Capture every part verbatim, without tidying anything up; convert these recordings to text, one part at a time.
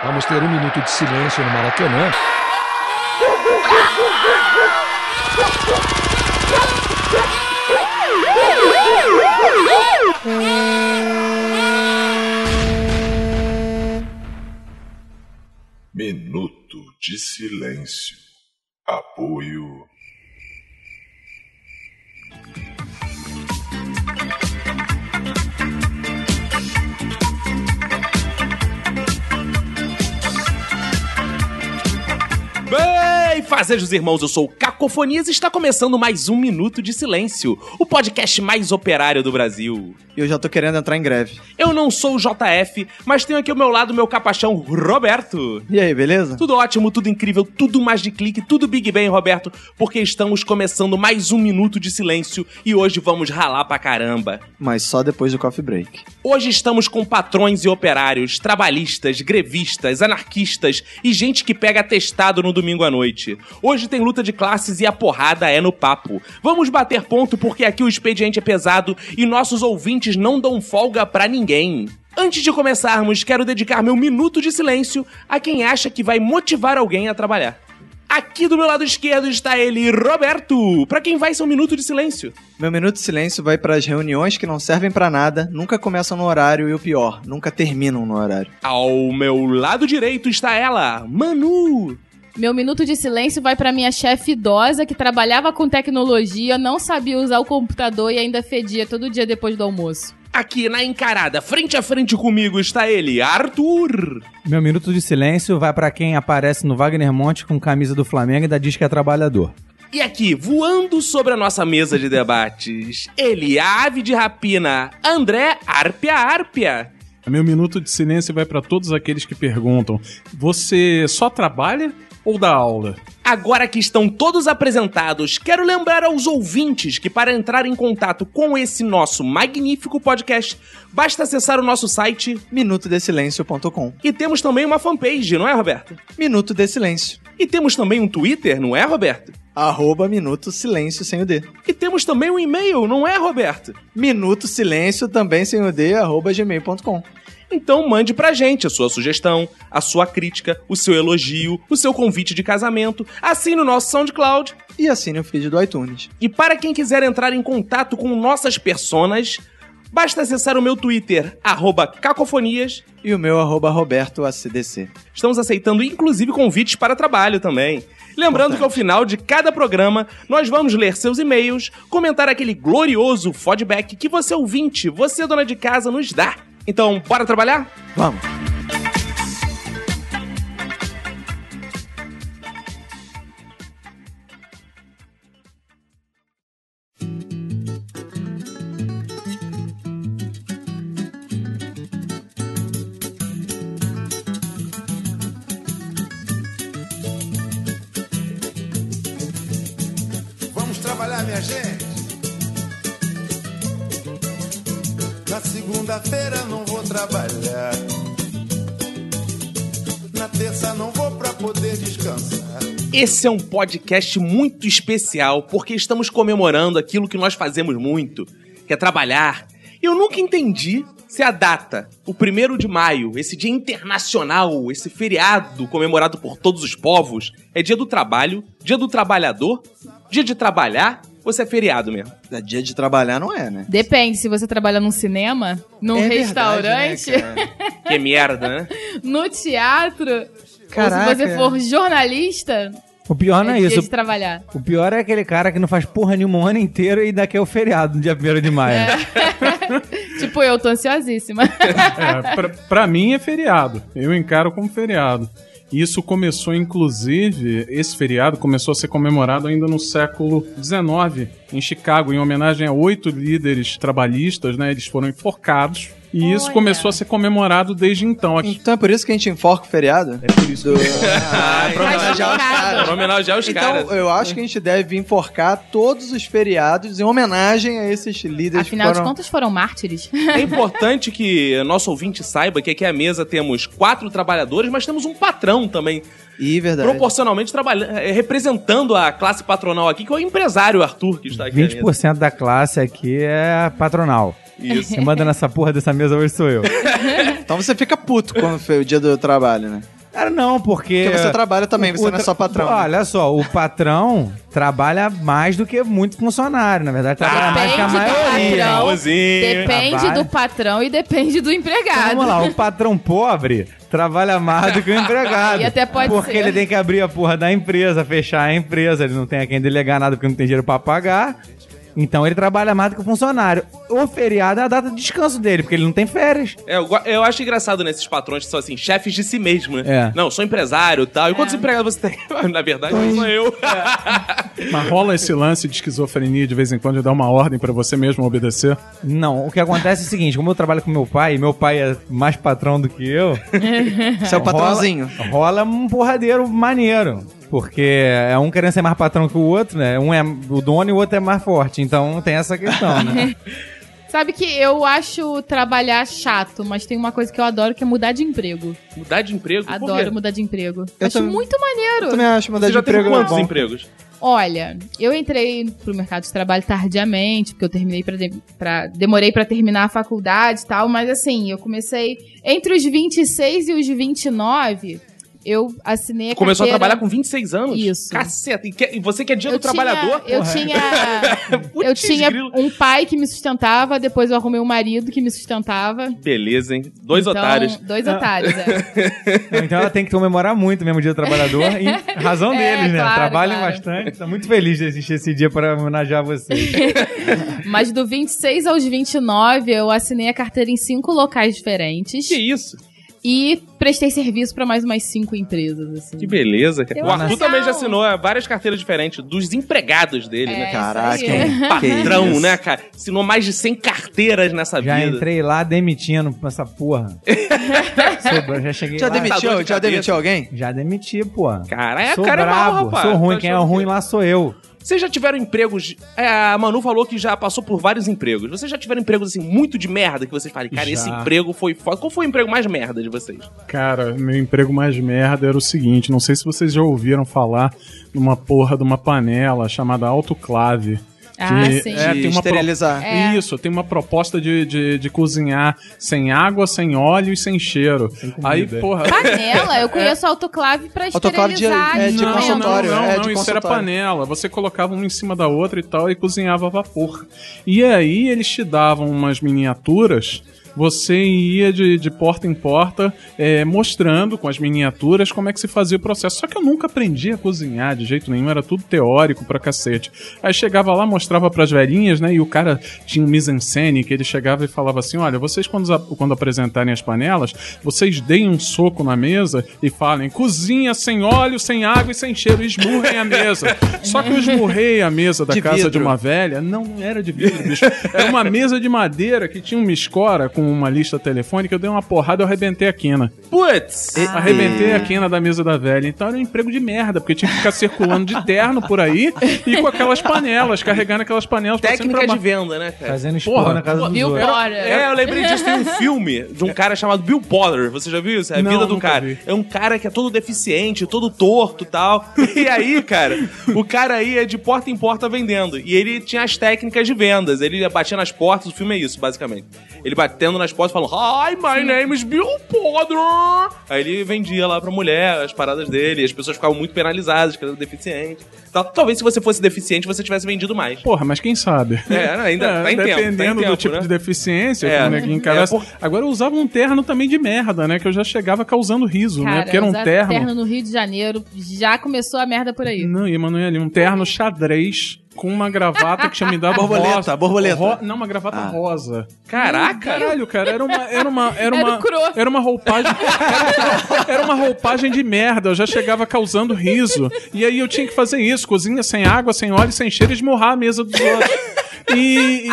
Vamos ter um minuto de silêncio no Maracanã. Minuto de silêncio. Apoio. Bem, fazejos irmãos, eu sou o Cacofonias e está começando mais um Minuto de Silêncio, o podcast mais operário do Brasil. E eu já tô querendo entrar em greve. Eu não sou o J F, mas tenho aqui ao meu lado meu capachão, Roberto. E aí, beleza? Tudo ótimo, tudo incrível, tudo mais de clique, tudo Big Bang, Roberto, porque estamos começando mais um Minuto de Silêncio e hoje vamos ralar pra caramba. Mas só depois do coffee break. Hoje estamos com patrões e operários, trabalhistas, grevistas, anarquistas e gente que pega atestado no domingo à noite. Hoje tem luta de classes e a porrada é no papo. Vamos bater ponto porque aqui o expediente é pesado e nossos ouvintes não dão folga pra ninguém. Antes de começarmos, quero dedicar meu minuto de silêncio a quem acha que vai motivar alguém a trabalhar. Aqui do meu lado esquerdo está ele, Roberto, pra quem vai ser um minuto de silêncio. Meu minuto de silêncio vai para as reuniões que não servem pra nada, nunca começam no horário e o pior, nunca terminam no horário. Ao meu lado direito está ela, Manu. Meu minuto de silêncio vai pra minha chefe idosa que trabalhava com tecnologia, não sabia usar o computador e ainda fedia todo dia depois do almoço. Aqui na encarada, frente a frente comigo, está ele, Arthur. Meu minuto de silêncio vai pra quem aparece no Wagner Monte com camisa do Flamengo e ainda diz que é trabalhador. E aqui, voando sobre a nossa mesa de debates, ele, a ave de rapina, André Árpia Árpia. Meu minuto de silêncio vai pra todos aqueles que perguntam: você só trabalha ou dá aula? Agora que estão todos apresentados, quero lembrar aos ouvintes que para entrar em contato com esse nosso magnífico podcast, basta acessar o nosso site minuto de silêncio ponto com. E temos também uma fanpage, não é, Roberto? Minuto de Silêncio. E temos também um Twitter, não é, Roberto? Arroba Minuto Silêncio sem o D. E temos também um e-mail, não é, Roberto? Minuto Silêncio também sem o D, arroba gmail ponto com. Então mande pra gente a sua sugestão, a sua crítica, o seu elogio, o seu convite de casamento, assine o nosso SoundCloud e assine o feed do iTunes. E para quem quiser entrar em contato com nossas personas, basta acessar o meu Twitter, arroba Cacofonias, e o meu, arroba Roberto A C D C. Estamos aceitando inclusive convites para trabalho também. Lembrando Importante. que ao final de cada programa, nós vamos ler seus e-mails, comentar aquele glorioso feedback que você ouvinte, você dona de casa, nos dá. Então, bora trabalhar? Vamos! Vamos trabalhar, minha gente! Na segunda-feira não vou trabalhar. Na terça não vou pra poder descansar. Esse é um podcast muito especial porque estamos comemorando aquilo que nós fazemos muito, que é trabalhar. Eu nunca entendi se a data, o primeiro de maio, esse dia internacional, esse feriado comemorado por todos os povos, é dia do trabalho, dia do trabalhador, dia de trabalhar, ou se é feriado mesmo? É dia de trabalhar, não é, né? Depende, se você trabalha num cinema, num é restaurante... Verdade, né, que merda, né? No teatro, Caraca. ou se você for jornalista... O pior não é, é isso. De trabalhar. O pior é aquele cara que não faz porra nenhuma o ano inteiro e ainda quer o feriado no dia primeiro de maio. É. Tipo, eu tô ansiosíssima. É, pra, pra mim é feriado. Eu encaro como feriado. Isso começou, inclusive, esse feriado começou a ser comemorado ainda no século dezenove, em Chicago, em homenagem a oito líderes trabalhistas, né? Eles foram enforcados. E isso Olha. começou a ser comemorado desde então. Então é por isso que a gente enforca o feriado? É por isso. Do... Ah, pra homenagear os caras. Pra homenagear os então, caras. eu acho que a gente deve enforcar todos os feriados em homenagem a esses líderes. Afinal que foram... de contas, foram mártires. É importante que nosso ouvinte saiba que aqui à mesa temos quatro trabalhadores, mas temos um patrão também. E verdade. Proporcionalmente trabalhando, representando a classe patronal aqui, que é o empresário Arthur, que está aqui. vinte por cento da classe aqui é patronal. Isso. Quem manda nessa porra dessa mesa hoje sou eu. Então você fica puto quando foi o dia do trabalho, né? Cara, não, porque... Porque você trabalha também, você o não é só patrão. né? Olha só, o patrão trabalha mais do que muito funcionário. Na verdade, trabalha mais que a Depende do maioria. patrão. Famosinho. Depende Trabalha. do patrão e depende do empregado. Vamos lá, o patrão pobre trabalha mais do que o empregado. E até pode porque ser. ele tem que abrir a porra da empresa, fechar a empresa, ele não tem a quem delegar nada porque não tem dinheiro pra pagar. Então ele trabalha mais do que o funcionário. O feriado é a data de descanso dele, porque ele não tem férias. É, eu, go- eu acho engraçado nesses patrões que são assim, chefes de si mesmo, né? É. Não, sou empresário e tal. E quantos É. empregados você tem? Na verdade, não sou eu. Mas rola esse lance de esquizofrenia de vez em quando de dar uma ordem pra você mesmo obedecer? Não, o que acontece é o seguinte, como eu trabalho com meu pai, e meu pai é mais patrão do que eu... Você é o patrãozinho. Rola, rola um porradeiro maneiro. Porque é um querendo ser mais patrão que o outro, né? Um é o dono e o outro é mais forte. Então tem essa questão, né? Sabe que eu acho trabalhar chato, mas tem uma coisa que eu adoro que é mudar de emprego. Mudar de emprego? Por quê? Adoro mudar de emprego. Eu acho também- muito maneiro. Eu também acho mudar Você de já teve emprego é quantos bom. empregos? Olha, eu entrei pro mercado de trabalho tardiamente, porque eu terminei pra, de- pra- demorei pra terminar a faculdade e tal, mas assim, eu comecei entre os vinte e seis e os vinte e nove, eu assinei a Começou a carteira- trabalhar com vinte e seis anos? Isso. Caceta. E, que- e você que é dia eu do trabalhador? Tinha, eu porra. tinha, eu Putz, tinha grilo. um pai que me sustentava, depois eu arrumei um marido que me sustentava. Beleza, hein? Dois Então, otários. Dois otários, é. Então ela tem que comemorar muito mesmo o dia do trabalhador. E razão É, deles, né? claro, Trabalhem claro. bastante. Tô muito feliz de existir esse dia para homenagear vocês. Mas do vinte e seis aos vinte e nove, eu assinei a carteira em cinco locais diferentes. Que isso? E prestei serviço pra mais umas cinco empresas, assim. Que beleza. cara. Eu O Arthur acho também já legal. assinou várias carteiras diferentes dos empregados dele, É, né? isso Caraca, aí. hein? Patrão, Que isso. né, cara? Assinou mais de cem carteiras nessa Já vida. entrei lá demitindo essa porra. Sobrou, já cheguei Já lá. demitiu? Matador de Já cabeça. demitiu alguém? Já demiti, pô. Cara, é, sou cara é brabo, mal, rapaz. sou ruim. Tá Quem é achando ruim que- lá sou eu. Vocês já tiveram empregos... É, a Manu falou que já passou por vários empregos. Vocês já tiveram empregos, assim, muito de merda que vocês falam, cara, Já. esse emprego foi foda. Qual foi o emprego mais merda de vocês? Cara, meu emprego mais merda era o seguinte, não sei se vocês já ouviram falar numa porra de uma panela chamada autoclave. Ah, que sim. É, De tem uma pro- esterilizar. É. Isso, tem uma proposta de, de, de cozinhar sem água, sem óleo e sem cheiro. Aí, porra... Panela, eu conheço autoclave pra Autoclave de- esterilizar. é, de não, consultório, Não, não, é, não, de isso era consultório. panela. Você colocava uma em cima da outra e tal e cozinhava a vapor. E aí eles te davam umas miniaturas. Você ia de, de porta em porta é, mostrando com as miniaturas como é que se fazia o processo. Só que eu nunca aprendi a cozinhar de jeito nenhum, era tudo teórico pra cacete. Aí chegava lá, mostrava pras velhinhas, né? E o cara tinha um mise-en-scène que ele chegava e falava assim: olha, vocês quando, quando apresentarem as panelas, vocês deem um soco na mesa e falem cozinha sem óleo, sem água e sem cheiro, e esmurrem a mesa. Só que eu esmurrei a mesa da De casa de vidro. uma velha. Não, não era de vidro, bicho. Era uma mesa de madeira que tinha uma escora com uma lista telefônica. Eu dei uma porrada e eu arrebentei a quina. Putz! E- Arrebentei a quina da mesa da velha. Então era um emprego de merda, porque tinha que ficar circulando de terno por aí e com aquelas panelas, carregando aquelas panelas. pra cima e Técnica pra de baixo. venda, né, cara? Fazendo esporro Porra. na casa dos Viu, outros. fora? É, eu lembrei disso. Tem um filme de um cara chamado Bill Potter. Você já viu isso? É a Não, vida do nunca cara. vi. É um cara que é todo deficiente, todo torto e tal. E aí, cara, o cara aí é de porta em porta vendendo. E ele tinha as técnicas de vendas. Ele batia nas portas. O filme é isso, basicamente. Ele batendo nas portas falando: Hi, my name is Bill Potter. Aí ele vendia lá pra mulher as paradas dele. E as pessoas ficavam muito penalizadas, que era deficiente. Tal- Talvez se você fosse deficiente, você tivesse vendido mais. Porra, mas quem sabe? É, ainda tá em tempo, tá em Dependendo tempo, do tipo né? de deficiência, É. que o neguinho encarece. É, por- Agora eu usava um terno também de merda, né? Que eu já chegava causando riso, né? Cara, Porque era um usar terno. terno no Rio de Janeiro, já começou a merda por aí. Não, Emanuele, um terno xadrez com uma gravata que tinha me dado Borboleta, rosa. borboleta. Ro- Não, uma gravata Ah. rosa. Caraca! Caralho, cara, era uma era uma era Era uma o croto. era uma roupagem era, era uma roupagem de merda, eu já chegava causando riso. E aí eu tinha que fazer isso, cozinha sem água, sem óleo, sem cheiro e esmurrar a mesa dos outros. E,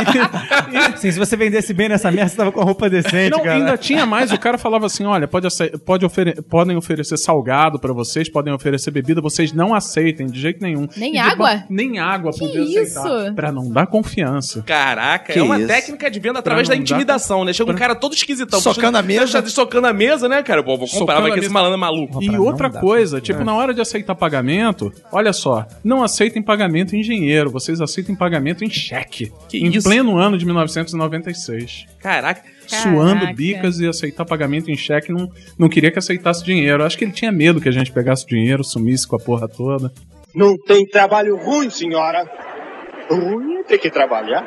e, Sim, se você vendesse bem nessa merda, você tava com a roupa decente, Não, cara. ainda tinha mais. O cara falava assim: olha, pode ace- pode ofere- podem oferecer salgado pra vocês, podem oferecer bebida, vocês não aceitem de jeito nenhum. Nem E de água? ba- Nem água Que podia isso? aceitar. Pra não dar confiança. Caraca, Que é uma isso? técnica de venda através Pra da não intimidação, né? Chega um cara todo esquisitão. Socando a mesa? Tá Socando a mesa, né, cara? Pô, vou comprar, Socando vai a que esse mesa. malandro é maluco. E pra outra não dar coisa, confiança. tipo, na hora de aceitar pagamento, olha só, não aceitem pagamento em dinheiro, vocês aceitem pagamento em cheque. cheque. Que em isso? pleno ano de mil novecentos e noventa e seis. Caraca. Suando Caraca. bicas e aceitar pagamento em cheque. Não, não queria que aceitasse dinheiro. Acho que ele tinha medo que a gente pegasse o dinheiro, sumisse com a porra toda. Não tem trabalho ruim, senhora. Ruim é ter que trabalhar.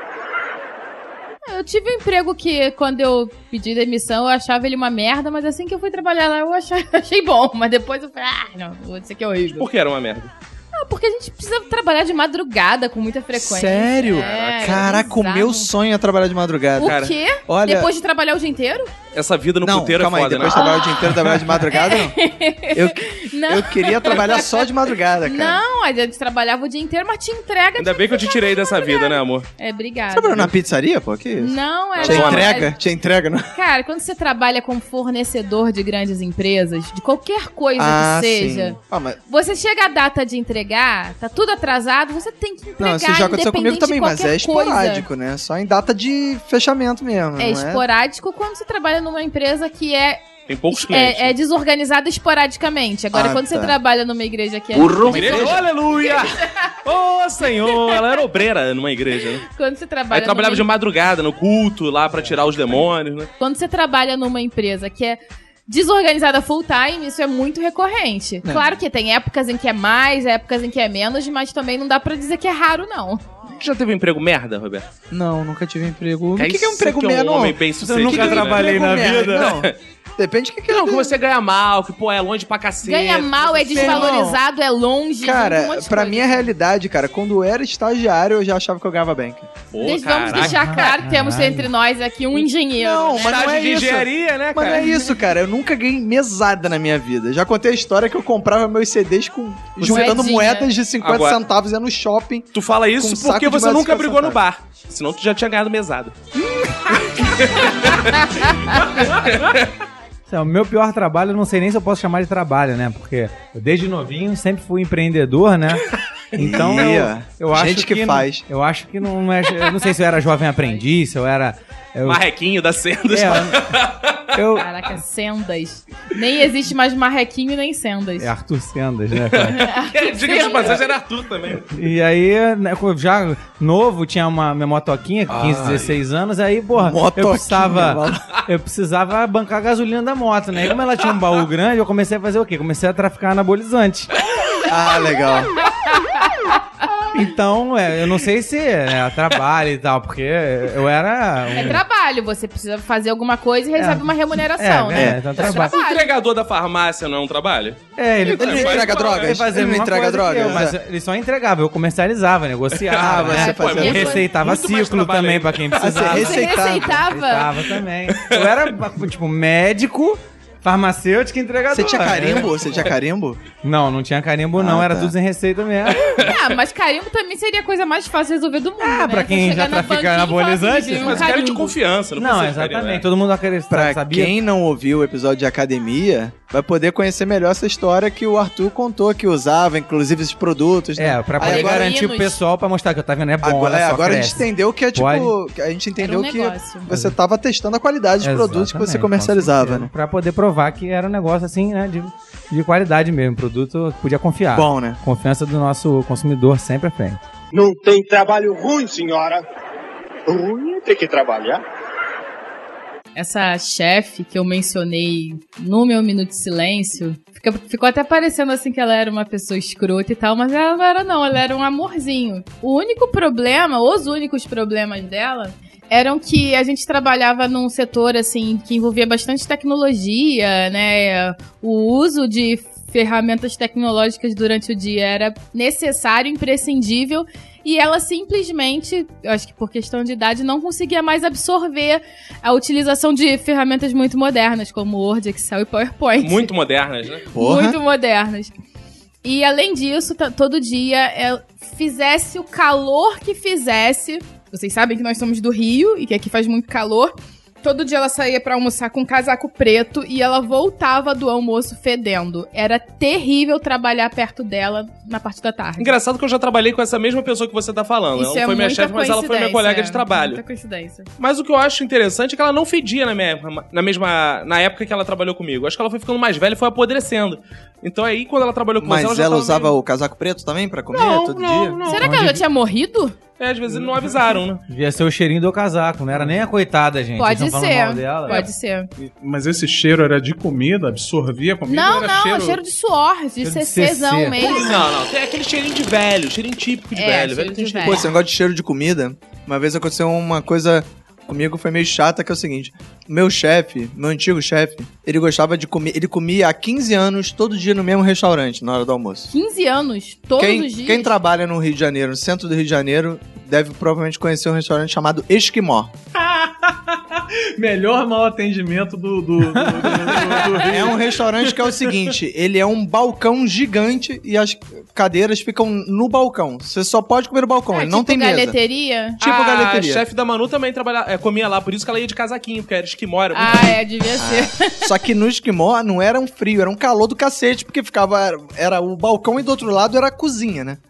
Eu tive um emprego que, quando eu pedi demissão, eu achava ele uma merda, mas assim que eu fui trabalhar lá, eu achei, achei bom. Mas depois eu falei, ah, não, isso aqui é horrível. Por que era uma merda? Ah, porque a gente precisa trabalhar de madrugada com muita frequência. Sério? É, Caraca, o bizarro. meu sonho é trabalhar de madrugada. O cara. quê? Olha- Depois de trabalhar o dia inteiro? Essa vida no Não, puteiro calma é aí, foda, depois de né? trabalhar o dia inteiro, trabalhar de madrugada, não. Eu, Não. eu queria trabalhar só de madrugada, cara. Não, a gente trabalhava o dia inteiro, mas te entrega. Ainda bem que eu te tirei dessa vida, né, amor? É, obrigada. Você trabalhou na pizzaria, pô? Que isso? Não, é. Tinha não, entrega? é- Tinha entrega, não? Cara, quando você trabalha como fornecedor de grandes empresas, de qualquer coisa Ah, que seja, sim. Ah, mas... você chega a data de entregar, tá tudo atrasado, você tem que entregar. Não, isso já aconteceu comigo independente também, de mas é qualquer coisa. esporádico, né? Só em data de fechamento mesmo, não É esporádico quando você trabalha numa empresa que é, Tem poucos clientes. é, é desorganizada esporadicamente. Agora, Ah, quando você tá. trabalha numa igreja que é. Uma igreja? Oh, aleluia! Ô, Senhor! Ela era obreira numa igreja, né? Quando você trabalha Aí trabalhava de numa, madrugada, no culto, lá pra tirar os demônios, né? quando você trabalha numa empresa que é desorganizada full time, isso é muito recorrente. Claro que tem épocas em que é mais, épocas em que é menos, mas também não dá pra dizer que é raro, não. Tu já teve um emprego merda, Roberto? Não, nunca tive emprego. O É que, que é um isso emprego que é um merda? homem Não. bem Eu sucedido. nunca né? trabalhei Emprego na merda, vida. Não. Depende do que, que Não, que você ganha mal, que, pô, é longe pra cacete. Ganha mal, é desvalorizado, é longe. um Cara, monte de pra coisa. mim é realidade, cara. Quando eu era estagiário, eu já achava que eu ganhava bem. cara. Pô, Deixa- Vamos caraca. deixar claro que temos entre nós aqui um engenheiro. Não, né? mas não Estágio é de isso. engenharia, né, Mas não cara? é isso, cara. Eu nunca ganhei mesada na minha vida. Já contei a história que eu comprava meus C Ds com juntando Moedinha. moedas de cinquenta Agora- centavos, ia no shopping. Tu fala Com isso um saco porque de você moeda de nunca cinquenta brigou no centavos. bar. Senão tu já tinha ganhado mesada. O meu pior trabalho, eu não sei nem se eu posso chamar de trabalho, né? Porque eu, desde novinho, sempre fui empreendedor, né? Então, Ih, eu, ó. eu acho Gente que não- faz. Eu acho que não é... Eu não sei se eu era jovem aprendiz, se eu era... Eu, Marrequinho da Sendas. é, eu, Caraca, sendas. Nem existe mais marrequinho nem sendas. é Arthur Sendas, né, cara? Diga de passagem, era Arthur também. E aí, né, já novo, tinha uma minha motoquinha com quinze, dezesseis anos, aí, porra, Motoquinha, eu precisava, mano. eu precisava bancar a gasolina da moto, né? E como ela tinha um baú grande, eu comecei a fazer o quê? Comecei a traficar anabolizante. Ah, legal. Então, é, eu não sei se é trabalho e tal, porque eu era... Um... É trabalho, você precisa fazer alguma coisa e recebe É. uma remuneração, É, né? é, então trabalho. O entregador da farmácia não é um trabalho? É, ele, Ele não Ele entrega faz- drogas? ele fazia a Ele não mesma entrega coisa que drogas? eu, mas ele só entregava, eu comercializava, negociava, Ah, você né? fazia- Eu receitava Muito mais ciclo trabalho também aí. pra quem Ah, precisava. você Você Receitava. receitava? Receitava também. Eu era, tipo, médico, farmacêutico e entregador. Você tinha carimbo? Você tinha carimbo? Não, não tinha carimbo, não. Ah, Era tá. tudo sem receita mesmo. Ah, mas carimbo também seria a coisa mais fácil de resolver do mundo, Ah, né? pra quem Você chegar já na trafica banquinha e falar anabolizante, assim, "Vive um Mas o cara é de carimbo." confiança, não, Não, precisa de exatamente. carimbo, Todo mundo acredita, Pra sabia? quem não ouviu o episódio de academia, vai poder conhecer melhor essa história que o Arthur contou, que usava, inclusive, esses produtos. né? É, pra Aí poder agora- garantir o pessoal pra mostrar que eu tava vendo é bom, Agora, olha é, só, agora a cresce. gente entendeu que é tipo. Pode. que A gente entendeu Era um que negócio. você tava testando a qualidade dos produtos que você Exatamente, comercializava, com certeza. né? Pra poder provar que era um negócio assim, né, de, de qualidade mesmo, produto que podia confiar. Bom, né? Confiança do nosso consumidor sempre à frente. Não tem trabalho ruim, senhora. Ruim é ter que trabalhar. Essa chefe que eu mencionei no meu Minuto de Silêncio, fica- ficou até parecendo assim que ela era uma pessoa escrota e tal, mas ela não era não, ela era um amorzinho. O único problema, os únicos problemas dela, eram que a gente trabalhava num setor assim que envolvia bastante tecnologia, né? O uso de ferramentas tecnológicas durante o dia era necessário, imprescindível, e ela simplesmente, eu acho que por questão de idade, não conseguia mais absorver a utilização de ferramentas muito modernas, como Word, Excel e PowerPoint. Muito modernas, né? Porra. Muito modernas. E além disso, t- todo dia, é, fizesse o calor que fizesse. Vocês sabem que nós somos do Rio e que aqui faz muito calor. Todo dia ela saía pra almoçar com um casaco preto e ela voltava do almoço fedendo. Era terrível trabalhar perto dela na parte da tarde. Engraçado que eu já trabalhei com essa mesma pessoa que você tá falando. Isso ela não é foi minha muita chefe, mas ela foi minha coincidência, colega de é, trabalho. Muita coincidência. Mas o que eu acho interessante é que ela não fedia na mesma, na mesma. Na época que ela trabalhou comigo. Acho que ela foi ficando mais velha e foi apodrecendo. Então aí, quando ela trabalhou com Mas você, ela, ela já tava usava meio- o casaco preto também pra comer Não, todo não, dia? não. Será que ela já tinha morrido? É, às vezes eles não avisaram, né? Devia ser o cheirinho do casaco, não era nem a coitada, gente. Pode Vocês tão falando mal ser, dela? pode ser. Mas esse cheiro era de comida? Absorvia a comida? Não, ou era não, cheiro... cheiro... cheiro de suor, de Cheiro de CCzão C C. mesmo. Não, não, tem aquele cheirinho de velho, cheirinho típico de É, velho. cheiro velho de tem velho. Pô, esse negócio de cheiro de comida, uma vez aconteceu uma coisa comigo, foi meio chata, que é o seguinte. Meu chefe, meu antigo chefe, ele gostava de comer, ele comia há quinze anos, todo dia no mesmo restaurante, na hora do almoço. quinze anos, todos Quem, os dias. quem trabalha no Rio de Janeiro, no centro do Rio de Janeiro, deve provavelmente conhecer um restaurante chamado Esquimó. Melhor mau atendimento do, do, do, do, do, do Rio. É um restaurante que é o seguinte, ele é um balcão gigante e as cadeiras ficam no balcão. Você só pode comer no balcão, É, ele não tipo tem mesa. galeteria? Tipo a galeteria. chefe da Manu também trabalha, é, comia lá, por isso que ela ia de casaquinho, porque era esquimó. Era muito Ah, é, devia ser. Só que no Esquimó não era um frio, era um calor do cacete, porque ficava. Era, era o balcão e do outro lado era a cozinha, né?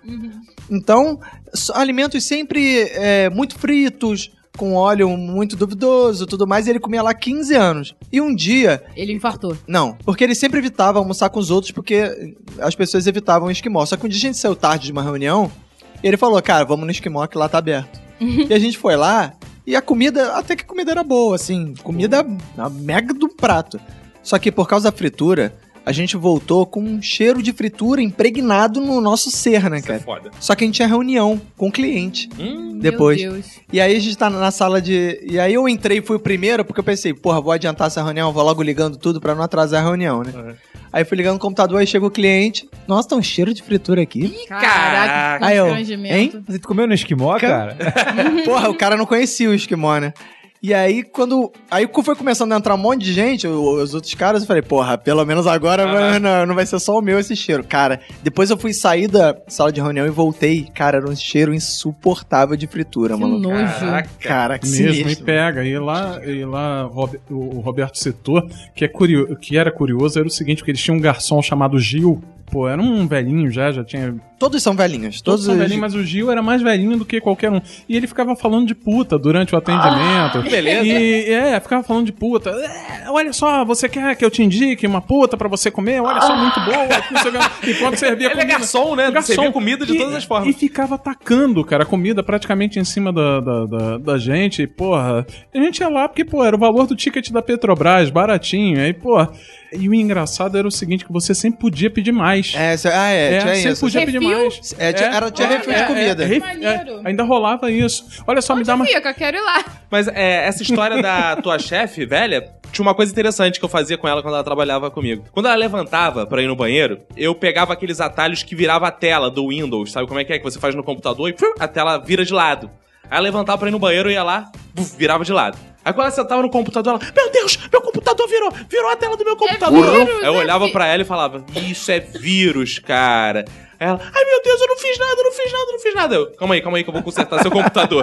Então, so- alimentos sempre é, muito fritos, com óleo muito duvidoso tudo mais, e ele comia lá quinze anos. E um dia. Ele infartou. Não, porque ele sempre evitava almoçar com os outros, porque as pessoas evitavam o Esquimó. Só que um dia a gente saiu tarde de uma reunião, e ele falou, cara, vamos no Esquimó que lá tá aberto. E a gente foi lá, e a comida, até que a comida era boa, assim, comida a mega do prato. Só que por causa da fritura, a gente voltou com um cheiro de fritura impregnado no nosso ser, né, Isso é cara? foda. Só que a gente tinha reunião com o cliente Hum, depois. Meu Deus. E aí a gente tá na sala de... E aí eu entrei e fui o primeiro, porque eu pensei, porra, vou adiantar essa reunião, vou logo ligando tudo pra não atrasar a reunião, né? Uhum. Aí fui ligando no computador, aí chega o cliente. Nossa, tá um cheiro de fritura aqui. Caraca, Aí eu, constrangimento. hein? Você comeu no esquimó, cara? Porra, o cara não conhecia o Esquimó, né? E aí, quando... Aí foi começando a entrar um monte de gente, o- os outros caras, eu falei, porra, pelo menos agora vai- não, não vai ser só o meu esse cheiro. Cara, depois eu fui sair da sala de reunião e voltei. Cara, era um cheiro insuportável de fritura, Que mano. nojo. Caraca. Cara, que Mesmo, e sinistro. pega. E lá, e lá Rob- o Roberto citou que, é curio, que era curioso, era o seguinte, porque eles tinham um garçom chamado Gil. Pô, era um velhinho já, já tinha... Todos são velhinhos. Todos Todos, são os- velhinhos, mas o Gil era mais velhinho do que qualquer um. E ele ficava falando de puta durante o atendimento. que beleza. E, é, ficava falando de puta. É, olha só, você quer que eu te indique uma puta pra você comer? Olha só, muito boa. não sei o que. Enquanto servia Ele é comida. garçom, né? Garçom. Servia comida de E- todas as formas. E ficava atacando, cara, a comida praticamente em cima da, da, da, da gente. E, porra, a gente ia lá porque, pô, era o valor do ticket da Petrobras, baratinho. Aí, pô... E o engraçado era o seguinte, que você sempre podia pedir mais. É, cê- ah, é, É, tinha sempre isso. podia pedir Refil? mais. É, tinha- era, tinha refil de comida. É, ref- Maneiro. é, ainda rolava isso. Olha só, me dá uma... Fica, quero ir lá. Mas é, essa história da tua chefe, velha, tinha uma coisa interessante que eu fazia com ela quando ela trabalhava comigo. Quando ela levantava pra ir no banheiro, eu pegava aqueles atalhos que virava a tela do Windows, sabe como é que é? Que você faz no computador e pum, a tela vira de lado. Aí ela levantava pra ir no banheiro, eu ia lá, buf, virava de lado. Aí quando ela sentava no computador, ela, meu Deus, meu computador virou, virou a tela do meu computador. vírus, Aí eu é olhava vi- pra ela e falava, isso é vírus, cara. Aí ela, ai meu Deus, eu não fiz nada, eu não fiz nada, eu não fiz nada. Eu, calma aí, calma aí que eu vou consertar seu computador.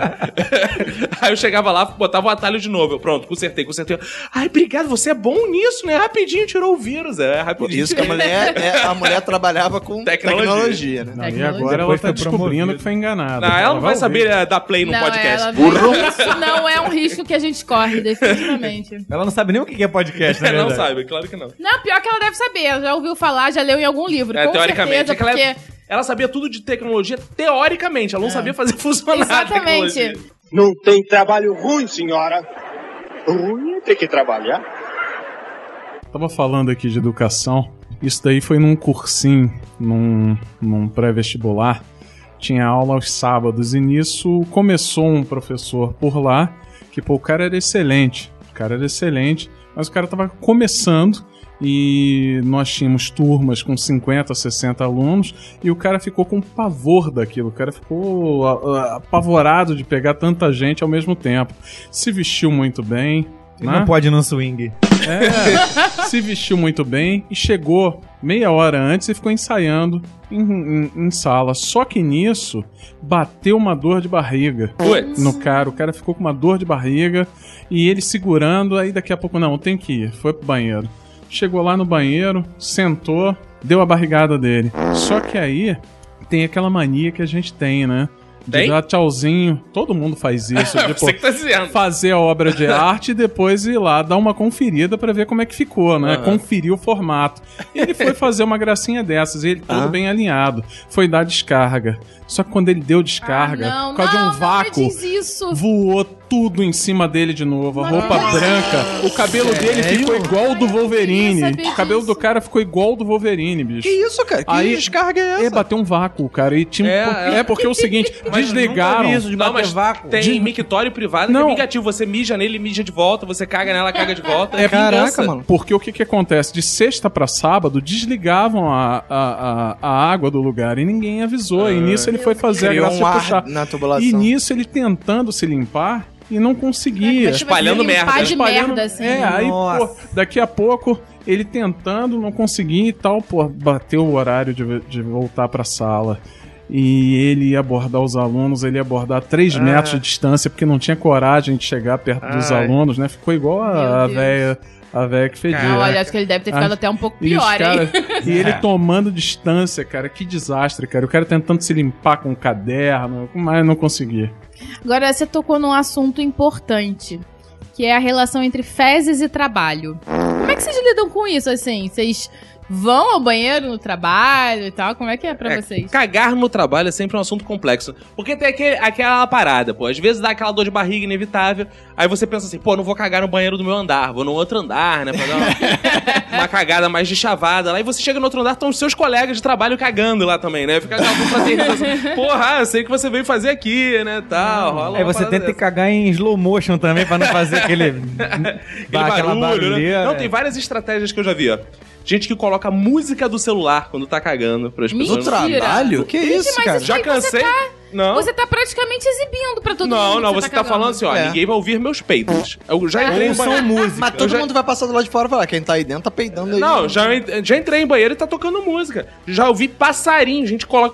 Aí eu chegava lá, botava o atalho de novo. Eu, pronto, consertei, consertei. Ai, obrigado, você é bom nisso, né? Rapidinho tirou o vírus, é, rapidinho. Isso que a mulher, é, a mulher trabalhava com Tecnologia. tecnologia, né? Não, e Tecnologia. agora ela Depois tá foi descobrindo promovido. que foi enganada. Não, ela não vai saber ouvir. é, dar play no Não, podcast. ela- Isso não é um risco que a gente corre, definitivamente. Ela não sabe nem o que é podcast, na não verdade. sabe, claro que não. Não, pior que ela deve saber. Ela já ouviu falar, já leu em algum livro. É, com teoricamente. certeza, é que ela, porque... ela sabia tudo de tecnologia, teoricamente. Ela não sabia fazer funcionar Exatamente. a tecnologia. Não tem trabalho ruim, senhora. Ruim é ter que trabalhar. Tava falando aqui de educação. Isso daí foi num cursinho, num, num pré-vestibular. Tinha aula aos sábados. E nisso começou um professor por lá, que pô, o cara era excelente. O cara era excelente, mas o cara tava começando. E nós tínhamos turmas com cinquenta, sessenta alunos. E o cara ficou com pavor daquilo. O cara ficou a- a- apavorado de pegar tanta gente ao mesmo tempo. Se vestiu muito bem. Ele né? não pode ir num swing. É, se vestiu muito bem e chegou meia hora antes e ficou ensaiando em, em- em sala. Só que nisso, bateu uma dor de barriga Putz. no cara. O cara ficou com uma dor de barriga e ele segurando, aí daqui a pouco, não, tem que ir. Foi pro banheiro. Chegou lá no banheiro, sentou, deu a barrigada dele. Só que aí tem aquela mania que a gente tem, né? De Tem? dar tchauzinho. Todo mundo faz isso. de, Você que tá dizendo. fazer a obra de arte e depois ir lá dar uma conferida pra ver como é que ficou, né? Uhum. Conferir o formato. E ele foi fazer uma gracinha dessas, e ele todo Ah. bem alinhado. Foi dar descarga. Só que quando ele deu descarga, Ah, não, por causa não, de um não vácuo, me diz isso. voou tudo em cima dele de novo. A Não. roupa branca. O cabelo dele ficou igual ao do Eu queria Wolverine. saber O cabelo disso. do cara ficou igual ao do Wolverine, bicho. Que isso, cara? Que Aí- descarga é essa? É, bateu um vácuo, cara. E tinha, É, é, é. porque é o seguinte, desligaram. Nunca vi isso de Não, bater mas vácuo. tem De- mictório privado que Não. é vingativo. Você mija nele, mija de volta. Você caga nela, caga de volta. É Caraca, vingança. mano. Porque o que que acontece? De sexta pra sábado, desligavam a, a, a, a água do lugar e ninguém avisou. e nisso ele foi fazer Criou a graça um de ar puxar. na tubulação. E nisso ele tentando se limpar e não conseguia. Mas espalhando vai limpar merda. de Espalhando- merda, assim. É, aí, Nossa. pô, daqui a pouco, ele tentando, não conseguia e tal, pô, bateu o horário de, de voltar pra sala. E ele ia abordar os alunos, ele ia abordar a três Ah. metros de distância, porque não tinha coragem de chegar perto dos Ai. alunos, né? Ficou igual a, Meu a Deus. véia, a véia que fedia. Ah, olha, acho que ele deve ter ficado Ah, até um pouco E, os pior, cara- hein? e ele tomando distância, cara, que desastre, cara. O cara tentando se limpar com o caderno, mas não conseguia. Agora, você tocou num assunto importante, que é a relação entre fezes e trabalho. Como é que vocês lidam com isso, assim? Vocês vão ao banheiro no trabalho e tal? Como é que é pra É, vocês? cagar no trabalho é sempre um assunto complexo. Porque tem aquele, aquela parada, pô. Às vezes dá aquela dor de barriga inevitável. Aí você pensa assim, pô, não vou cagar no banheiro do meu andar. Vou no outro andar, né? Pra dar uma, uma cagada mais de chavada. Lá e você chega no outro andar, estão os seus colegas de trabalho cagando lá também, né? Fica aquela fraternização. Porra, eu sei que você veio fazer aqui, né? Tal. Rola Aí uma você parada tenta dessa. cagar em slow motion também, pra não fazer aquele... Aquele aquela barulho, né? barulheira. Não, tem várias estratégias que eu já vi, ó. Gente que coloca música do celular quando tá cagando para as No pessoas. Mentira. trabalho? Que isso, mas cara? isso Já aí cansei. Você tá, Não. você tá praticamente exibindo pra todo mundo. Não, que não, você tá, cagando. falando assim, ó, É. ninguém vai ouvir meus peitos. Eu já entrei em Ouçam banheiro. música. Mas todo já- mundo vai passar do lado de fora e falar, quem tá aí dentro tá peidando aí. Não, já, en- já entrei em banheiro e tá tocando música. Já ouvi passarinho, gente coloca.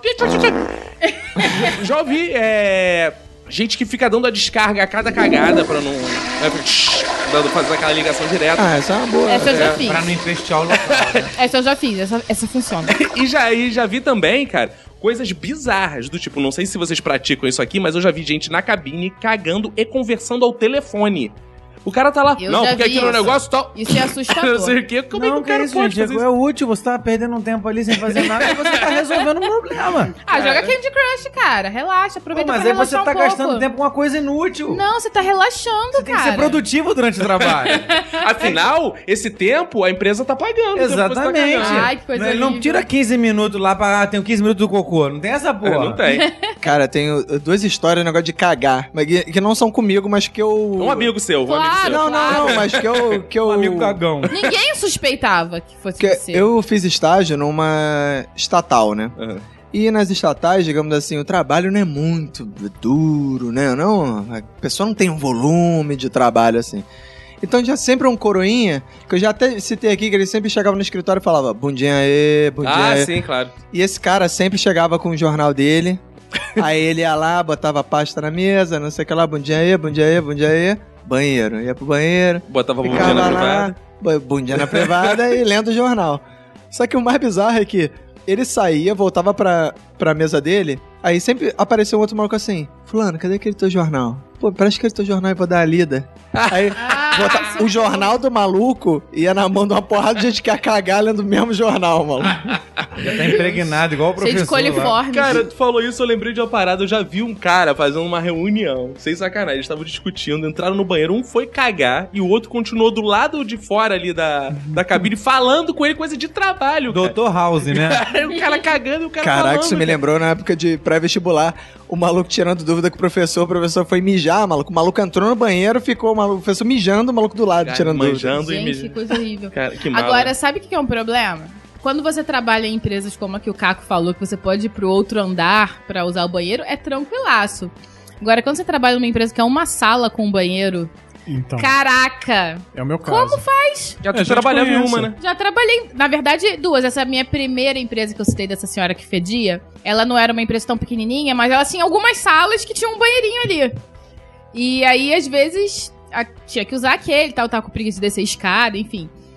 Já ouvi, é. Gente que fica dando a descarga a cada cagada pra não. Né, fica dando, fazendo aquela ligação direta. Ah, essa é uma boa. Essa eu já É, fiz. Pra não empestear o local, né? Essa eu já fiz, essa, essa funciona. E já, e já vi também, cara, coisas bizarras, do tipo, não sei se vocês praticam isso aqui, mas eu já vi gente na cabine cagando e conversando ao telefone. O cara tá lá, Eu não, já porque vi aqui no isso. negócio tal. Isso é assustador. Não sei o quê. Como é que Não, o que cara isso, pode gente. fazer É isso? útil, você tá perdendo um tempo ali sem fazer nada e você tá resolvendo um problema. Ah, joga Candy Crush, cara. Relaxa, Pô, aproveita mas pra aí você relaxar tá um pouco. gastando tempo com uma coisa inútil. Não, você tá relaxando, Você tem que cara. ser produtivo durante o trabalho. Afinal, esse tempo a empresa tá pagando. o tempo que você tá Exatamente. cagando. Ai, que coisa Não, ele não horrível. tira quinze minutos lá pra... Ah, tenho quinze minutos do cocô. Não tem essa É, porra. não tem. Cara, tenho duas histórias, negócio de cagar. Mas que, que não são comigo, mas que eu... Um amigo seu, um amigo Claro. seu. Não, não, não, mas que eu... Que eu... Um amigo cagão. Ninguém suspeitava que fosse que você. eu fiz estágio numa estatal, né? Uhum. E nas estatais, digamos assim, o trabalho não é muito duro, né? Não, a pessoa não tem um volume de trabalho assim. Então já sempre um coroinha, que eu já até citei aqui, que ele sempre chegava no escritório e falava, bom dia aí, bom dia Ah, aí. sim, claro. E esse cara sempre chegava com o jornal dele, aí ele ia lá, botava a pasta na mesa, não sei o que lá, bom dia aí, bom dia aí, bom dia aí, banheiro. Ia pro banheiro, Botava a ficava bundinha na lá, privada. bo- bundinha na privada e lendo o jornal. Só que o mais bizarro é que ele saía, voltava pra, pra mesa dele, aí sempre apareceu um outro maluco assim, fulano, cadê aquele teu jornal? Pô, presta aquele teu jornal e vou dar a lida. Aí, Ah, bota- isso o jornal do maluco ia na mão de uma porrada de gente que ia cagar lendo o mesmo jornal, maluco. Já tá impregnado, igual o Cheio professor. de lá. coliforme. Cara, tu falou isso, eu lembrei de uma parada. Eu já vi um cara fazendo uma reunião, sem sacanagem. Eles estavam discutindo, entraram no banheiro. Um foi cagar e o outro continuou do lado de fora ali da, da cabine, falando com ele coisa de trabalho. cara. doutor House, né? Aí o cara cagando e o cara Caraca, falando. isso me cara. lembrou na época de pré-vestibular, o maluco tirando dúvida com o professor, o professor foi mijar, maluco. O maluco entrou no banheiro, ficou o, maluco, o professor mijando, o maluco do lado, Cara, tirando dúvida. manjando e Gente, que me... coisa horrível. Cara, que mal. Agora, sabe o que é um problema? Quando você trabalha em empresas como a que o Caco falou, que você pode ir pro outro andar pra usar o banheiro, é tranquilaço. Agora, quando você trabalha numa empresa que é uma sala com um banheiro, Então, caraca! é o meu caso. Como faz? Já É, tô a gente trabalhando em conhece. uma, né? Já trabalhei, na verdade, duas. Essa é a minha primeira empresa que eu citei dessa senhora que fedia. Ela não era uma empresa tão pequenininha, mas ela tinha algumas salas que tinham um banheirinho ali. E aí, às vezes, a- tinha que usar aquele, tal, tava com preguiça de descer escada, enfim.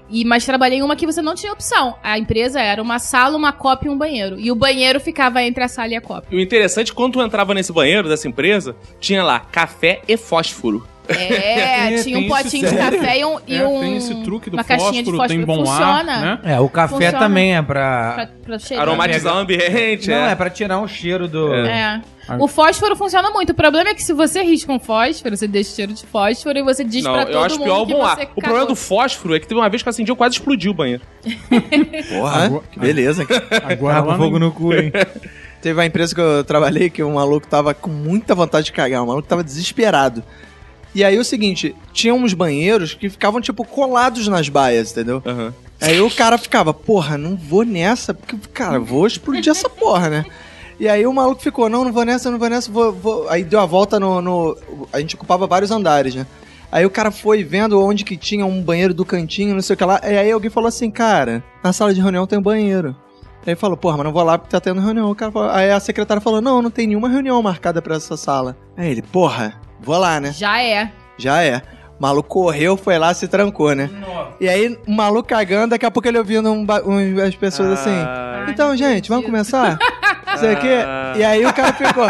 E, mas trabalhei em uma que você não tinha opção. A empresa era uma sala, uma copa e um banheiro. E o banheiro ficava entre a sala e a copa. E o interessante, quando tu entrava nesse banheiro dessa empresa, tinha lá café e fósforo. É, É, tinha um tem potinho esse- de café e um, e É, um tem esse truque do uma caixinha de fósforo, fósforo. tem bom Funciona. ar, né? É, o café Funciona. também é Pra, pra... pra cheirar. Aromatizar o ambiente, Não, é. é pra tirar o cheiro do... É. O fósforo funciona muito. O problema é que se você risca um fósforo, você deixa cheiro de fósforo e você diz Não, pra todo eu acho mundo pior o que bom ar. você O problema do fósforo é que teve uma vez que eu acendi, eu quase explodi o banheiro. Porra, Agora- que beleza. Agora Tava lá fogo no... no cu, hein? Teve uma empresa que eu trabalhei que o maluco tava com muita vontade de cagar. O maluco tava desesperado. E aí o seguinte, tinha uns banheiros que ficavam, tipo, colados nas baias, entendeu? Aham. Aí o cara ficava, porra, não vou nessa, porque, cara, vou explodir essa porra, né? E aí o maluco ficou, não, não vou nessa, não vou nessa, vou... vou... Aí deu a volta no, no... A gente ocupava vários andares, né? Aí o cara foi vendo onde que tinha um banheiro do cantinho, não sei o que lá. E aí alguém falou assim, cara, na sala de reunião tem um banheiro. Aí ele falou, porra, mas não vou lá porque tá tendo reunião. O cara falou... Aí a secretária falou, não, não tem nenhuma reunião marcada pra essa sala. Aí ele, porra, vou lá, né? Já é. Já é. O maluco correu, foi lá, se trancou, né? E aí, o maluco cagando, daqui a pouco ele ouvindo um, ba- um- as pessoas assim. Ah. Então, Ai, gente, vamos Deus. começar? Não sei o quê. E aí o cara ficou.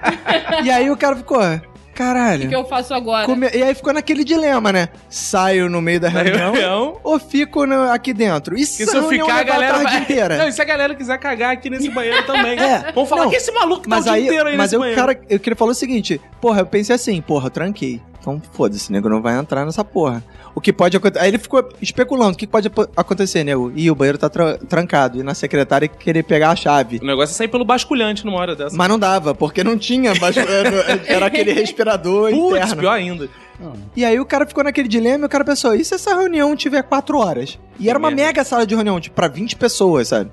E aí o cara ficou. O Caralho. que, que eu faço agora? Come- E aí ficou naquele dilema, né? Saio no meio da Na reunião reunião. ou fico no- aqui dentro? E Porque se eu reunião ficar, a levar galera tarde vai... inteira? Não, e se a galera quiser cagar aqui nesse banheiro também. É, Vamos falar não, que esse maluco tá Mas o dia aí, inteiro aí mas nesse aí o banheiro. cara, eu queria falar o seguinte, porra, eu pensei assim, porra, eu tranquei. Então, foda-se, nego não vai entrar nessa porra. O que pode acontecer... Aí ele ficou especulando, o que pode ap- acontecer, nego? Ih, o banheiro tá tra- trancado. E na secretária querer pegar a chave. O negócio é sair pelo basculhante numa hora dessa. Mas não dava, porque não tinha, bas- era, era aquele respirador Putz, interno. pior ainda. E aí o cara ficou naquele dilema e o cara pensou, e se essa reunião tiver quatro horas? E era uma merda. mega sala de reunião, tipo, pra vinte pessoas, sabe?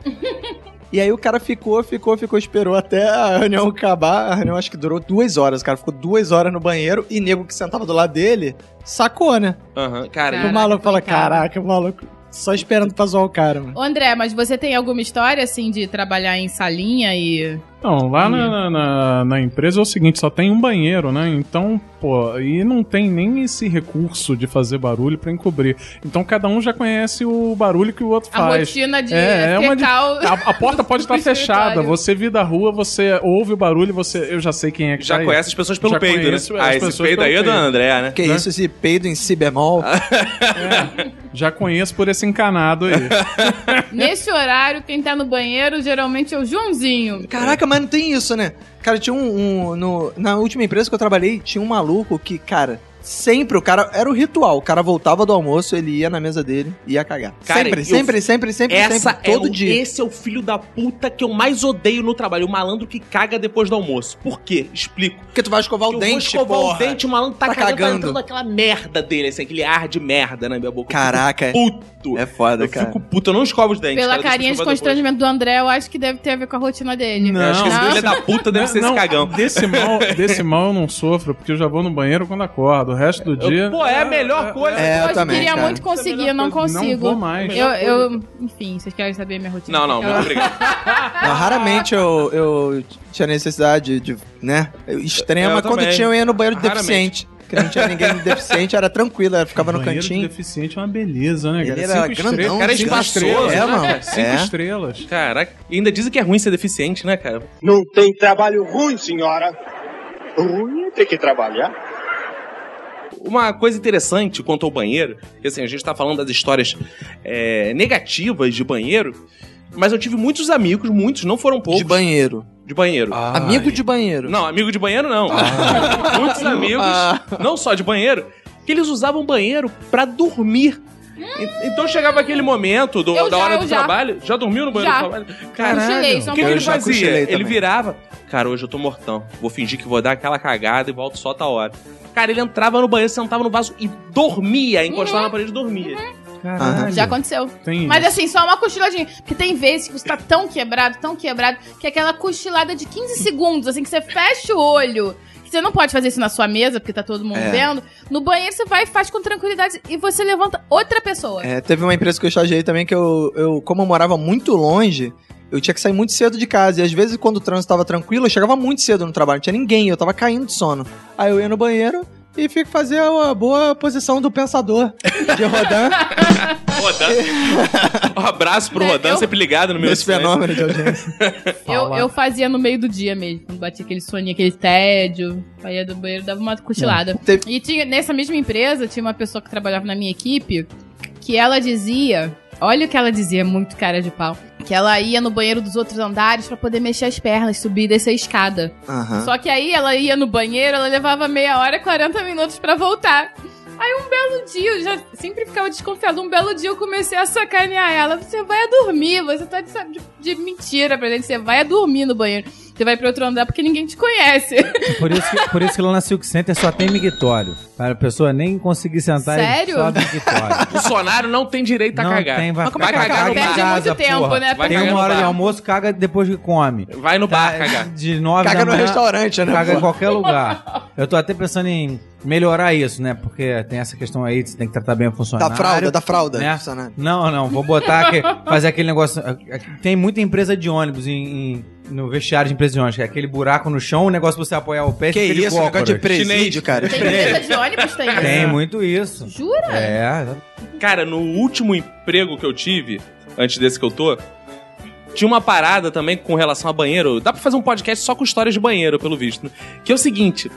E aí o cara ficou, ficou, ficou, esperou até a reunião acabar. A reunião acho que durou duas horas. O cara ficou duas horas no banheiro e nego que sentava do lado dele sacou, né? Aham, cara. Caraca, o maluco fala, coitado. caraca, o maluco só esperando pra zoar o cara, mano. Ô, André, mas você tem alguma história, assim, de trabalhar em salinha e... Não, lá na, na, na- na empresa é o seguinte, só tem um banheiro, né? Então, pô, e não tem nem esse recurso de fazer barulho pra encobrir. Então cada um já conhece o barulho que o outro A faz. rotina de É, é uma de- fecal A, a porta pode estar do fechada, escritório. você vir da rua, você ouve o barulho, você, eu já sei quem é que Já tá aí. conhece as pessoas pelo Já peido, conheço né? as Ah, esse pessoas peido aí é pelo do peido. André, né? Que isso, esse peido em si bemol? Já conheço por esse encanado aí. Nesse horário, quem tá no banheiro geralmente é o Joãozinho. Caraca, mas não tem isso, né? Cara, tinha um... um- no, na última empresa que eu trabalhei, tinha um maluco que, cara... Sempre o cara... Era o ritual. O cara voltava do almoço, ele ia na mesa dele e ia cagar. Cara, sempre, eu- sempre, sempre, sempre, Essa sempre. é Todo o, dia. Esse é o filho da puta que eu mais odeio no trabalho. O malandro que caga depois do almoço. Por quê? Explico. Porque tu vai escovar o eu dente, vou escovar porra. o dente, o malandro tá, Tá cagando, cagando. tá entrando aquela merda dele, assim, aquele ar de merda na minha boca. Caraca. Eu fico puto. É foda, eu cara. fico puto, eu não escovo os dentes. Pela cara, deixa eu carinha de escovar depois. constrangimento do André, eu acho que deve ter a ver com a rotina dele. Não. Eu acho que esse Não? filho da puta deve ser Não, esse cagão. Desse mal, desse mal eu não sofro, porque eu já vou no banheiro quando acordo. O resto do dia... Eu- pô, é a melhor coisa. É, eu eu também, queria cara. muito conseguir, eu não Não consigo. vou mais. Eu, eu, enfim, vocês querem saber minha rotina? Não, não, Eu- muito obrigado. Não, raramente eu, eu tinha necessidade de, né? Extrema. Eu Quando também. tinha, eu ia no banheiro de Raramente. deficiente. Que não tinha ninguém deficiente, era tranquilo, eu ficava no Banheiro de cantinho. deficiente é uma beleza, né, Ele cara? era Cinco grandão, estrelas. Cara, cinco espaçoso, estrelas. né, É, mano. cara? Cinco É. estrelas. Caraca, e ainda dizem que é ruim ser deficiente, né, cara? Não tem trabalho ruim, senhora. Ruim é ter que trabalhar. Uma coisa interessante quanto ao banheiro, que assim, a gente tá falando das histórias é, negativas de banheiro, mas eu tive muitos amigos, muitos, não foram poucos, De banheiro. de banheiro. Amigo de banheiro. Não, amigo de banheiro não. Muitos amigos, Ah. não só de banheiro, que eles usavam banheiro pra dormir. E- Então chegava aquele momento do- Eu da já, hora eu do já. trabalho. Já dormiu no banheiro Já. do trabalho? Cochilei, só O um que, que Eu ele já fazia? cochilei Ele também. virava. Cara, hoje eu tô mortão. Vou fingir que vou dar aquela cagada e volto só outra hora. Cara, ele entrava no banheiro, sentava no vaso e dormia. Encostava na parede e dormia. Aham. Já aconteceu. Tem Mas isso. assim, só uma cochiladinha. Porque tem vezes que você tá tão quebrado, tão quebrado, que é aquela cochilada de quinze segundos, assim, que você fecha o olho. Que você não pode fazer isso na sua mesa, porque tá todo mundo É. vendo. No banheiro você vai e faz com tranquilidade e você levanta outra pessoa. É, teve uma empresa que eu estagiei também que eu, eu, como eu morava muito longe, eu tinha que sair muito cedo de casa. E às vezes, quando o trânsito tava tranquilo, eu chegava muito cedo no trabalho, não tinha ninguém, eu tava caindo de sono. Aí eu ia no banheiro e fico fazer a boa posição do pensador de Rodin. Rodan. Um abraço pro É, Rodan, eu- sempre ligado no meu Esse fenômeno de audiência. Eu, eu fazia no meio do dia mesmo, quando batia aquele soninho, aquele tédio, saía do banheiro, dava uma cochilada. Teve- E tinha, nessa mesma empresa, tinha uma pessoa que trabalhava na minha equipe, que ela dizia, olha o que ela dizia, muito cara de pau, que ela ia no banheiro dos outros andares pra poder mexer as pernas, subir e descer a escada. Aham. Só que aí ela ia no banheiro, ela levava meia hora e quarenta minutos pra voltar. Aí um belo dia, eu já sempre ficava desconfiada, um belo dia eu comecei a sacanear ela. Você vai a dormir, você tá de, de, de mentira pra gente, você vai a dormir no banheiro. Você vai pra outro andar porque ninguém te conhece. Por isso que, por isso que lá na Silk Center só tem mictório. Para a pessoa nem conseguir sentar Sério? e só mictório. Funcionário não tem direito a Não cagar. tem, vai, Mas como é que cagar cagar no em Perde bar? muito casa, tempo, porra. né? Vai Tem cagar uma no hora de bar. almoço, caga depois que come. Vai no bar Tá, cagar. De nove Caga da no manhã, restaurante, né? Caga em pô? qualquer lugar. Eu tô até pensando em melhorar isso, né? Porque tem essa questão aí, você tem que tratar bem o funcionário. Da fralda, da fralda. Né? funcionário. Não, não, vou botar aqui, fazer aquele negócio. Tem muita empresa de ônibus em, em- no vestiário de empresa de ônibus, que é aquele buraco no chão, um negócio pra você apoiar o pé e Que fica de isso, negócio de cócoras. presídio, cara. Tem empresa de ônibus, tem isso? Tem muito isso. Jura? É, Cara, no último emprego que eu tive, antes desse que eu tô, tinha uma parada também com relação a banheiro. Dá pra fazer um podcast só com histórias de banheiro, pelo visto. Né? Que é o seguinte: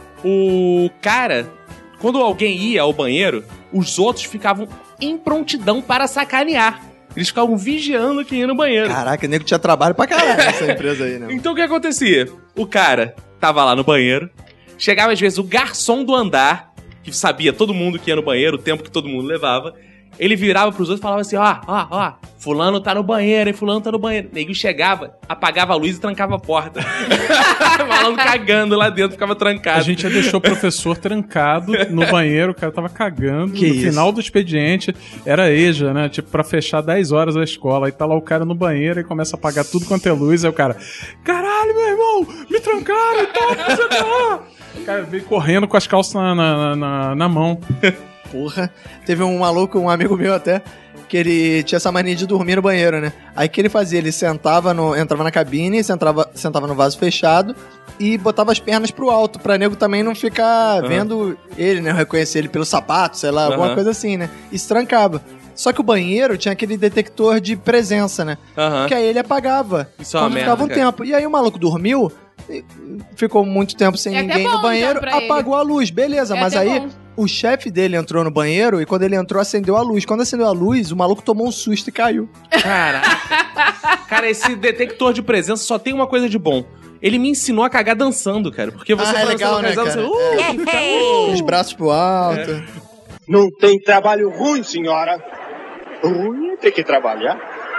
o cara, quando alguém ia ao banheiro, os outros ficavam em prontidão para sacanear. Eles ficavam vigiando quem ia no banheiro. Caraca, o nego tinha trabalho pra caralho nessa empresa aí, né? Então o que acontecia? O cara tava lá no banheiro, chegava às vezes o garçom do andar, que sabia todo mundo que ia no banheiro, o tempo que todo mundo levava, ele virava pros outros e falava assim, ó, ó, ó, fulano tá no banheiro, hein, fulano tá no banheiro. O nego chegava, apagava a luz e trancava a porta. Falando cagando lá dentro, ficava trancado. A gente já deixou o professor trancado no banheiro, o cara tava cagando. Que no isso? final do expediente, era EJA, né? Tipo, pra fechar dez horas a escola. Aí tá lá o cara no banheiro e começa a apagar tudo quanto é luz. Aí o cara, caralho, meu irmão, me trancaram e tal, não sei o que lá. O cara veio correndo com as calças na, na, na, na mão. Porra. Teve um maluco, um amigo meu até, que ele tinha essa mania de dormir no banheiro, né? Aí o que ele fazia? Ele sentava no, entrava na cabine, sentava, sentava no vaso fechado e botava as pernas pro alto, pra nego também não ficar Aham. vendo ele, né? Reconhecer ele pelo sapato, sei lá, alguma Aham. coisa assim, né? E se trancava. Só que o banheiro tinha aquele detector de presença, né? Aham. Que aí ele apagava Isso é uma quando merda, ficava um cara. tempo. E aí o maluco dormiu, e ficou muito tempo sem É até ninguém bom, no banheiro, então, pra apagou a luz, beleza, É mas até aí bom. o chefe dele entrou no banheiro e quando ele entrou acendeu a luz. Quando acendeu a luz, o maluco tomou um susto e caiu. Caraca. Cara, esse detector de presença só tem uma coisa de bom. Ele me ensinou a cagar dançando, cara. Porque você Ah, é vai legal, né, dançando, cara? você, uh, fica, uh. Os braços pro alto. Não tem trabalho ruim, senhora. Ruim é ter que trabalhar.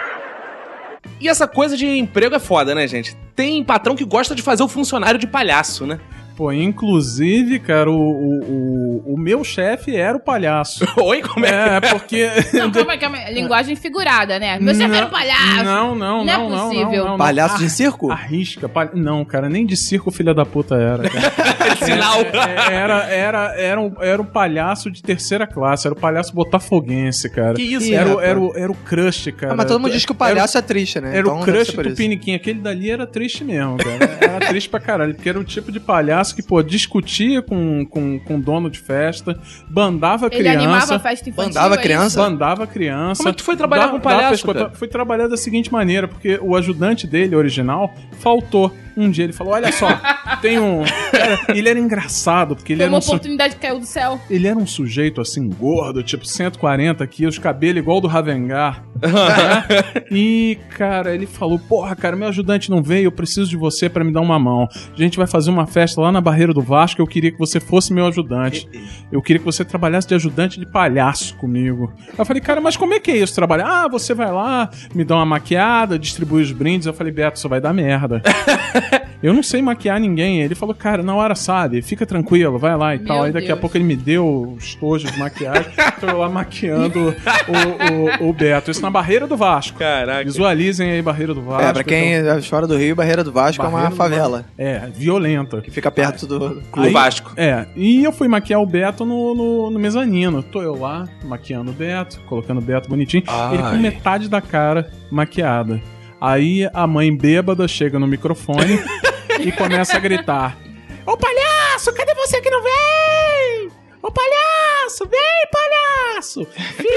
E essa coisa de emprego é foda, né, gente? Tem patrão que gosta de fazer o funcionário de palhaço, né? Pô, inclusive, cara, o, o, o, o meu chefe era o palhaço. Oi, como é? É, porque... Não, calma aí, calma aí. Linguagem figurada, né? Meu chefe era um palhaço. Não, não, Não é não, não, possível. não, não, não. Palhaço de circo? Arrisca. Pal... Não, cara, nem de circo filha da puta era, cara. Sinal. É, era, era, era, um, era um palhaço de terceira classe, era o palhaço botafoguense, cara. Que isso, era, o- cara? era, o, era o crush, cara. Ah, mas todo mundo diz que o palhaço é triste, né? Era, era Então o deve crush ser por isso. tupiniquim. Aquele dali era triste mesmo, cara. Era triste pra caralho, porque era o tipo de palhaço que, pô, discutia com, com, com dono de festa, bandava Ele criança. animava a festa infantil. Bandava é isso? criança? Bandava criança. Como é que tu foi trabalhar Dá- com dá pra palhaço, escutar- cara? Fui trabalhar da seguinte maneira, porque o ajudante dele, original, faltou. Um dia ele falou, olha só, tem um... Cara, ele era engraçado, porque ele Foi era uma um... su- oportunidade que caiu do céu. Ele era um sujeito assim, gordo, tipo cento e quarenta quilos, cabelo igual do Ravengar. né? E, cara, ele falou: porra, cara, meu ajudante não veio, eu preciso de você pra me dar uma mão. A gente vai fazer uma festa lá na Barreira do Vasco, eu queria que você fosse meu ajudante. Eu queria que você trabalhasse de ajudante de palhaço comigo. Eu falei, cara, mas como é que é isso, trabalhar? Ah, você vai lá, me dá uma maquiada, distribui os brindes. Eu falei, Beto, isso vai dar merda. Eu não sei maquiar ninguém. Ele falou, cara, na hora sabe, fica tranquilo, vai lá e Meu tal. Aí daqui a Deus. pouco ele me deu os tojos de maquiagem. Tô eu lá maquiando o, o, o Beto. Isso na Barreira do Vasco. Caraca. Visualizem aí Barreira do Vasco. É, pra quem é fora do Rio, Barreira do Vasco é Barreira uma do favela. Vasco. É, violenta. Que fica perto do... Clube Aí- Vasco. É, e eu fui maquiar o Beto no, no, no mezanino. Tô eu lá, maquiando o Beto, colocando o Beto bonitinho. Ai. Ele com metade da cara maquiada. Aí a mãe bêbada chega no microfone e começa a gritar: Ô palhaço, cadê você que não vem? Ô palhaço, vem palhaço! palhaço!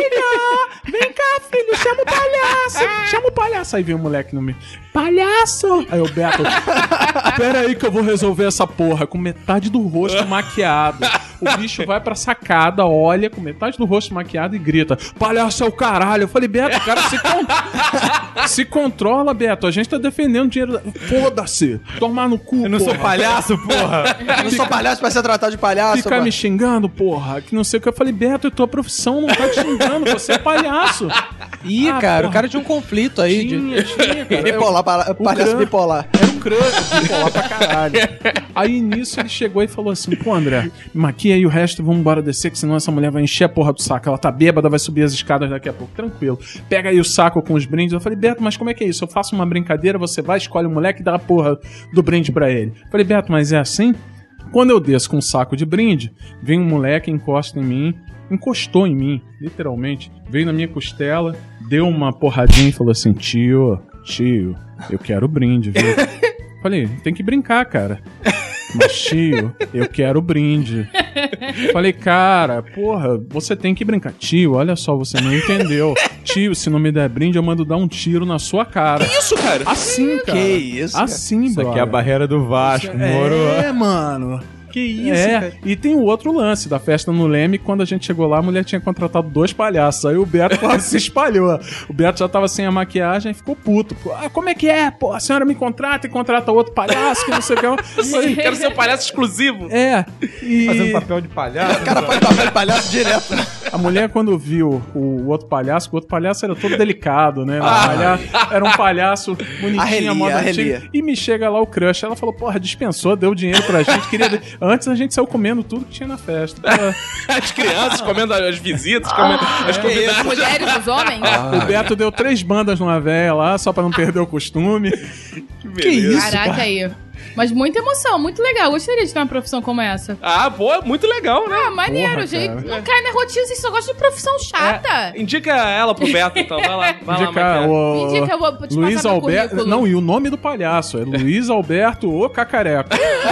Filho! Vem cá, filho, chama o palhaço! Chama o palhaço! Aí vem o moleque no meio. Palhaço! Aí o Beto, pera aí que eu vou resolver essa porra. Com metade do rosto maquiado. O bicho vai pra sacada, olha com metade do rosto maquiado e grita: palhaço é o caralho. Eu falei, Beto, cara, se, con... se controla, Beto. A gente tá defendendo dinheiro. Da... Foda-se. Tomar no cu, Eu não porra. sou palhaço, porra. Eu não sou palhaço pra ser tratado de palhaço. Ficar pô. me xingando, porra. Que não sei o que. Eu falei, Beto, tua profissão não tá te xingando. Você é palhaço. Ih, Ah, cara, porra. o cara tinha um conflito aí. Tinha, de... tinha, cara. Bipolar, pala- palhaço crânio. bipolar. Era um crânio, bipolar pra caralho. Aí nisso ele chegou e falou assim: pô, André, maquia aí o resto, vamos embora descer, que senão essa mulher vai encher a porra do saco. Ela tá bêbada, vai subir as escadas daqui a pouco. Tranquilo. Pega aí o saco com os brindes. Eu falei, Beto, mas como é que é isso? Eu faço uma brincadeira, você vai, escolhe o moleque e dá a porra do brinde pra ele. Eu falei, Beto, mas é assim? Quando eu desço com um saco de brinde, vem um moleque, encosta em mim, encostou em mim, literalmente, veio na minha costela, deu uma porradinha e falou assim: tio, tio, eu quero brinde, viu? Falei, tem que brincar, cara. Mas tio, eu quero brinde. Falei, cara, porra, você tem que brincar. Tio, olha só, você não entendeu. Tio, se não me der brinde, eu mando dar um tiro na sua cara. Que isso, cara? Assim, cara. Que isso, cara? Assim, Isso brother. aqui é a barreira do Vasco, moro. É, mano. Que isso, É, cara. e tem o outro lance da festa no Leme. Quando a gente chegou lá, a mulher tinha contratado dois palhaços. Aí o Beto quase se espalhou. O Beto já tava sem a maquiagem e ficou puto. Pô, ah, como é que é? Pô, a senhora me contrata e contrata outro palhaço, que não sei o que. Eu falei, Quero ser um palhaço exclusivo. é, e Fazendo papel de palhaço. O cara faz papel de palhaço direto, né? a mulher, quando viu o, o outro palhaço, o outro palhaço era todo delicado, né? Um palhaço- era um palhaço bonitinho, Arrelia, a moda arrelia. antiga. E me chega lá o crush. Ela falou, porra, dispensou, deu dinheiro pra gente. Queria... Antes a gente saiu comendo tudo que tinha na festa. Ela- As crianças comendo as visitas, comendo as As convidadas. mulheres, os homens. O Beto deu três bandas numa véia lá, só pra não perder o costume. Que isso? Caraca aí. Mas muita emoção, muito legal. Gostaria de ter uma profissão como essa. Ah, pô, muito legal, né? Ah, maneiro, Porra, gente. cara. Não cai na rotina, vocês só gostam de profissão chata. É, indica ela pro Beto, então. Vai lá, vai Indica lá, Maquiara. o... Me indica, eu vou te Luiz passar meu Alberto... currículo. Não, e o nome do palhaço é Luiz Alberto o Cacareco.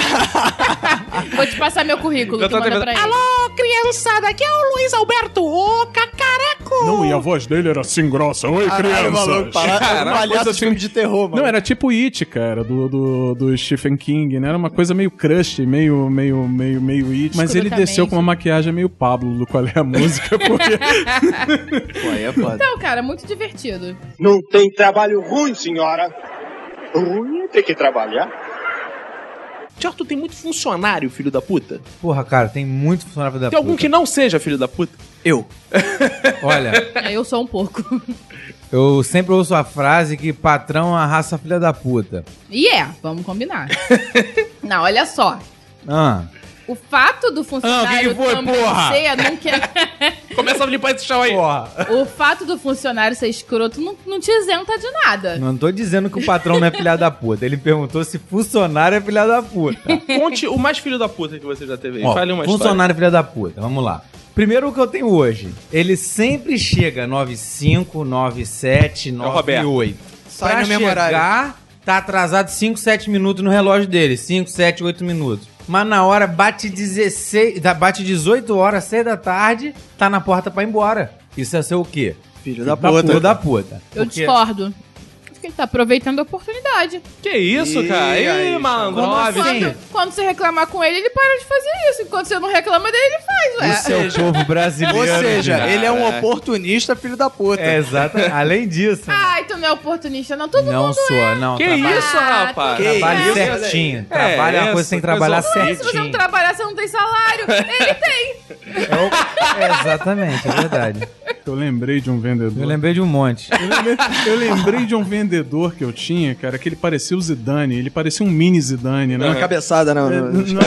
Vou te passar meu currículo, Eu que tô manda tentando- pra ele. Alô, criançada, aqui é o Luiz Alberto, o Cacareco. Não, e a voz dele era assim grossa. Oi, Caralho, maluco, crianças. pala- Caraca, palhaço coisa de filme de terror, mano. Não, era tipo It, cara, do, do, do Stephen King, né? Era uma coisa meio crush, meio, meio, meio, meio It. Mas ele Escrotamente. desceu com uma maquiagem meio Pablo do Qual é a Música, porque... Pô, aí é foda. Então, cara, muito divertido. Não tem trabalho ruim, senhora. Ruim é ter que trabalhar. Tiago, tu tem muito funcionário, filho da puta? Porra, cara, tem muito funcionário da Tem algum puta. que não seja filho da puta? Eu. Olha, É, eu sou um pouco. eu sempre ouço a frase que patrão é a raça filha da puta. E é, vamos combinar. Não, olha só. Ah, O fato do funcionário Ah, o que que foi, também porra? ser... Não quer... Começa a limpar esse chão aí. porra. O fato do funcionário ser escroto não, não te isenta de nada. Não tô dizendo que o patrão não é filha da puta. Ele perguntou se funcionário é filha da puta. Conte o mais filho da puta que você já teve aí. Ó, Fale uma história. funcionário filha da puta, vamos lá. Primeiro o que eu tenho hoje. Ele sempre chega nove cinco, nove sete, nove Roberto. oito. Sai Pra no mesmo horário. chegar, tá atrasado cinco, sete minutos no relógio dele. cinco, sete, oito minutos. Mas na hora bate dezesseis, dá- bate dezoito horas, seis da tarde, tá na porta pra ir embora. Isso é ser o quê? Filho da Filho puta. da puta. Eu Porque- discordo. Porque ele tá aproveitando a oportunidade. Que isso, Ih, cara? Ih, aí, malandrove. como assim? Quando, quando você reclamar com ele, ele para de fazer isso. Enquanto você não reclama dele, ele faz, ué. Isso é o povo brasileiro. Ou seja, gente. ele é um oportunista, filho da puta. É, exato. Além disso, Ai, tu não é oportunista, não. Todo não mundo sou, não. Que trabalho- isso, Ah, rapaz? que Trabalho isso? certinho. É, Trabalho é uma coisa que essa tem que coisa trabalhar horrível. é. Se você não certinho. trabalhar, você não tem salário. Ele tem. É o- é, exatamente, é verdade. Eu lembrei de um vendedor. Eu lembrei de um monte. Eu lembrei, eu lembrei de um vendedor que eu tinha, cara, que ele parecia o Zidane. Ele parecia um mini Zidane, né? Uma cabeçada, não. É, não. não.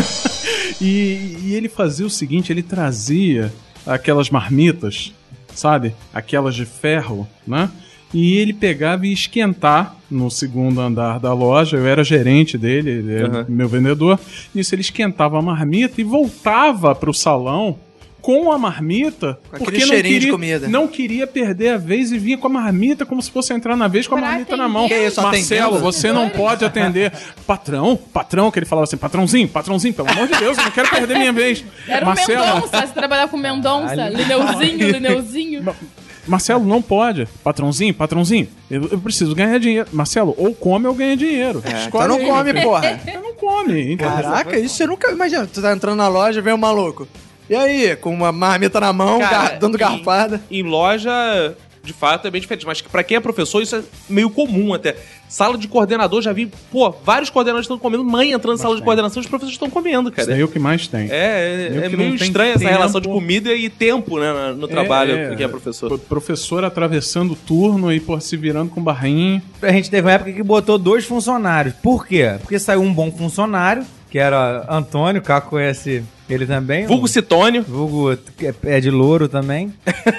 e, e ele fazia o seguinte, ele trazia aquelas marmitas, sabe? Aquelas de ferro, né? E ele pegava e ia esquentar no segundo andar da loja. Eu era gerente dele, ele era Uhum. meu vendedor. Nisso ele esquentava a marmita e voltava pro salão com a marmita, Com porque aquele não cheirinho de queria, comida. não queria perder a vez e vinha com a marmita como se fosse entrar na vez com a Pra marmita na atender. mão. Que isso, Marcelo, atendendo? você não pode atender. Patrão, patrão, que ele falava assim, patrãozinho, patrãozinho, pelo amor de Deus, eu não quero perder minha vez. Era o Marcelo, Mendonça, você trabalhava com o Mendonça, Lineuzinho, Lineuzinho. Marcelo, não pode. Patrãozinho, patrãozinho, eu, eu preciso ganhar dinheiro. Marcelo, ou come ou ganha dinheiro. É, Escolhe então não aí, come, meu filho. porra. Então não come. Então, Caraca, isso você nunca imagina. Tu tá entrando na loja, vem um maluco. E aí, com uma marmita na mão, Cara, gar- dando em- garfada. Em loja, de fato, é bem diferente. Mas pra quem é professor, isso é meio comum até. Sala de coordenador, já vi, pô, vários coordenadores estão comendo. Mãe entrando na sala de coordenação, os professores estão comendo, Isso cara. aí é o que mais tem. É, Eu é, é que meio não tenho estranha essa tempo. relação de comida e tempo, né, no trabalho, É, é. pra quem é professor. Professor atravessando o turno e pô, se virando com barrinho. A gente teve uma época que botou dois funcionários. Por quê? Porque saiu um bom funcionário, que era Antônio, o Caco conhece ele também. Vulgo um- Citônio. Vulgo é- é de louro também.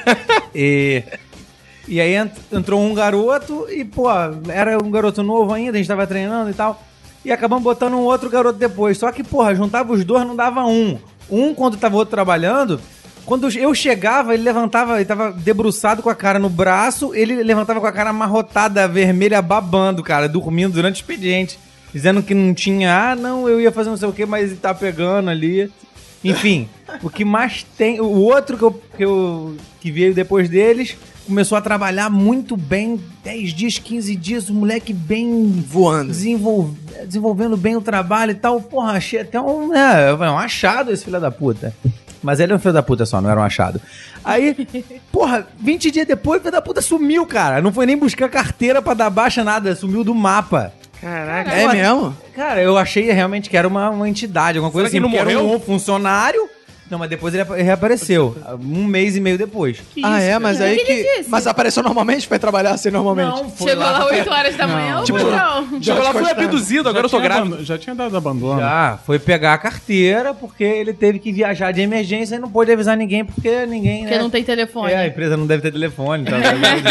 e, e aí ent- entrou um garoto e, pô, era um garoto novo ainda, a gente tava treinando e tal. E acabamos botando um outro garoto depois. Só que, porra, juntava os dois, não dava um. Um, quando tava o outro trabalhando, quando eu chegava, ele levantava, ele tava debruçado com a cara no braço, ele levantava com a cara amarrotada, vermelha, babando, cara, dormindo durante o expediente. Dizendo que não tinha, ah, não, eu ia fazer não sei o que, mas ele tá pegando ali. Enfim, o que mais tem... O outro que, eu, que, eu, que veio depois deles começou a trabalhar muito bem, dez dias, quinze dias, o moleque bem... Voando. Desenvol, desenvolvendo bem o trabalho e tal. Porra, achei até um... É, um achado esse filho da puta. Mas ele é um filho da puta só, não era um achado. Aí, porra, vinte dias depois, o filho da puta sumiu, cara. Não foi nem buscar carteira pra dar baixa, nada. Sumiu do mapa. Caraca. É mesmo? Cara, eu achei realmente que era uma, uma entidade, alguma coisa Será que assim. não porque morreu? Era um funcionário. Não, mas depois ele apa- reapareceu. Um mês e meio depois. Ah, é? Mas O aí que que... ele disse? Mas apareceu normalmente? Foi trabalhar assim normalmente? Não, foi Chegou lá pra- oito horas da manhã, Tipo, ou não? Chegou lá, fui Gostava. abduzido, agora eu tô tinha grávida. aban- Já tinha dado abandono. Já, foi pegar a carteira porque ele teve que viajar de emergência e não pôde avisar ninguém porque ninguém, Porque né? não tem telefone. É, a empresa não deve ter telefone. Então,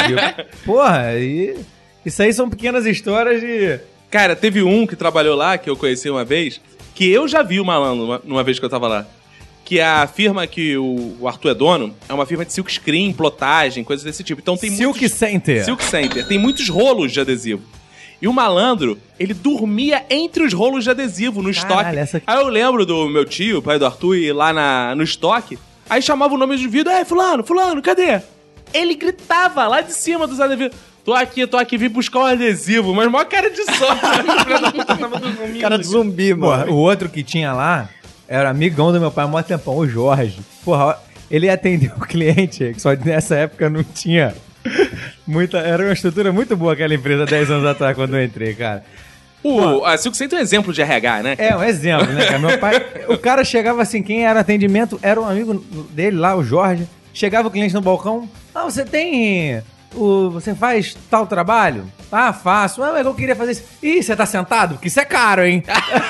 porra, e... Isso aí são pequenas histórias de... Cara, teve um que trabalhou lá, que eu conheci uma vez, que eu já vi o malandro uma, numa vez que eu tava lá. Que a firma que o, o Arthur é dono é uma firma de silk screen, plotagem, coisas desse tipo. Então tem Silk muitos... Center. Silk Center. Tem muitos rolos de adesivo. E o malandro, ele dormia entre os rolos de adesivo no Caralho, estoque. essa aqui- Aí eu lembro do meu tio, pai do Arthur, ir lá na, no estoque. Aí chamava o nome do vidro. Ei, fulano, fulano, cadê? Ele gritava lá de cima dos adesivos. Tô aqui, tô aqui, vim buscar um adesivo. Mas maior cara de sorte. Tava dormindo. Cara de zumbi, Porra, mano. o outro que tinha lá era amigão do meu pai há mó tempão, o Jorge. Porra, ele atendeu o cliente, que só nessa época não tinha muita... Era uma estrutura muito boa aquela empresa dez anos atrás, quando eu entrei, cara. O, a Silk Center é um exemplo de R H, né? É, um exemplo, né, cara? Meu pai... O cara chegava assim, quem era atendimento era um amigo dele lá, o Jorge. Chegava o cliente no balcão. Ah, você tem... O, você faz tal trabalho? Ah, faço. Ah, mas eu queria fazer isso. Ih, você tá sentado? Porque isso é caro, hein?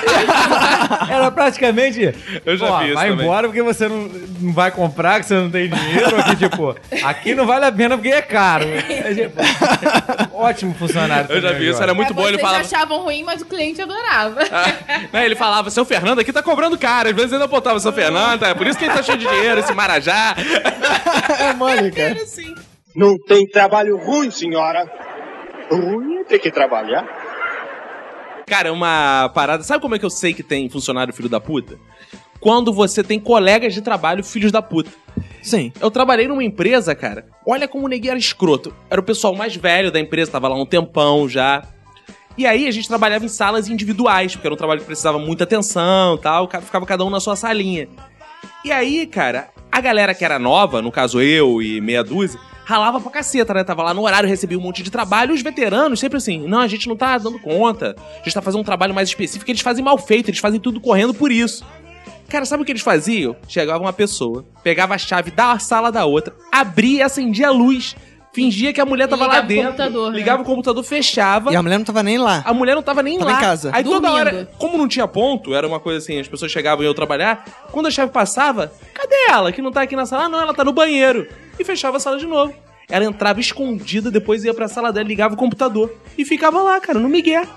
Era praticamente... Eu já Ó, vi isso vai também. embora porque você não, não vai comprar, que você não tem dinheiro. Aqui, tipo, aqui não vale a pena porque é caro. É, tipo, ótimo funcionário. Eu já também, vi isso, Jorge. era muito É, bom. Ele vocês falava... achavam ruim, mas o cliente adorava. Né, ele falava, seu Fernando aqui tá cobrando caro. Às vezes ainda apontava, seu Fernando, é por isso que ele tá cheio de dinheiro, esse marajá. É mole, cara. Não tem trabalho ruim, senhora. Ruim é ter que trabalhar. Cara, uma parada... Sabe como é que eu sei que tem funcionário filho da puta? Quando você tem colegas de trabalho filhos da puta. Sim. Eu trabalhei numa empresa, cara. Olha como o neguinho era escroto. Era o pessoal mais velho da empresa, tava lá há um tempão já. E aí a gente trabalhava em salas individuais, porque era um trabalho que precisava muita atenção e tal. Ficava cada um na sua salinha. E aí, cara, a galera que era nova, no caso eu e meia dúzia, ralava pra caceta, né? Tava lá no horário, recebia um monte de trabalho. E os veteranos sempre assim, não, a gente não tá dando conta. A gente tá fazendo um trabalho mais específico. Eles fazem mal feito, eles fazem tudo correndo por isso. Cara, sabe o que eles faziam? Chegava uma pessoa, pegava a chave da sala da outra, abria e acendia a luz. Fingia que a mulher tava lá Ligava o dentro. computador, né? Ligava o computador, fechava. E a mulher não tava nem lá. A mulher não tava nem Tava lá. em casa. Aí toda Dormindo. hora, como não tinha ponto, era uma coisa assim, as pessoas chegavam e eu trabalhar, quando a chave passava, cadê ela? Que não tá aqui na sala? Ah, não, ela tá no banheiro. E fechava a sala de novo. Ela entrava escondida, depois ia pra sala dela, ligava o computador. E ficava lá, cara, no migué.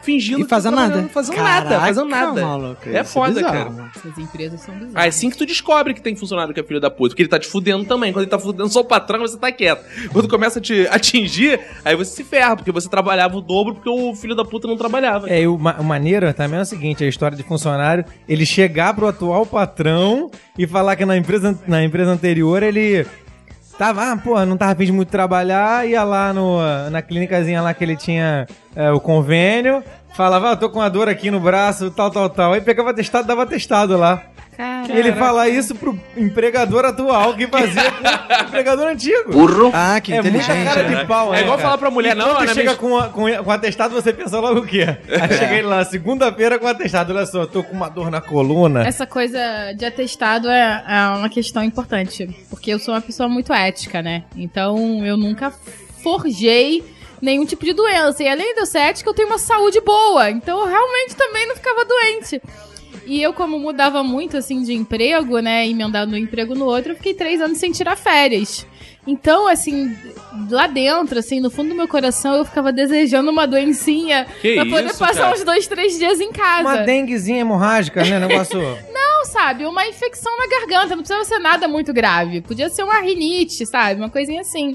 fingindo E que tá fazendo trabalhando, nada. Fazendo Caraca, nada, fazendo nada. maluco, é isso foda, é bizarro, cara. mano. Essas empresas são bizarras. Ah, é assim que tu descobre que tem funcionário que é filho da puta. Porque ele tá te fudendo também. Quando ele tá fudendo só o patrão, você tá quieto. Quando começa a te atingir, aí você se ferra, porque você trabalhava o dobro porque o filho da puta não trabalhava. É, e o, ma- o maneiro também é o seguinte, a história de funcionário, ele chegar pro atual patrão e falar que na empresa, na empresa anterior ele tava, ah, porra, não tava afim de muito trabalhar, ia lá no, na clínicazinha lá que ele tinha é, o convênio, falava, ah, tô com uma dor aqui no braço, tal, tal, tal. Aí pegava atestado, dava atestado lá. Caraca. E ele fala isso pro empregador atual que fazia com o empregador antigo. Burro. Ah, que É muita inteligente. cara né? de pau, É né, igual cara? falar pra mulher, E não, quando né, chega mas- com, a- com, com atestado, você pensa logo o quê? Aí chega ele lá, segunda-feira com atestado, olha só, eu tô com uma dor na coluna. Essa coisa de atestado é, é uma questão importante, porque eu sou uma pessoa muito ética, né? Então eu nunca forjei nenhum tipo de doença. E além de eu ser ética, eu tenho uma saúde boa. Então eu realmente também não ficava doente. E eu, como mudava muito, assim, de emprego, né, emendando um emprego no outro, eu fiquei três anos sem tirar férias. Então, assim, lá dentro, assim, no fundo do meu coração, eu ficava desejando uma doencinha Que pra poder isso, passar cara? uns dois, três dias em casa. Uma denguezinha hemorrágica, né? Negócio. Não, sabe? Uma infecção na garganta. Não precisava ser nada muito grave. Podia ser uma rinite, sabe? Uma coisinha assim.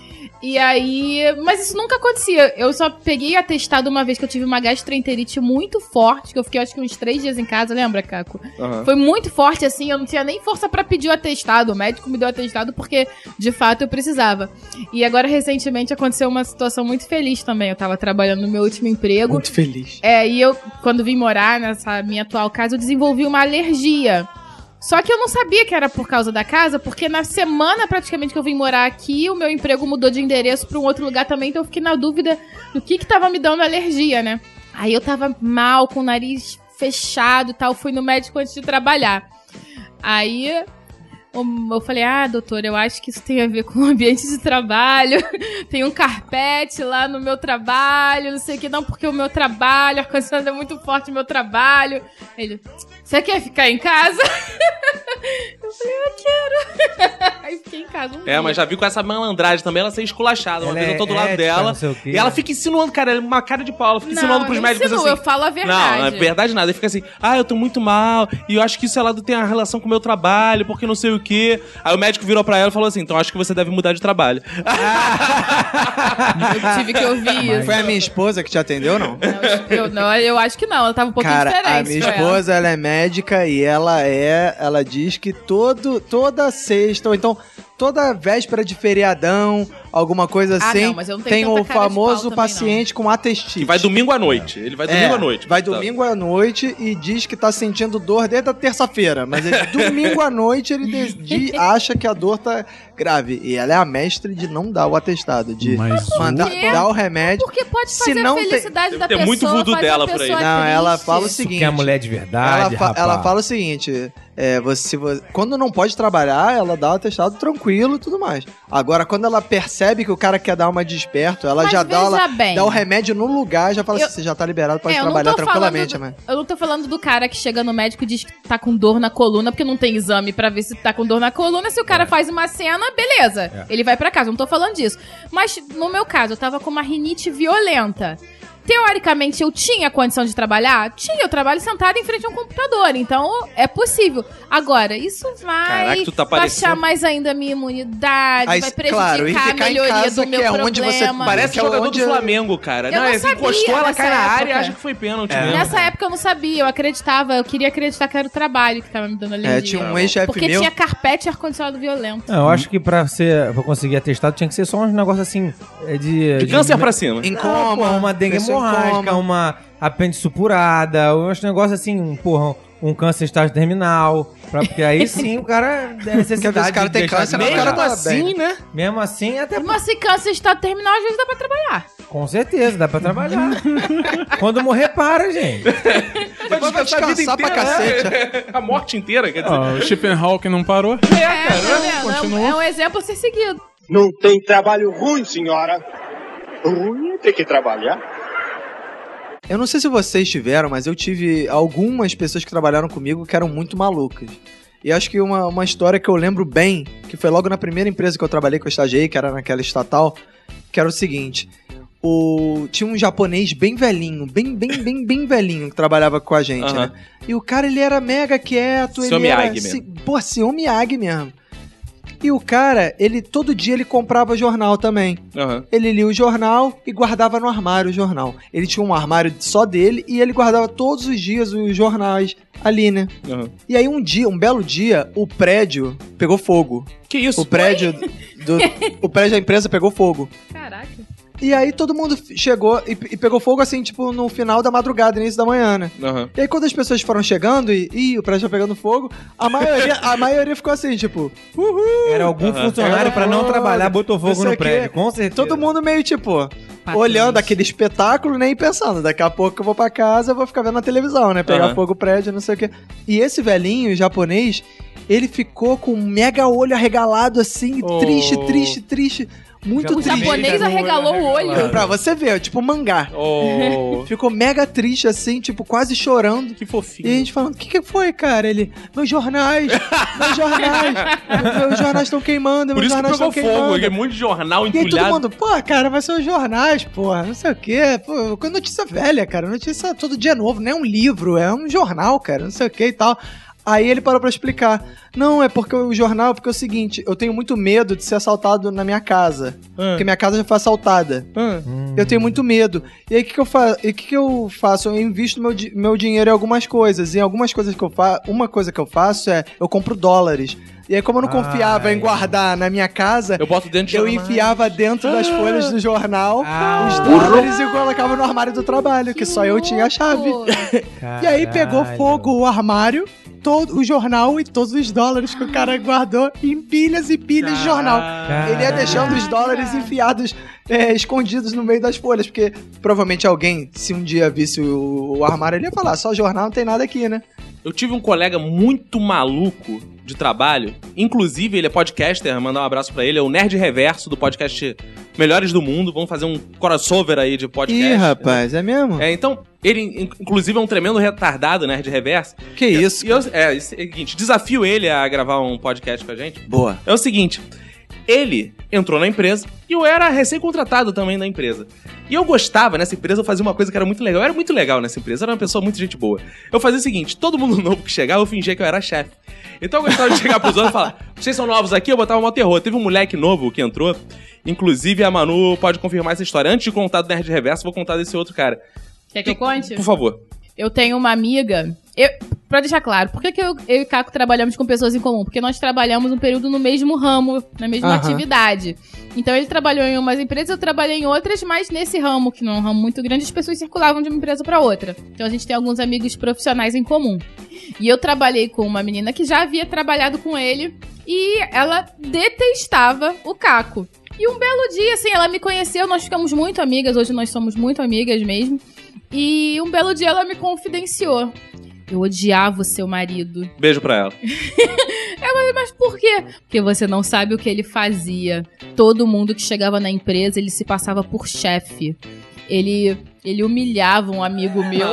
E aí... Mas isso nunca acontecia. Eu só peguei atestado uma vez que eu tive uma gastroenterite muito forte, que eu fiquei acho que uns três dias em casa, lembra, Caco? Aham. Foi muito forte, assim, eu não tinha nem força pra pedir o atestado. O médico me deu o atestado porque, de fato, eu precisava. E agora, recentemente, aconteceu uma situação muito feliz também. Eu tava trabalhando no meu último emprego. Muito feliz. É, e eu, quando vim morar nessa minha atual casa, eu desenvolvi uma alergia. Só que eu não sabia que era por causa da casa, porque na semana praticamente que eu vim morar aqui, o meu emprego mudou de endereço pra um outro lugar também, então eu fiquei na dúvida do que que tava me dando alergia, né? Aí eu tava mal, com o nariz fechado e tal, fui no médico antes de trabalhar. Aí eu falei, ah, doutor, eu acho que isso tem a ver com o ambiente de trabalho. Tem um carpete lá no meu trabalho, não sei o que. Não, porque o meu trabalho, o ar-condicionado é muito forte, o meu trabalho. Ele, você quer ficar em casa? Eu falei, eu quero. Aí fiquei em casa um É, dia. mas já viu com essa malandragem também, ela ser esculachada. Uma Ela vez eu é tô do lado ética, dela. não sei o quê. E ela fica insinuando, cara, ela é uma cara de pau. Ela fica Não, insinuando pros eu médicos insinuo, assim. eu falo a verdade. Não, não é verdade nada. Ele fica assim, ah, eu tô muito mal. E eu acho que isso ela tem a relação com o meu trabalho, porque não sei o quê. Aí o médico virou pra ela e falou assim, então acho que você deve mudar de trabalho. Eu tive que ouvir isso. Foi a minha esposa que te atendeu, não? Não, eu, não, eu acho que não, ela tava um pouquinho Cara, diferente. a minha foi ela. esposa, ela é médica e ela é... Ela diz que todo, toda sexta, ou então toda véspera de feriadão, alguma coisa Ah, assim, não, mas eu não tenho tem tanta o cara de pau famoso também, paciente com atestite. Que vai domingo à noite. Ele vai É, domingo à noite. vai Tá. domingo à noite e diz que tá sentindo dor desde a terça-feira. Mas ele, domingo à noite ele de- de- acha que a dor tá grave. E ela é a mestre de não dar o atestado, de Mas o- mandar, quê? dar o remédio. Porque pode Se fazer não a tem- felicidade da Tem pessoa. muito voodoo fazer a dela por aí. pessoa Não, ela triste. fala o Isso seguinte. que é mulher de verdade, Ela, fa- rapaz. ela fala o seguinte: é, você, se você- quando não pode trabalhar, ela dá o atestado tranquilo e tudo mais. Agora, quando ela percebe que o cara quer dar uma desperto, ela Mas já dá, veja ela, bem. dá o remédio no lugar, já fala Eu- assim: você já tá liberado, pode É, eu não trabalhar tô tranquilamente, falando mas. do- Eu não tô falando do cara que chega no médico e diz que tá com dor na coluna, porque não tem exame pra ver se tá com dor na coluna. Se o cara faz uma cena, beleza. Ele vai pra casa, não tô falando disso. Mas, no meu caso, eu tava com uma rinite violenta. Teoricamente, eu tinha condição de trabalhar? Tinha, eu trabalho sentada em frente a um computador, então é possível. Agora, isso vai Caraca, tu tá baixar parecendo- mais ainda a minha imunidade, Aí, vai claro, e prejudicar a ficar em melhoria casa, do meu que é problema. onde você Parece Que é jogador onde do eu- Flamengo, cara. Eu não, não ele sabia encostou, ela nessa cai na área e época. acha que foi pênalti É. mesmo. Nessa época eu não sabia, eu acreditava, eu queria acreditar que era o trabalho que tava me dando alergia. É, tinha um ex-chefe Porque meu. tinha carpete e ar-condicionado violento. Não, eu acho que pra, ser, pra conseguir atestado tinha que ser só uns negócios assim. é De, De câncer pra cima. Em Não, coma, porra, uma dengue pessoa em hemorrágica, coma. uma apêndice supurada, uns negócios assim, porra, um câncer em estágio terminal. Pra, porque aí sim o cara Porque é às necessidade vezes o cara de tem deixar câncer, de mas o cara trabalhar. tá bem. Assim, né? Mesmo assim, até Mas se câncer está terminal, às vezes dá pra trabalhar. com certeza, dá pra trabalhar. Quando morrer, para, gente. Depois vai descansar pra cacete. A morte inteira, quer dizer. Ó, o Stephen Hawking não parou? É, tá vendo? É um- Continua. É um exemplo a ser seguido. Não tem trabalho ruim, senhora. Ruim é ter que trabalhar. Eu não sei se vocês tiveram, mas eu tive algumas pessoas que trabalharam comigo que eram muito malucas. E acho que uma, uma história que eu lembro bem, que foi logo na primeira empresa que eu trabalhei, que eu estagiei, que era naquela estatal, que era o seguinte: o... tinha um japonês bem velhinho, bem, bem, bem, bem velhinho que trabalhava com a gente, Aham. né? E o cara, ele era mega quieto. Seu ele era, Miyagi mesmo. se- Pô, seu Miyagi mesmo. E o cara, ele todo dia ele comprava jornal também. Aham. Ele lia o jornal e guardava no armário o jornal. Ele tinha um armário só dele e ele guardava todos os dias os jornais ali, né? Aham. E aí um dia, um belo dia, o prédio pegou fogo. Que isso? O prédio do, o prédio da empresa pegou fogo. Caraca. E aí todo mundo chegou e, e pegou fogo assim, tipo, no final da madrugada, início da manhã, né? Aham. E aí quando as pessoas foram chegando e, ih, o prédio tá pegando fogo, a maioria, a maioria ficou assim, tipo, uhul! Era algum Aham. funcionário pra não Fogo, trabalhar, botou não fogo sei no o quê. prédio, com certeza. Todo mundo meio, tipo, Patrões. olhando aquele espetáculo, né, e pensando, daqui a pouco eu vou pra casa, eu vou ficar vendo na televisão, né, pegar Aham. fogo o prédio, não sei o quê. E esse velhinho japonês, ele ficou com um mega olho arregalado, assim, Oh. triste, triste, triste, muito O triste. japonês arregalou o olho. Pra você ver, tipo mangá. Oh, Ficou mega triste, assim, tipo, quase chorando. que E a fofinho. gente falando, o que, que foi, cara? Ele, meus jornais, meus jornais, meus jornais estão queimando, Por meus isso que jornais pegou estão fogo, queimando. aquele monte de jornal E aí todo entulhado. mundo, pô, cara, vai ser os jornais, porra, não sei o quê. Pô, com notícia velha, cara, notícia todo dia novo, não é um livro, é um jornal, cara, não sei o que e tal. Aí ele parou pra explicar. Não, é porque o jornal, porque é o seguinte, eu tenho muito medo de ser assaltado na minha casa. Ah. Porque minha casa já foi assaltada. Ah. Eu tenho muito medo. E aí, o que, que, eu fa- e que, que eu faço? Eu invisto meu, di- meu dinheiro em algumas coisas. E em algumas coisas que eu faço, uma coisa que eu faço é, eu compro dólares. E aí, como eu não confiava Ai. em guardar na minha casa, Eu boto dentro de eu jornal. enfiava dentro das folhas do jornal Ah. os dólares e colocava no armário do trabalho, que, só eu tinha a chave. Pô, E aí pegou Caralho. fogo o armário, todo o jornal e todos os dólares que o cara guardou em pilhas e pilhas de jornal. Caralho. Ele ia deixando os dólares enfiados, é, escondidos no meio das folhas, porque provavelmente alguém, se um dia visse o, o armário, ele ia falar, só jornal, não tem nada aqui, né? Eu tive um colega muito maluco de trabalho, inclusive ele é podcaster, mandar um abraço pra ele, é o Nerd Reverso do podcast Melhores do Mundo, vamos fazer um crossover aí de podcast. Ih, rapaz, é mesmo? É, então, ele in- inclusive é um tremendo retardado, Nerd Reverso. Que isso? E eu, é, é o seguinte, desafio ele a gravar um podcast com a gente. Boa. É o seguinte, ele entrou na empresa e eu era recém-contratado também da empresa. E eu gostava, nessa empresa, eu fazia uma coisa que era muito legal. Eu era muito legal nessa empresa, eu era uma pessoa muito gente boa. Eu fazia o seguinte, todo mundo novo que chegava, eu fingia que eu era chefe. Então eu gostava de chegar pros outros e falar, vocês são novos aqui, eu botava uma terror. Teve um moleque novo que entrou, inclusive a Manu pode confirmar essa história. Antes de contar do Nerd Reverso, vou contar desse outro cara. quer que eu conte? Por favor. Eu tenho uma amiga. Eu, pra deixar claro, por que, que eu, eu e Caco trabalhamos com pessoas em comum? Porque nós trabalhamos um período no mesmo ramo, na mesma Aham. atividade. Então ele trabalhou em umas empresas, eu trabalhei em outras, mas nesse ramo, que não é um ramo muito grande, as pessoas circulavam de uma empresa pra outra. Então a gente tem alguns amigos profissionais em comum. E eu trabalhei com uma menina que já havia trabalhado com ele e ela detestava o Caco. E um belo dia, assim, ela me conheceu, nós ficamos muito amigas, hoje nós somos muito amigas mesmo. E um belo dia ela me confidenciou. Eu odiava o seu marido. Beijo pra ela. Mas por quê? Porque você não sabe o que ele fazia. Todo mundo que chegava na empresa, ele se passava por chefe. Ele, ele humilhava um amigo meu.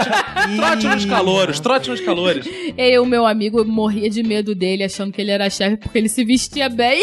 Trote nos calores, trote nos calores. E o meu amigo morria de medo dele, achando que ele era chefe porque ele se vestia bem.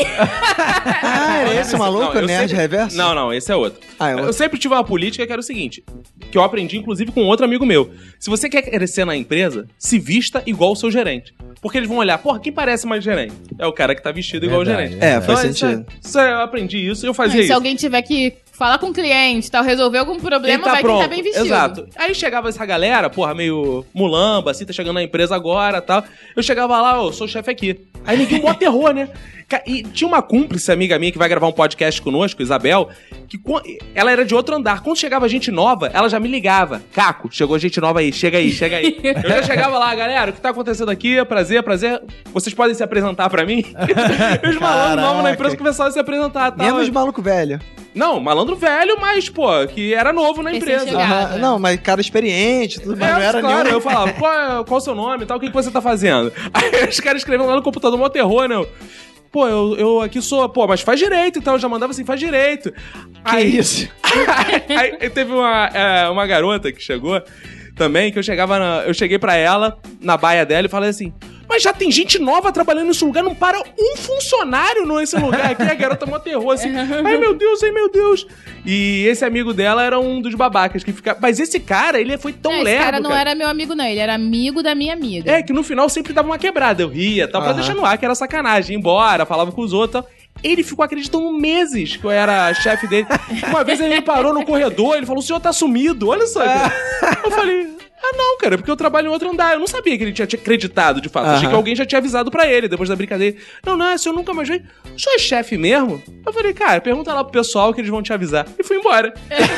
Ah, é esse o maluco, Não, eu Nerd sempre- Reverso? Não, não, esse é outro. Ah, é Eu outro. sempre tive uma política que era o seguinte, que eu aprendi inclusive com outro amigo meu. Se você quer crescer na empresa, se vista igual o seu gerente. Porque eles vão olhar, porra, quem parece mais gerente? É o cara que tá vestido igual o Verdade, gerente. É, faz Então, sentido. Isso, isso eu aprendi isso e eu fazia Se isso. alguém tiver que falar com o cliente, tal, resolver algum problema, Ele tá vai pronto. quem tá bem vestido. Exato. Aí chegava essa galera, porra, meio mulamba, assim, tá chegando na empresa agora e tal. Eu chegava lá, ô, sou o chefe aqui. Aí ninguém bota terror, né? Ca- E tinha uma cúmplice amiga minha que vai gravar um podcast conosco, Isabel, que quan- ela era de outro andar. Quando chegava gente nova, ela já me ligava. Caco, chegou gente nova aí, chega aí, chega aí. Eu já chegava lá, galera, o que tá acontecendo aqui? Prazer, prazer. Vocês podem se apresentar pra mim? E os malandros novos na empresa começaram a se apresentar. Tal. Mesmo os maluco velho. Não, malandro velho, mas, pô, que era novo na empresa. Recém-chegado. Aham, não, mas cara experiente, tudo mais, É, não era claro, nenhum... eu falava, qual, é, qual é o seu nome e tal, o que, que você tá fazendo? Aí os caras escrevendo lá no computador, mó terror, né? Eu, Pô, eu, eu aqui sou, pô, mas faz direito, então eu já mandava assim, faz direito. Que Aí, isso? aí, aí teve uma, é, uma garota que chegou também, que eu chegava na, eu cheguei pra ela, na baia dela, e falei assim, mas já tem gente nova trabalhando nesse lugar, não para um funcionário nesse lugar aqui. A garota mó terror, assim, ai meu Deus, ai meu Deus. E esse amigo dela era um dos babacas que ficava... Mas esse cara, ele foi tão não, lerdo, esse cara não cara. era meu amigo, não. Ele era amigo da minha amiga. É, que no final sempre dava uma quebrada. Eu ria, tal, pra Aham. deixar no ar, que era sacanagem. Ia embora, falava com os outros, tal. Ele ficou acreditando meses que eu era chefe dele. Uma vez ele me parou no corredor, ele falou, o senhor tá sumido, olha só. Cara. Eu falei... Ah, não, cara, porque eu trabalho em outro andar. Eu não sabia que ele tinha, tinha acreditado, de fato. Aham. Achei que alguém já tinha avisado pra ele, depois da brincadeira. Não, não, esse eu nunca mais vi. O senhor é chefe mesmo? Eu falei, cara, pergunta lá pro pessoal que eles vão te avisar. E fui embora.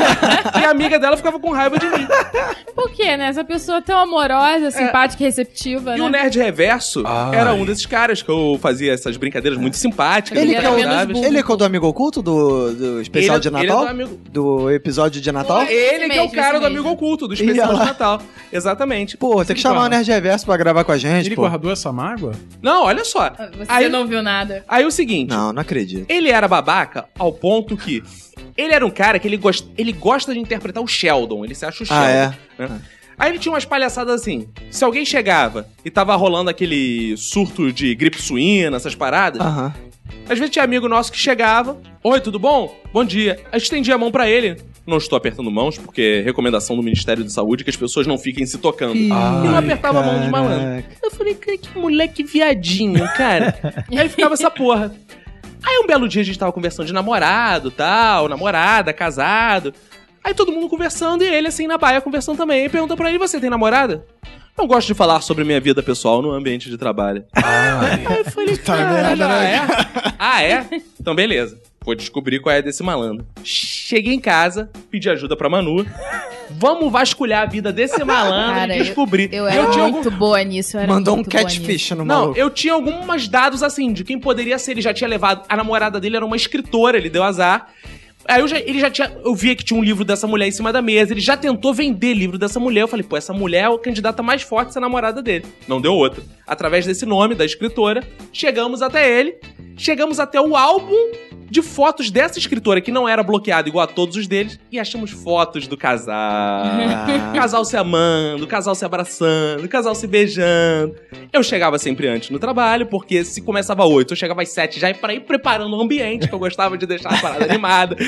E a amiga dela ficava com raiva de mim. Por quê, né? Essa pessoa tão amorosa, simpática e receptiva, E né? o Nerd Reverso Ai. era um desses caras que eu fazia essas brincadeiras muito simpáticas. Ele muito que é o, agradáveis. ele que é o do Amigo Oculto, do, do especial Ele- de ele é Natal? do amigo- Do episódio de Natal? Ele que é o mesmo, cara esse do mesmo. Amigo Oculto, do especial Ih, de olha lá. Natal. Exatamente. Pô, tem que chamar o Nerd Reverso pra gravar com a gente, Ele pô. guardou essa mágoa? Não, olha só. Você Aí, não viu nada. aí o seguinte, Não, não acredito. ele era babaca ao ponto que ele era um cara que ele, gost... ele gosta de interpretar o Sheldon. Ele se acha o Sheldon. Ah, é? né? Aí ele tinha umas palhaçadas assim. Se alguém chegava e tava rolando aquele surto de gripe suína, essas paradas, Aham. às vezes tinha amigo nosso que chegava. Oi, tudo bom? Bom dia. Aí estendia a mão pra ele. Não estou apertando mãos, porque é recomendação do Ministério da Saúde que as pessoas não fiquem se tocando. Ih, e não apertava a mão dos caraca. malandros. Eu falei, cara, que moleque viadinho, cara. Aí ficava essa porra. Aí um belo dia a gente tava conversando de namorado, tal, namorada, casado. Aí todo mundo conversando e ele assim na baia conversando também. E pergunta pra ele, você tem namorada? Não gosto de falar sobre minha vida pessoal no ambiente de trabalho. Aí eu falei, caralho, ah, é? Ah, é? Então beleza. Vou descobrir qual é desse malandro. Cheguei em casa, pedi ajuda pra Manu. Vamos vasculhar a vida desse malandro Cara, e descobrir. Eu era tinha muito boa nisso. Eu era Mandou um muito boa catfish no Não, maluco. eu tinha alguns dados assim, de quem poderia ser. Ele já tinha levado. A namorada dele era uma escritora, ele deu azar. Aí eu já, ele já tinha. Eu via que tinha um livro dessa mulher em cima da mesa. Ele já tentou vender livro dessa mulher. Eu falei, pô, essa mulher é a candidata mais forte, essa namorada dele. Não deu outra. Através desse nome da escritora, chegamos até ele. Chegamos até o álbum de fotos dessa escritora, que não era bloqueado igual a todos os deles, e achamos fotos do casal. Ah. Casal se amando, casal se abraçando, casal se beijando. Eu chegava sempre antes no trabalho, porque se começava às oito, eu chegava às sete já pra ir preparando o ambiente, que eu gostava de deixar a parada animada.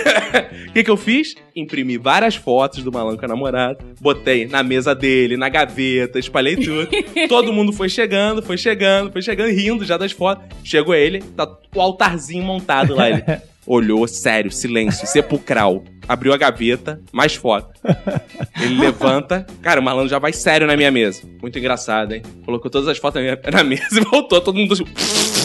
O que que eu fiz? Imprimi várias fotos do malandro com a namorada, botei na mesa dele, na gaveta, espalhei tudo. Todo mundo foi chegando, foi chegando, foi chegando, rindo já das fotos. Chegou ele, tá o altarzinho montado lá. Ele olhou, sério, silêncio, sepulcral. Abriu a gaveta, mais foto. Ele levanta. Cara, o malandro já vai sério na minha mesa. Muito engraçado, hein? Colocou todas as fotos na, minha, na mesa e voltou. Todo mundo assim,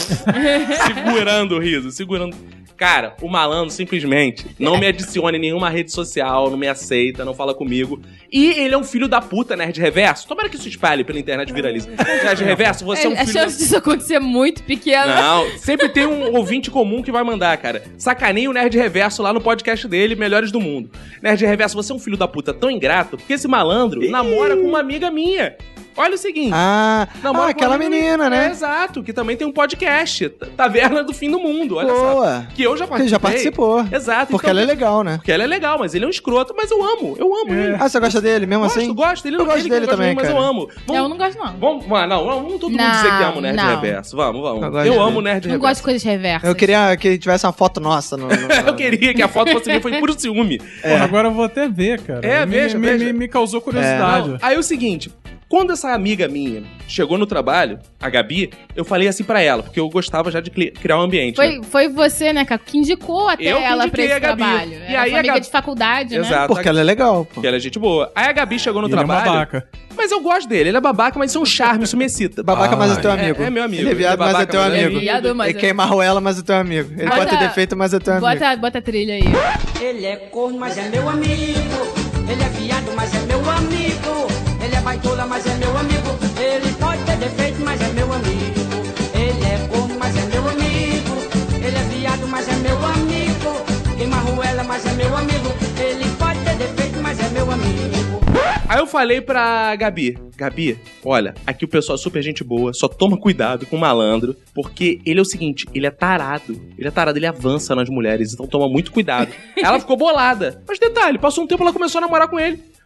segurando o riso, segurando. Cara, o malandro simplesmente não me adiciona em nenhuma rede social, não me aceita, não fala comigo. E ele é um filho da puta, Nerd Reverso. Tomara que isso espalhe pela internet e viralize. Nerd Reverso, você é um A filho... chance disso acontecer é muito pequena. Não, sempre tem um ouvinte comum que vai mandar, cara. Sacaneia o Nerd Reverso lá no podcast dele, Melhores do Mundo. Nerd Reverso, você é um filho da puta tão ingrato, porque esse malandro namora com uma amiga minha. Olha o seguinte. Ah, namora ah com uma aquela amiga menina, minha. É, né? exato, que também tem um podcast, Taverna do Fim do Mundo, olha Boa. só. Que eu já Porque já participei. participou. Exato. Porque então- ela é legal, né? Porque ela é legal, mas ele é um escroto, mas eu amo, eu amo ele. Ah, você gosta dele mesmo Gosto, assim? gosto. Ele Eu não gosto ele que dele não gosta de também, mim, mas cara. eu amo. Vamos, Eu não gosto, não. vamos, vamos, não, vamos todo mundo Não, dizer que ama o Nerd não. Reverso. Vamos, vamos. Eu Eu, gosto dele. amo o Nerd Não Reverso. gosto de coisas reversas. Eu queria que tivesse uma foto nossa. No, no- Eu queria que a foto fosse minha, foi puro ciúme. Porra, agora eu vou até ver, cara. É, me, veja, me, veja. Me, me causou curiosidade. Não, aí é o seguinte, quando essa amiga minha chegou no trabalho, a Gabi, eu falei assim pra ela, porque eu gostava já de cli- criar um ambiente. né? Foi, foi você, né, Caco, que indicou até Eu que ela pra indiquei esse a Gabi. trabalho. E Era aí sua a amiga Gabi- de faculdade, né? Exato. Porque ela é legal, pô. Porque ela é gente boa. Aí a Gabi chegou no Ele trabalho. é uma babaca. Mas eu gosto dele, ele é babaca, mas isso é um charme, isso me excita. Babaca, mas é teu amigo. É, é meu amigo. Ele é viado, Ele é mas é babaca, teu mas é amigo. viado, mas Ele é- queima arruela, mas é teu amigo. Ele Bota- pode ter defeito, mas é teu amigo. Bota, bota a trilha aí. Ele é corno, mas é meu amigo. Ele é viado, mas é meu amigo. Ele é baitola, mas é meu amigo. Ele pode ter defeito, mas é meu amigo. Ele é corno, mas é meu amigo. Ele é viado, mas é meu amigo. Queima arruela, mas é meu amigo. Ele pode ter defeito, mas é meu amigo. Aí eu falei pra Gabi, Gabi, olha, aqui o pessoal é super gente boa, só toma cuidado com o malandro, porque ele é o seguinte, ele é tarado, ele é tarado, ele avança nas mulheres, então toma muito cuidado. Ela ficou bolada, mas detalhe, passou um tempo, ela começou a namorar com ele.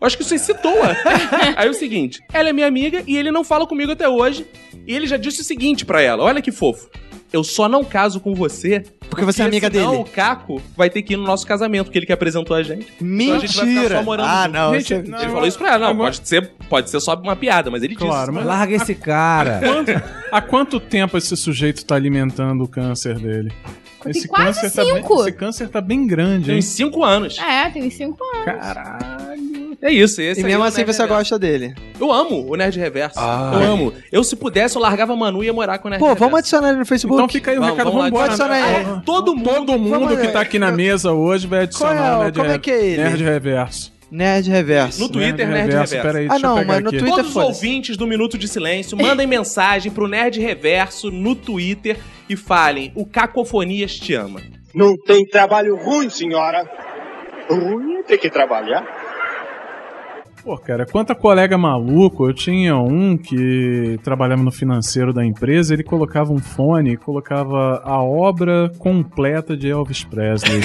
Eu acho que isso excitou-a. Aí é o seguinte, ela é minha amiga e ele não fala comigo até hoje. E ele já disse o seguinte pra ela, olha que fofo. Eu só não caso com você porque você é amiga senão dele. o Caco vai ter que ir no nosso casamento, que ele que apresentou a gente. Mentira! Então a gente vai ficar só morando ah, junto. não. Gente, você... não, Ele falou isso pra ela. Não, Agora- pode ser, pode ser só uma piada, mas ele Claro, disse. mas- Larga esse cara. Quanto- há quanto tempo esse sujeito tá alimentando o câncer dele? Esse quase câncer, tá bem, cinco. esse câncer tá bem grande, Tem hein? uns cinco anos. É, tem uns cinco anos. Caralho. É isso, esse E aí mesmo é o assim Nerd você Reverso. gosta dele. Eu amo o Nerd Reverso. Ah. Eu amo. Eu, se pudesse, eu largava a Manu e ia morar com o Nerd Pô, Reverso. vamos adicionar ele no Facebook. Então fica aí o Vamos, recado. vamos Vamos lá, embora. adiciona aí. né? Todo mundo. Todo mundo Vamos- que tá aqui na mesa hoje vai adicionar Qual é o- o Nerd como é Re- que é ele? Nerd Reverso. Nerd Reverso. No Twitter, Nerd Reverso. Peraí, Ah, deixa não, eu pegar mas no aqui. Twitter- Todos os foda-se. ouvintes do Minuto de Silêncio mandem mensagem pro Nerd Reverso no Twitter e falem: o Cacofonias te ama. Não tem trabalho ruim, senhora. Ruim é ter que trabalhar. Pô, cara, quanta colega maluco. Eu tinha um que trabalhava no financeiro da empresa, ele colocava um fone e colocava a obra completa de Elvis Presley.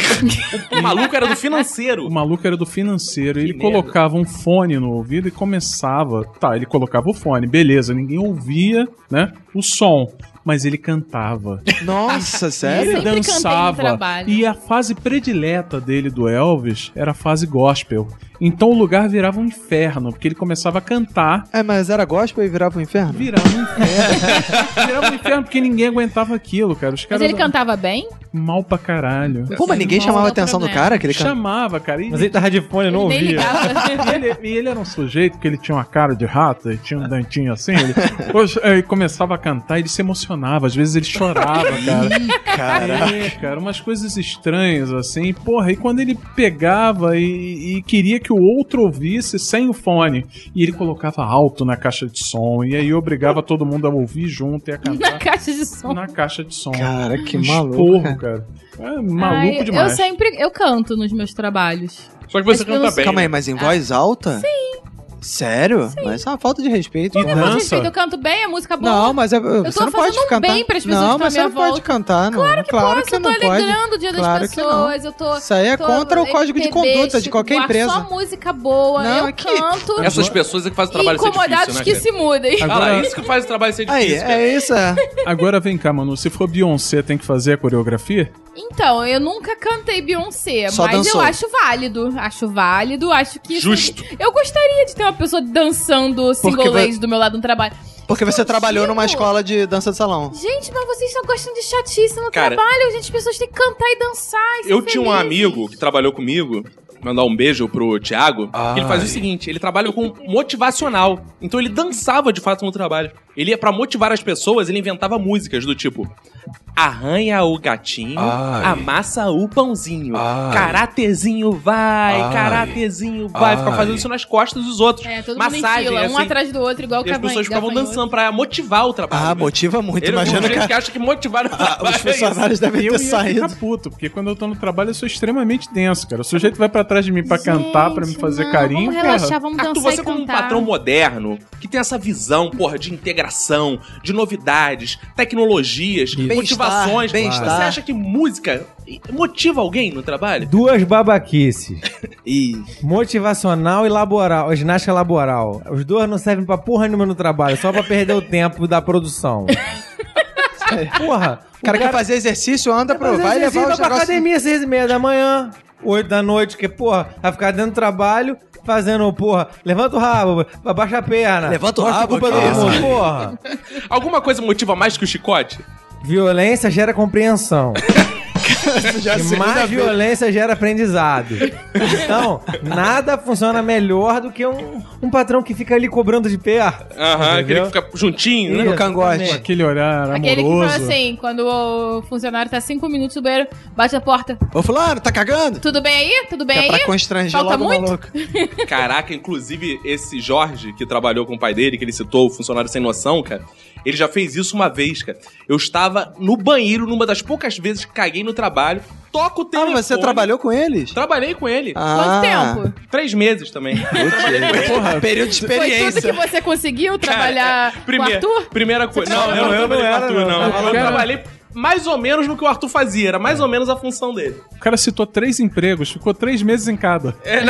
O maluco era do financeiro. O maluco era do financeiro, e ele merda. colocava um fone no ouvido e começava... Tá, ele colocava o fone, beleza, ninguém ouvia, né, o som, mas ele cantava. Nossa, E sério? ele sempre cantei no dançava. trabalho. E a fase predileta dele do Elvis era a fase gospel. Então o lugar virava um inferno, porque ele começava a cantar. É, mas era gospel e virava um inferno? Virava um inferno. Virava um inferno porque ninguém aguentava aquilo, cara. Os Mas caras ele cantava bem? mal pra caralho. Pô, mas ninguém Não, chamava a não atenção do problema. cara? Que ele can... Chamava, cara. E Mas ele tava de fone, eu não Ele nem ouvia. ligava. E ele, e ele era um sujeito que ele tinha uma cara de rato, e tinha um dentinho assim, ele, Poxa, ele começava a cantar e ele se emocionava, às vezes ele chorava, cara. Caraca. É, cara, umas coisas estranhas, assim, porra, e quando ele pegava e, e queria que o outro ouvisse sem o fone, e ele colocava alto na caixa de som, e aí obrigava todo mundo a ouvir junto e a Na cantar caixa de som. na caixa de som. Cara, que Um maluco, esporro, cara. É maluco Ai, demais. Eu sempre, eu canto nos meus trabalhos. Só que você Acho que eu canta não- bem. Calma aí, né? mas em voz alta? Sim. Sério? Mas isso é uma falta de respeito. E pô. dança. Com respeito, eu canto bem, a música boa. Não, mas é, tô você não pode fazendo um cantar. bem pras pessoas não, que mas estão você à não minha pode volta. cantar, não. Claro que claro posso, que eu tô não pode. alegrando o dia das Claro que não. pessoas. Eu tô, Isso aí é tô- contra o código de M P B, conduta de Chico qualquer Buarque, empresa. Só música boa, Não, eu aqui- canto. Essas pessoas é que fazem o trabalho ser Incomodados difícil, né, que cara? se mudem. Olha lá, isso que faz o trabalho ser Aí, difícil, cara. é isso, é. Agora vem cá, mano, se for Beyoncé, tem que fazer a coreografia? Então, eu nunca cantei Beyoncé, Só mas dançou. eu acho válido. Acho válido, acho que... isso- Justo. Eu gostaria de ter uma pessoa dançando single vai- ladies do meu lado no trabalho. Porque você trabalhou numa Chico. escola de dança de salão. Gente, mas vocês só gostam de chatice no Cara, trabalho. Gente, as pessoas têm que cantar e dançar e ser Eu tinha um felizes. amigo que trabalhou comigo, mandar um beijo pro Thiago, Ai. que ele fazia o seguinte, ele trabalha com motivacional. Então ele dançava de fato no trabalho. Ele ia pra motivar as pessoas, ele inventava músicas do tipo: arranha o gatinho, Ai. amassa o pãozinho, Ai. karatezinho vai, Ai. karatezinho vai. Fica Ai. fazendo isso nas costas dos outros. É, todo mundo em Massagem, fila, um assim. atrás do outro, igual E as gavan- pessoas ficavam gafanhoto. dançando pra motivar o trabalho. Ah, né? motiva muito. Ele Imagina, tem gente cara. que acha que motivar o Ah, trabalho os é isso. funcionários devem E eu ter ia saído. ficar puto, porque quando eu tô no trabalho eu sou extremamente denso, cara. O sujeito vai pra trás de mim pra cantar, pra me Gente, fazer não, carinho, Vamos porra. relaxar, vamos Arthur, dançar você e como um cantar. patrão moderno, que tem essa visão, porra, de integração, de novidades, tecnologias, Bem-estar, motivações, bem-estar. você acha que música motiva alguém no trabalho? Duas babaquices. Ih, Motivacional e laboral. Ginástica laboral. Os dois não servem pra porra nenhuma no trabalho, só pra perder o tempo da produção. Porra. o cara que fazer exercício anda pro... Vai levar os vai pra negócios... academia às seis e meia da manhã, oito da noite, que, porra, vai ficar dentro do trabalho, fazendo, porra, levanta o rabo, abaixa a perna. Levanta o mostra a rabo, culpa que do isso? mundo, porra. Alguma coisa motiva mais que o chicote? Violência gera compreensão. Já E sei, ainda mais bem. violência gera aprendizado. Então, nada funciona melhor do que um, um patrão que fica ali cobrando de perto. Aham, aquele Entendeu? que fica juntinho, né? Isso, No cangote. também. Aquele olhar Aquele que amoroso. fala assim, quando o funcionário tá cinco minutos no banheiro, bate a porta. Ô, fulano, tá cagando? Tudo bem aí? Tudo bem É aí? pra constranger Falta logo o muito? maluco. Caraca, inclusive esse Jorge, que trabalhou com o pai dele, que ele citou, o funcionário sem noção, cara, ele já fez isso uma vez, cara. Eu estava no banheiro, numa das poucas vezes que caguei no trabalho, toco o Ah, telefone. mas você trabalhou com eles? Trabalhei com ele. Ah. Quanto tempo? Três meses também. Trabalhei com ele. Porra, período de Foi tudo experiência. que você conseguiu trabalhar Cara, primeir- com o Arthur? Primeira coisa. Não, eu trabalhou? não Eu não trabalhei com o era, Arthur, não. não. Eu Cara- trabalhei mais ou menos no que o Arthur fazia. Era mais ou menos a função dele. O cara citou três empregos, ficou três meses em cada.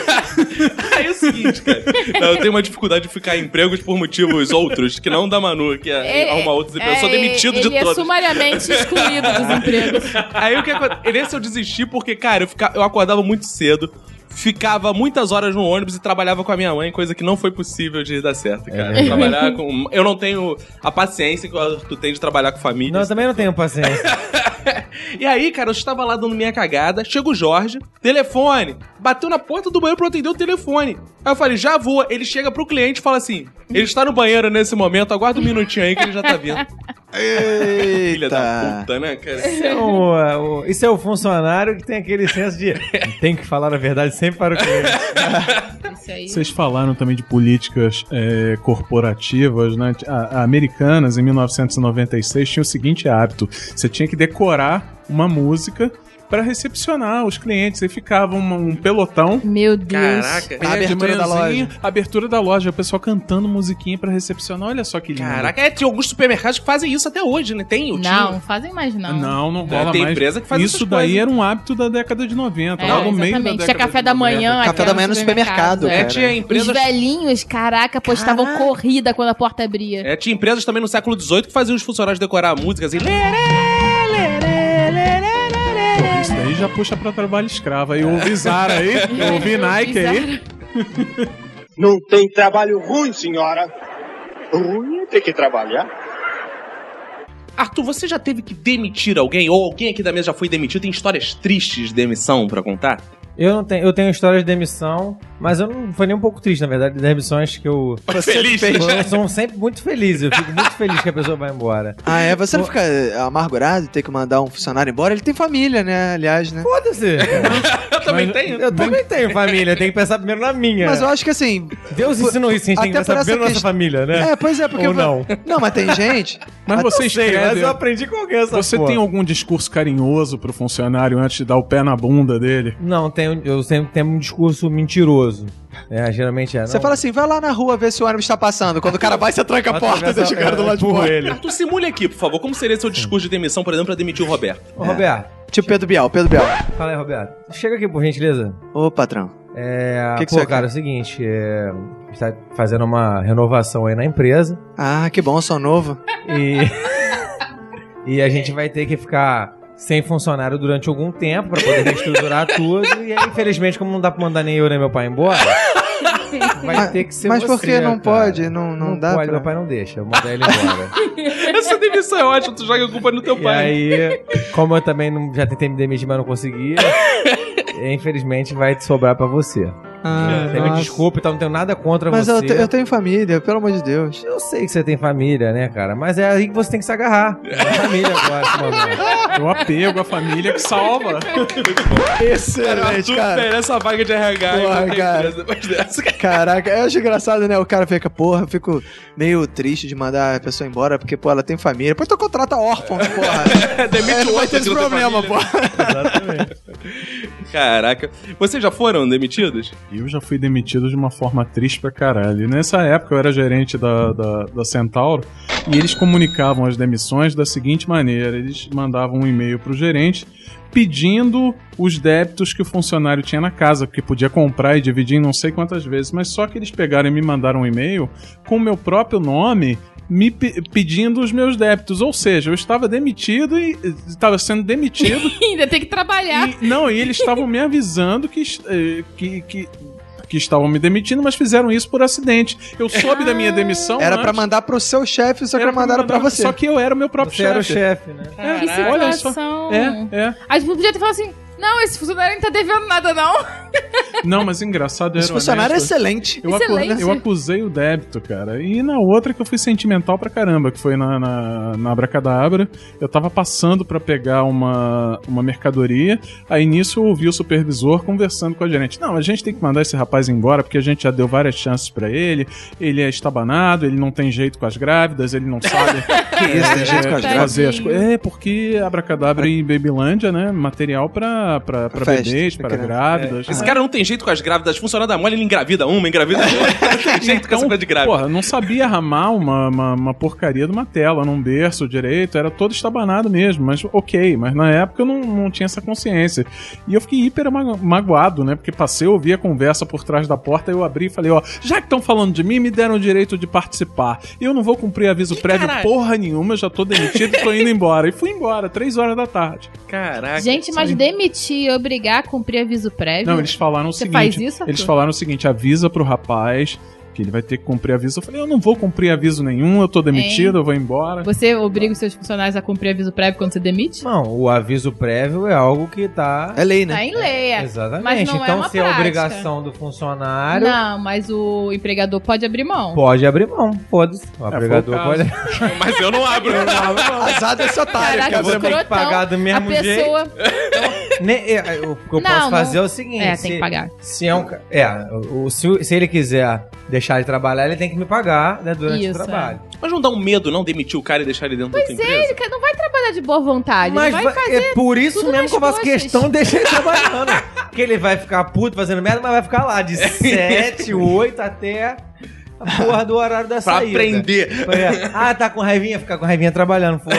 Aí é o seguinte, cara. Não, eu tenho uma dificuldade de ficar em empregos por motivos outros, que não da Manu, que é, É, arrumar outros empregos. é, Eu sou demitido de ele é todos. sumariamente excluído dos empregos. Aí o que acontece? Nesse eu desisti porque, cara, eu, ficava, eu acordava muito cedo, ficava muitas horas no ônibus e trabalhava com a minha mãe, coisa que não foi possível de dar certo, cara. É. Trabalhar com... Eu não tenho a paciência que tu tem de trabalhar com família. Não, eu também não tenho paciência. E aí, cara, eu estava lá dando minha cagada, chega o Jorge, telefone, bateu na porta do banheiro pra eu atender o telefone. Aí eu falei, já vou. Ele chega pro cliente e fala assim, ele está no banheiro nesse momento, aguarda um minutinho aí que ele já tá vindo. Filha da puta, né, cara? Isso é, o, o- isso é o funcionário que tem aquele senso de tem que falar a verdade sempre para o cliente. Isso aí. Vocês falaram também de políticas é, corporativas, né? A, a Americanas, em mil novecentos e noventa e seis, tinha o seguinte hábito: você tinha que decorar uma música para recepcionar os clientes. Aí ficava uma- um pelotão. Meu Deus. Caraca. É, A abertura de da manhãzinha, loja. Abertura da loja, o pessoal cantando musiquinha pra recepcionar. Olha só que lindo. Caraca, é, tem alguns supermercados que fazem isso até hoje, né? Tem, eu Não, tinha. fazem mais não. Não, não rola tem mais. empresa que faz Isso essas daí coisas. era um hábito da década de noventa, É, lá no meio da exatamente. década Tinha café de da noventa. manhã. Café até da manhã no supermercado, é. É, cara. tinha Os empresas... velhinhos, caraca, postavam Caraca. corrida quando a porta abria. É, tinha empresas também no século dezoito que faziam os funcionários decorar músicas assim. Lerê, lerê, lerê, lerê. Pô, isso daí já puxa pra trabalho escravo. Aí eu ouvi Zara aí, eu ouvi Nike aí. Não tem trabalho ruim, senhora. Ruim é ter que trabalhar. Arthur, você já teve que demitir alguém? Ou alguém aqui da mesa já foi demitido? Tem histórias tristes de demissão pra contar? Eu não tenho, eu tenho histórias de demissão, mas eu não foi nem um pouco triste, na verdade, demissões que eu. Você feliz? Eu sou sempre muito feliz, eu fico muito feliz que a pessoa vai embora. Ah, é? Você não fica amargurado de ter que mandar um funcionário embora? Ele tem família, né? Aliás, né? Foda-se! Eu também tenho. Eu também tenho família, tem que pensar primeiro na minha. Mas eu acho que assim. Deus ensinou isso, a gente tem que até por pensar essa primeiro na nossa questão- família, né? É, pois é, porque. Ou não. Não, mas tem gente. Mas você Eu sei, escreve... mas eu aprendi com alguém essa Você porra. tem algum discurso carinhoso pro funcionário antes de dar o pé na bunda dele? Não, tenho, eu sempre tenho um discurso mentiroso. É, geralmente é. Você fala assim, vai lá na rua ver se o ônibus tá passando. Quando o cara vai, você tranca a porta e deixa o cara do lado de fora. ele. Arthur, simule aqui, por favor. Como seria seu discurso de demissão, por exemplo, pra demitir o Roberto? Ô, Roberto, Tipo Pedro Bial, Pedro Bial. fala aí, Roberto. Chega aqui, por gentileza. Ô, patrão. É, Que que pô, você cara, quer? é o seguinte, é, a gente tá fazendo uma renovação aí na empresa Ah, que bom, sou novo. e, e a gente vai ter que ficar sem funcionário durante algum tempo pra poder reestruturar tudo. E aí, infelizmente, como não dá pra mandar nem eu nem meu pai embora, vai Mas- ter que ser mas você, por que não cara. pode? Não- não dá pode, pra- meu pai não deixa, eu mandar ele embora. Essa demissão é ótima, tu joga a culpa no teu E pai. aí, como eu também não- já tentei me demitir, mas não conseguia, infelizmente vai sobrar pra você. Ah, Você me nossa. desculpe, então não tenho nada contra Mas você. eu, te- eu tenho família, pelo amor de Deus. Eu sei que você tem família, né, cara? Mas é aí que você tem que se agarrar. É a família agora, esse momento. O apego, a família que salva. Excelente, Arthur cara. merece essa vaga de R H. Porra, e não tem cara. empresa depois dessa. Caraca, eu acho engraçado, né? O cara fica, porra, eu fico meio triste de mandar a pessoa embora, porque, pô, ela tem família. Pô, então contrata órfão, porra. Demite É, o não vai outro ter esse que não tem problema, família. porra. Exatamente. Caraca. Vocês já foram demitidos? Eu já fui demitido de uma forma triste pra caralho. E nessa época eu era gerente da, da, da Centauro e eles comunicavam as demissões da seguinte maneira: eles mandavam um e-mail pro gerente pedindo os débitos que o funcionário tinha na casa, porque podia comprar e dividir em não sei quantas vezes, mas só que eles pegaram e me mandaram um e-mail com o meu próprio nome me pe- pedindo os meus débitos, ou seja, eu estava demitido e estava sendo demitido. Ainda tem que trabalhar. E- não, e eles estavam me avisando que, eh, que, que, que estavam me demitindo, mas fizeram isso por acidente. Eu soube da minha demissão. Era pra antes, mandar pro seu chefe, só que era pra mandaram pra mandar- você. Só que eu era o meu próprio Você era o chefe. chefe, né? Que Caraca. Olha só. situação. É, é. A gente podia ter falado assim, não, esse funcionário não tá devendo nada, não. Não, mas engraçado era Esse funcionário é honesto. excelente. Eu, acu- Excelente. eu acusei o débito, cara. E na outra que eu fui sentimental pra caramba, que foi na, na, na Abracadabra. Eu tava passando pra pegar uma, uma mercadoria. Aí nisso eu ouvi o supervisor conversando com a gerente. Não, a gente tem que mandar esse rapaz embora porque a gente já deu várias chances pra ele. Ele é estabanado, ele não tem jeito com as grávidas, ele não sabe Que isso, tem jeito com as é, grávidas? fazer as coisas. É, porque Abracadabra e Babylândia, né? Material pra, pra, pra Festa, bebês, pra para criança. grávidas. Esse né? cara não tem jeito jeito com as grávidas. Funcionando da mole, ele engravida uma, engravida outra. Não tem jeito com essa coisa de grávida. Porra, não sabia ramar uma, uma, uma porcaria de uma tela num berço direito, era todo estabanado mesmo, mas ok, mas na época eu não, não tinha essa consciência. E eu fiquei hiper ma- magoado, né? Porque passei a ouvir a conversa por trás da porta, eu abri e falei, ó, já que estão falando de mim, me deram o direito de participar. Eu não vou cumprir aviso prévio caralho? porra nenhuma, eu já tô demitido e tô indo embora. E fui embora, três horas da tarde. Caraca. Gente, mas demitir e obrigar a cumprir aviso prévio... Não, eles falaram o Você seguinte... faz isso, Arthur? Eles falaram o seguinte, avisa pro rapaz que ele vai ter que cumprir aviso. Eu falei, eu não vou cumprir aviso nenhum, eu tô demitido, Hein? eu vou embora. Você obriga os seus funcionários a cumprir aviso prévio quando você demite? Não, o aviso prévio é algo que tá... É lei, né? Tá em lei, é. Exatamente. Mas não é então, uma se é prática. obrigação do funcionário, Não, mas o empregador pode abrir mão. pode abrir mão. Foda-se. O É, empregador foi o pode... Mas eu não abro. Eu não abro, não. Azar desse otário, Caraca, cara. vou ter que escrotão. pagar do mesmo a pessoa... Ne- é, o que eu Não, posso fazer não- é o seguinte... É, se, tem que pagar. Se é um... ca- É, o, se, se ele quiser deixar de trabalhar, ele tem que me pagar, né, durante Isso, o trabalho. Mas não dá um medo, não, demitir o cara e deixar ele dentro da tua Pois é, empresa? ele não vai trabalhar de boa vontade. Mas ele vai vai- fazer é por isso tudo mesmo nas que eu faço coxas. questão de deixar ele trabalhando. Porque ele vai ficar puto fazendo merda, mas vai ficar lá de sete, oito até a porra do horário da Pra saída. aprender. É. Ah, tá com raivinha? Ficar com raivinha trabalhando, foda.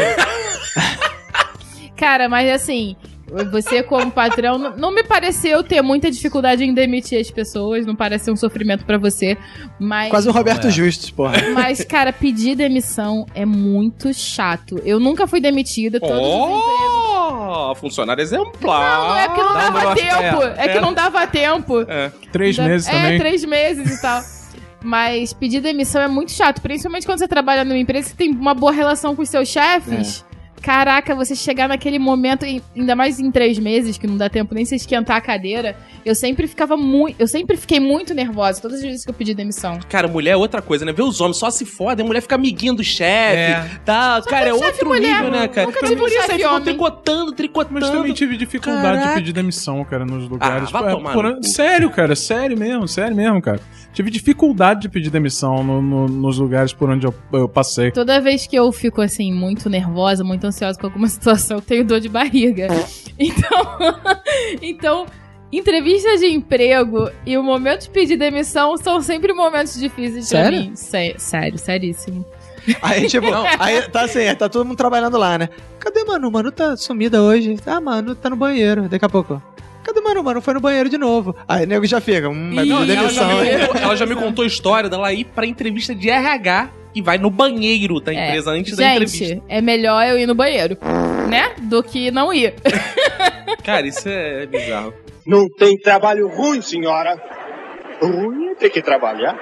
Cara, mas assim, você como patrão, não- não me pareceu ter muita dificuldade em demitir as pessoas, não pareceu um sofrimento pra você, mas... Quase um Roberto é. Justus, porra. Mas, cara, pedir demissão é muito chato. Eu nunca fui demitida, todos os empregos... Oh, funcionário exemplar. Não, não é porque não Dá um dava negócio pra tempo. ela. É que não dava tempo. É. Três Da- meses é, também. três meses e tal. Mas pedir demissão é muito chato, principalmente quando você trabalha numa empresa que tem uma boa relação com os seus chefes. Caraca, você chegar naquele momento, e ainda mais em três meses, que não dá tempo nem se esquentar a cadeira, eu sempre ficava muito. Eu sempre fiquei muito nervosa todas as vezes que eu pedi demissão. Cara, mulher é outra coisa, né? Ver os homens só se fodem, a mulher fica amiguinha do chefe, É. tá? Cara, é chefe outro mulher, nível, né, cara? nunca Então, tive por isso chefe aí ficam homem. tricotando, tricotando. Mas também tive dificuldade Caraca. de pedir demissão, cara, nos lugares. Ah, vai É, tomar por- no cu. Sério, cara, sério mesmo, sério mesmo, cara. Tive dificuldade de pedir demissão no- no- nos lugares por onde eu, eu passei. Toda vez que eu fico, assim, muito nervosa, muito ansiosa com alguma situação, eu tenho dor de barriga. Então, então, entrevista de emprego e o momento de pedir demissão são sempre momentos difíceis pra Sério? mim. Sé- sério, seríssimo. Aí, tipo, aí tá assim, tá todo mundo trabalhando lá, né? Cadê Manu? Manu tá sumida hoje. Ah, Manu tá no banheiro. Daqui a pouco. Cadê Manu? Manu foi no banheiro de novo. Aí o nego já fica. Hum, vai Ih, pedir Ela já, demissão. me hein? contou, ela já me contou a história dela ir pra entrevista de R H e vai no banheiro da É. empresa antes da entrevista. Gente, é melhor eu ir no banheiro, né? Do que não ir. Cara, isso é bizarro. Não tem trabalho ruim, senhora. Ruim é ter que trabalhar.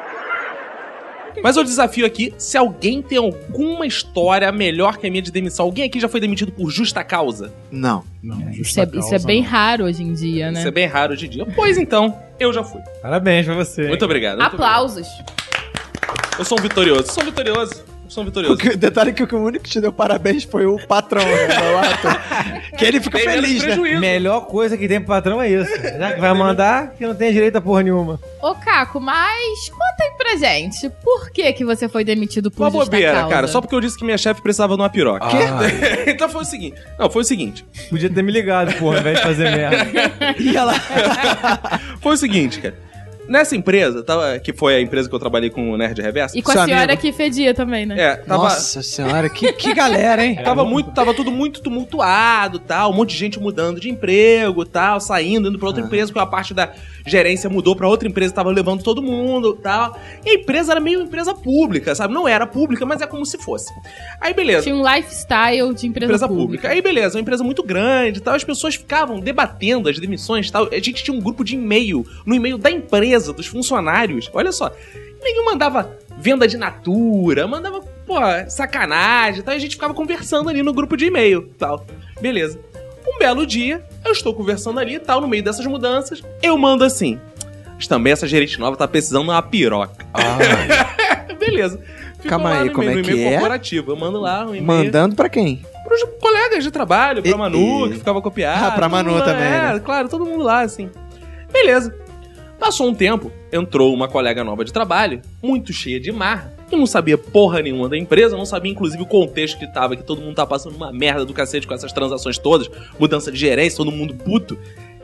Mas o desafio aqui, se alguém tem alguma história melhor que a minha de demissão, alguém aqui já foi demitido por justa causa? Não. Não, Isso justa é, causa, isso é bem não. raro hoje em dia, né? Isso é bem raro hoje em dia. Pois então, eu já fui. Parabéns pra você. Muito obrigado. muito Aplausos. obrigado. Eu sou um vitorioso. Sou um vitorioso. Eu sou um O vitorioso. que- detalhe que o único que te deu parabéns foi o patrão, né? O Arthur. Que ele ficou Tem menos feliz, né? prejuízo. Melhor coisa que tem pro patrão é isso. Já que vai mandar, que não tem direito a porra nenhuma. Ô, Caco, mas conta aí pra gente. Por que que você foi demitido por Uma justa bobeira, causa? cara. Só porque eu disse que minha chefe precisava de uma piroca. Então foi o seguinte. Não, foi o seguinte. Podia ter me ligado, porra, ao invés de fazer merda. E ela... Foi o seguinte, cara. Nessa empresa, tava, que foi a empresa que eu trabalhei com o Nerd Reverso. E com Seu a senhora amigo. que fedia também, né? É, tava, Nossa senhora, que, que galera, hein? tava, muito, tava tudo muito tumultuado, tal, um monte de gente mudando de emprego, tal, saindo, indo pra outra empresa, porque a parte da gerência mudou pra outra empresa, tava levando todo mundo, tal. E a empresa era meio empresa pública, sabe? Não era pública, mas é como se fosse. Aí, beleza. Tinha um lifestyle de empresa, Empresa pública. pública. Aí, beleza, uma empresa muito grande e tal. As pessoas ficavam debatendo as demissões e tal. A gente tinha um grupo de e-mail, no e-mail da empresa, dos funcionários. Olha só. Ninguém mandava venda de natura, mandava, pô, sacanagem e tal. E a gente ficava conversando ali no grupo de e-mail e tal. Beleza. Um belo dia, eu estou conversando ali e tal, no meio dessas mudanças. Eu mando assim. Mas também essa gerente nova tá precisando de uma piroca. Beleza. Ficou Calma lá aí, no como e-mail, é no que e-mail é? corporativo. Eu mando lá um e-mail. Mandando pra quem? Pros colegas de trabalho, pra E- Manu, e- que ficava copiado. Ah, pra todo Manu mundo lá, também, É, né? claro, todo mundo lá, assim. Beleza. Passou um tempo, entrou uma colega nova de trabalho, muito cheia de marra, que não sabia porra nenhuma da empresa, não sabia inclusive o contexto que tava, que todo mundo tá passando uma merda do cacete com essas transações todas, mudança de gerência, todo mundo puto.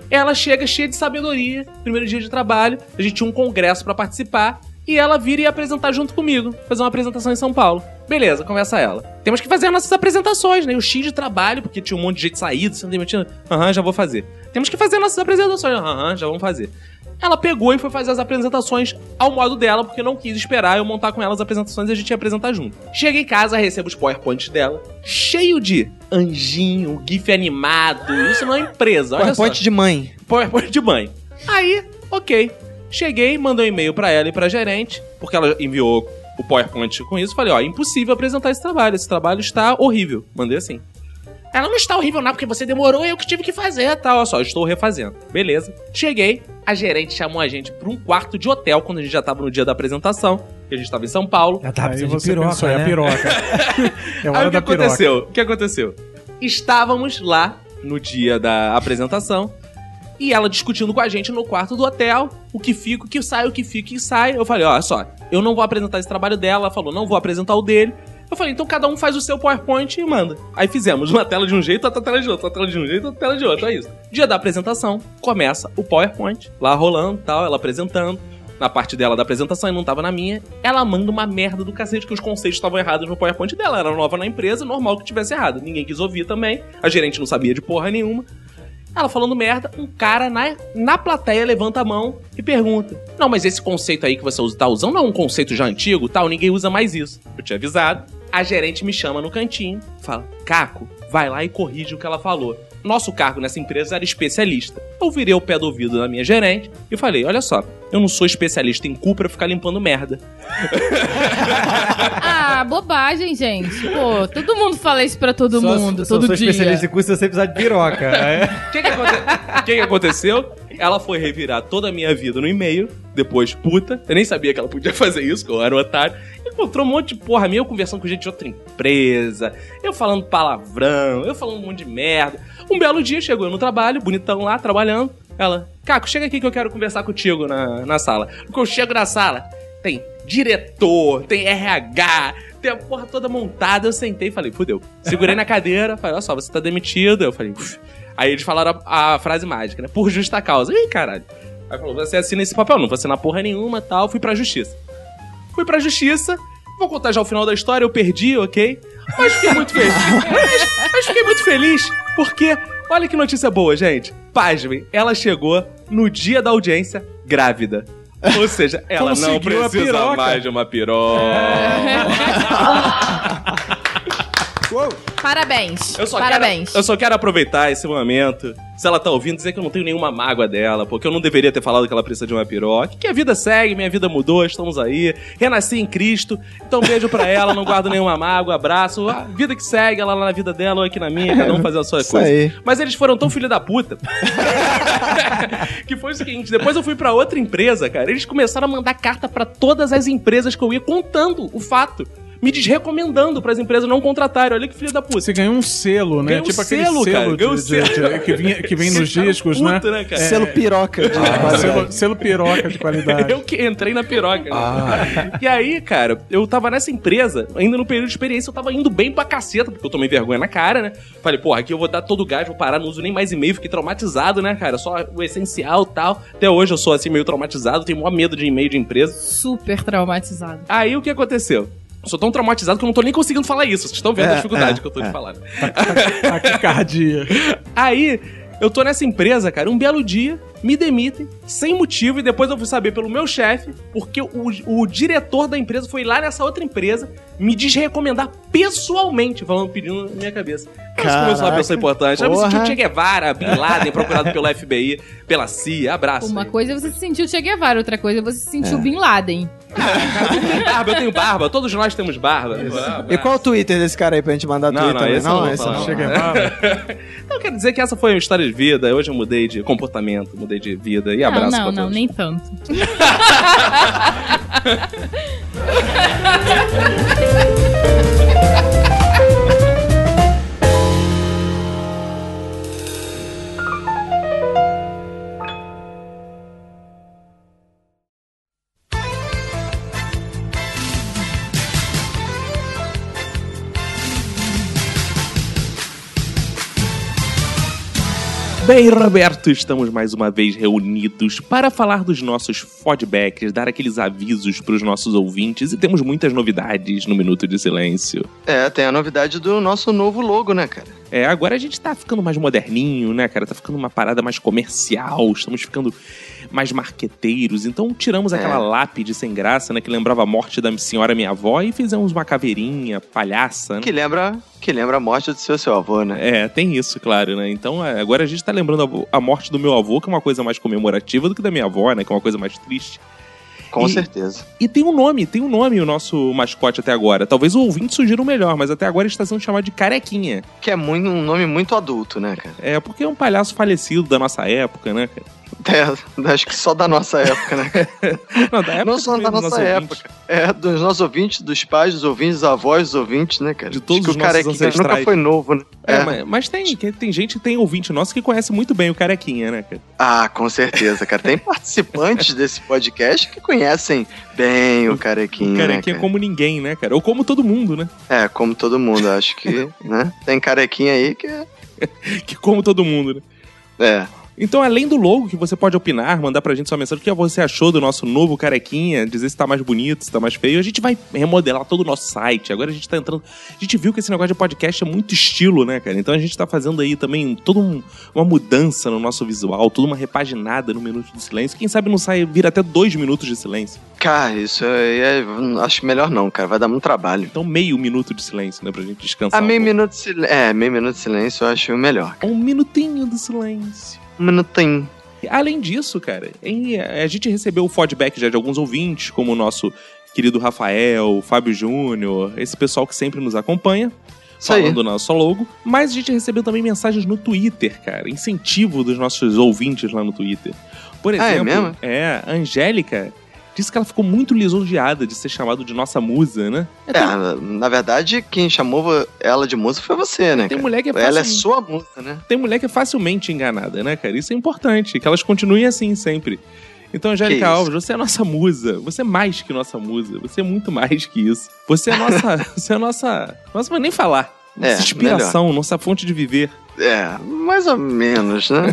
Ela chega cheia de sabedoria, primeiro dia de trabalho, a gente tinha um congresso pra participar, e ela vira e ia apresentar junto comigo, fazer uma apresentação em São Paulo. Beleza, conversa ela. Temos que fazer as nossas apresentações, né? Eu cheio de trabalho, porque tinha um monte de gente saído, sendo demitido. Aham, já vou fazer. Temos que fazer nossas apresentações. Aham, já vamos fazer. Ela pegou e foi fazer as apresentações ao modo dela, porque não quis esperar eu montar com ela as apresentações e a gente ia apresentar junto. Chega em casa, recebo os PowerPoints dela, cheio de anjinho, gif animado. Isso não é empresa, olha PowerPoint só. de mãe. PowerPoint de mãe. Aí, ok. Cheguei, mandei um e-mail pra ela e pra gerente, porque ela enviou o PowerPoint com isso. Falei, ó, é impossível apresentar esse trabalho. Esse trabalho está horrível. Mandei assim. Ela não está horrível não, porque você demorou e eu que tive que fazer, tá? Olha só, estou refazendo. Beleza. Cheguei, a gerente chamou a gente pra um quarto de hotel, quando a gente já tava no dia da apresentação, que a gente tava em São Paulo. Já tava Aí precisando de você piroca, pensou, né? é a piroca. É hora Aí o que da piroca. aconteceu? O que aconteceu? Estávamos lá no dia da apresentação e ela discutindo com a gente no quarto do hotel, o que fica, o que sai, o que fica, o que sai. Eu falei, ó, olha só, eu não vou apresentar esse trabalho dela. Ela falou, não vou apresentar o dele. Eu falei, então cada um faz o seu PowerPoint e manda. Aí fizemos uma tela de um jeito, outra tela de outro, outra tela de um jeito, outra tela de outro, é isso. Dia da apresentação, começa o PowerPoint, lá rolando e tal, ela apresentando. Na parte dela da apresentação e não tava na minha, ela manda uma merda do cacete, que os conceitos estavam errados no PowerPoint dela. Ela era nova na empresa, normal que tivesse errado. Ninguém quis ouvir também, a gerente não sabia de porra nenhuma. Ela falando merda, um cara na, na plateia levanta a mão e pergunta: não, mas esse conceito aí que você tá usando não é um conceito já antigo, tal, ninguém usa mais isso. Eu tinha avisado. A gerente me chama no cantinho, fala: Caco, vai lá e corrige o que ela falou. Nosso cargo nessa empresa era especialista. Eu virei o pé do ouvido na minha gerente e falei: olha só, eu não sou especialista em cu pra ficar limpando merda. Ah, bobagem, gente. Pô, todo mundo fala isso pra todo Só- mundo, só todo sou dia. especialista em curso se você precisar de piroca. É. O que que, aconte... que que aconteceu? Ela foi revirar toda a minha vida no e-mail, depois puta. Eu nem sabia que ela podia fazer isso, que eu era um otário. Encontrou um monte de porra minha, eu conversando com gente de outra empresa, eu falando palavrão, eu falando um monte de merda. Um belo dia chegou eu no trabalho, bonitão lá, trabalhando. Ela: Caco, chega aqui que eu quero conversar contigo na, na sala. Quando eu chego na sala, tem diretor, tem R H, tem a porra toda montada. Eu sentei e falei: fudeu. Segurei na cadeira, falei: olha só, você tá demitido. Eu falei: uf. Aí eles falaram a, a frase mágica, né? Por justa causa. Ih, caralho. Aí falou: você assina esse papel? Não vou assinar porra nenhuma e tal. Fui pra justiça. Fui pra justiça. Vou contar já o final da história. Eu perdi, ok? Mas fiquei muito feliz. mas, mas fiquei muito feliz porque, olha que notícia boa, gente. Pasmem, ela chegou no dia da audiência grávida. Ou seja, ela não Conseguiu a precisa piroca. mais de uma piroca. Parabéns. Eu só, Parabéns. Quero, eu só quero aproveitar esse momento, se ela tá ouvindo, dizer que eu não tenho nenhuma mágoa dela, porque eu não deveria ter falado que ela precisa de uma piroca. Que a vida segue, minha vida mudou, estamos aí. Renasci em Cristo, então beijo pra ela, não guardo nenhuma mágoa, abraço. A vida que segue, ela lá na vida dela ou aqui na minha, cada um fazer a sua Isso coisa. aí. Mas eles foram tão filho da puta que foi o seguinte: depois eu fui pra outra empresa, cara. Eles começaram a mandar carta pra todas as empresas que eu ia contando o fato, me desrecomendando pras empresas não contratarem. Olha que filho da puta. Você ganhou um selo, né? Ganhei um tipo aquele selo, selo, cara, de- ganhei um de- selo. de- que, vinha, que vem nos Esse cara discos, puta, né? né, cara? Selo piroca de Ah, qualidade. selo, selo piroca de qualidade. Eu que entrei na piroca. Né? E aí, cara, eu tava nessa empresa, ainda no período de experiência, eu tava indo bem pra caceta, porque eu tomei vergonha na cara, né? Falei: porra, aqui eu vou dar todo o gás, vou parar, não uso nem mais e-mail, fiquei traumatizado, né, cara? Só o essencial e tal. Até hoje eu sou assim, meio traumatizado, tenho maior medo de e-mail de empresa. Super traumatizado. Aí o que aconteceu? Eu sou tão traumatizado que eu não tô nem conseguindo falar isso. Vocês estão vendo É, a dificuldade é, que eu tô é. de falar. Né? Taquicardia. Aí, eu tô nessa empresa, cara, um belo dia, me demitem, sem motivo, e depois eu fui saber pelo meu chefe, porque o, o diretor da empresa foi lá nessa outra empresa me desrecomendar pessoalmente, falando, pedindo na minha cabeça. Mas como eu sou uma Caraca, pessoa importante, eu me porra. senti o Che Guevara, Bin Laden, procurado pelo F B I, pela C I A, abraço. Uma aí. coisa é você se sentiu Che Guevara, outra coisa é você se sentiu Bin Laden. Cara, eu tenho barba, eu tenho barba, todos nós temos barba. Ah, E qual é o Twitter desse cara aí pra gente mandar Não, Twitter? não, esse eu não vou esse falar. não. Chega Guevara. Então quero dizer que essa foi uma história de vida. Hoje eu mudei de comportamento, mudei de vida. E abraço não, não, pra não, todos. nem tanto. Bem, Roberto, estamos mais uma vez reunidos para falar dos nossos feedbacks, dar aqueles avisos para os nossos ouvintes, e temos muitas novidades no Minuto de Silêncio. É, tem a novidade do nosso novo logo, né, cara? É, agora a gente tá ficando mais moderninho, né, cara? Tá ficando uma parada mais comercial, estamos ficando mais marqueteiros. Então tiramos aquela é. lápide sem graça, né, que lembrava a morte da senhora minha avó, e fizemos uma caveirinha palhaça, né? Que lembra, que lembra a morte do seu, seu avô, né? É, tem isso, claro, né? Então agora a gente tá lembrando a, a morte do meu avô, que é uma coisa mais comemorativa do que da minha avó, né? Que é uma coisa mais triste. Com e, certeza. E tem um nome, tem um nome o nosso mascote até agora. Talvez o ouvinte sugira o melhor, mas até agora ele está sendo chamado de Carequinha. Que é muito, um nome muito adulto, né, cara? É, porque é um palhaço falecido da nossa época, né, cara? É, acho que só da nossa época, né? Não, da época Não só da nossa época. Ouvintes. É, dos nossos ouvintes, dos pais, dos ouvintes, dos avós, dos ouvintes, né, cara? De todos acho os nossos ancestrais. Nunca foi novo, né? É, é. Mas, mas tem, tem gente que tem ouvinte nosso que conhece muito bem o Carequinha, né, cara? Ah, com certeza, cara. Tem participantes desse podcast que conhecem bem o Carequinha, O Carequinha né, como ninguém, né, cara? Ou como todo mundo, né? É, como todo mundo, acho que, né? Tem Carequinha aí que é... que como todo mundo, né? É. Então, além do logo, que você pode opinar, mandar pra gente sua mensagem, o que você achou do nosso novo Carequinha, dizer se tá mais bonito, se tá mais feio, a gente vai remodelar todo o nosso site. Agora a gente tá entrando... A gente viu que esse negócio de podcast é muito estilo, né, cara? Então a gente tá fazendo aí também toda um, uma mudança no nosso visual, toda uma repaginada no Minuto de Silêncio. Quem sabe não sai, vira até dois minutos de silêncio. Cara, isso aí é, acho melhor não, cara. Vai dar muito trabalho. Então meio minuto de silêncio, né, pra gente descansar. Ah, um meio pouco. minuto de silêncio... É, meio minuto de silêncio eu acho melhor. Um minutinho de silêncio. Um minutinho. Além disso, cara, em, a gente recebeu o feedback já de alguns ouvintes, como o nosso querido Rafael, o Fábio Júnior, esse pessoal que sempre nos acompanha, falando do nosso logo. Mas a gente recebeu também mensagens no Twitter, cara, incentivo dos nossos ouvintes lá no Twitter. Por exemplo, ah, é mesmo? É, a Angélica disse que ela ficou muito lisonjeada de ser chamado de nossa musa, né? É, é na verdade, quem chamou ela de musa foi você, né, Tem cara? mulher que é Ela é facilmente... sua musa, né? Tem mulher que é facilmente enganada, né, cara? Isso é importante, que elas continuem assim sempre. Então, Angélica Alves, você é nossa musa. Você é mais que nossa musa. Você é muito mais que isso. Você é nossa... você é nossa... Nossa, mas nem falar. Nossa é, inspiração, melhor. Nossa fonte de viver. É, mais ou menos, né?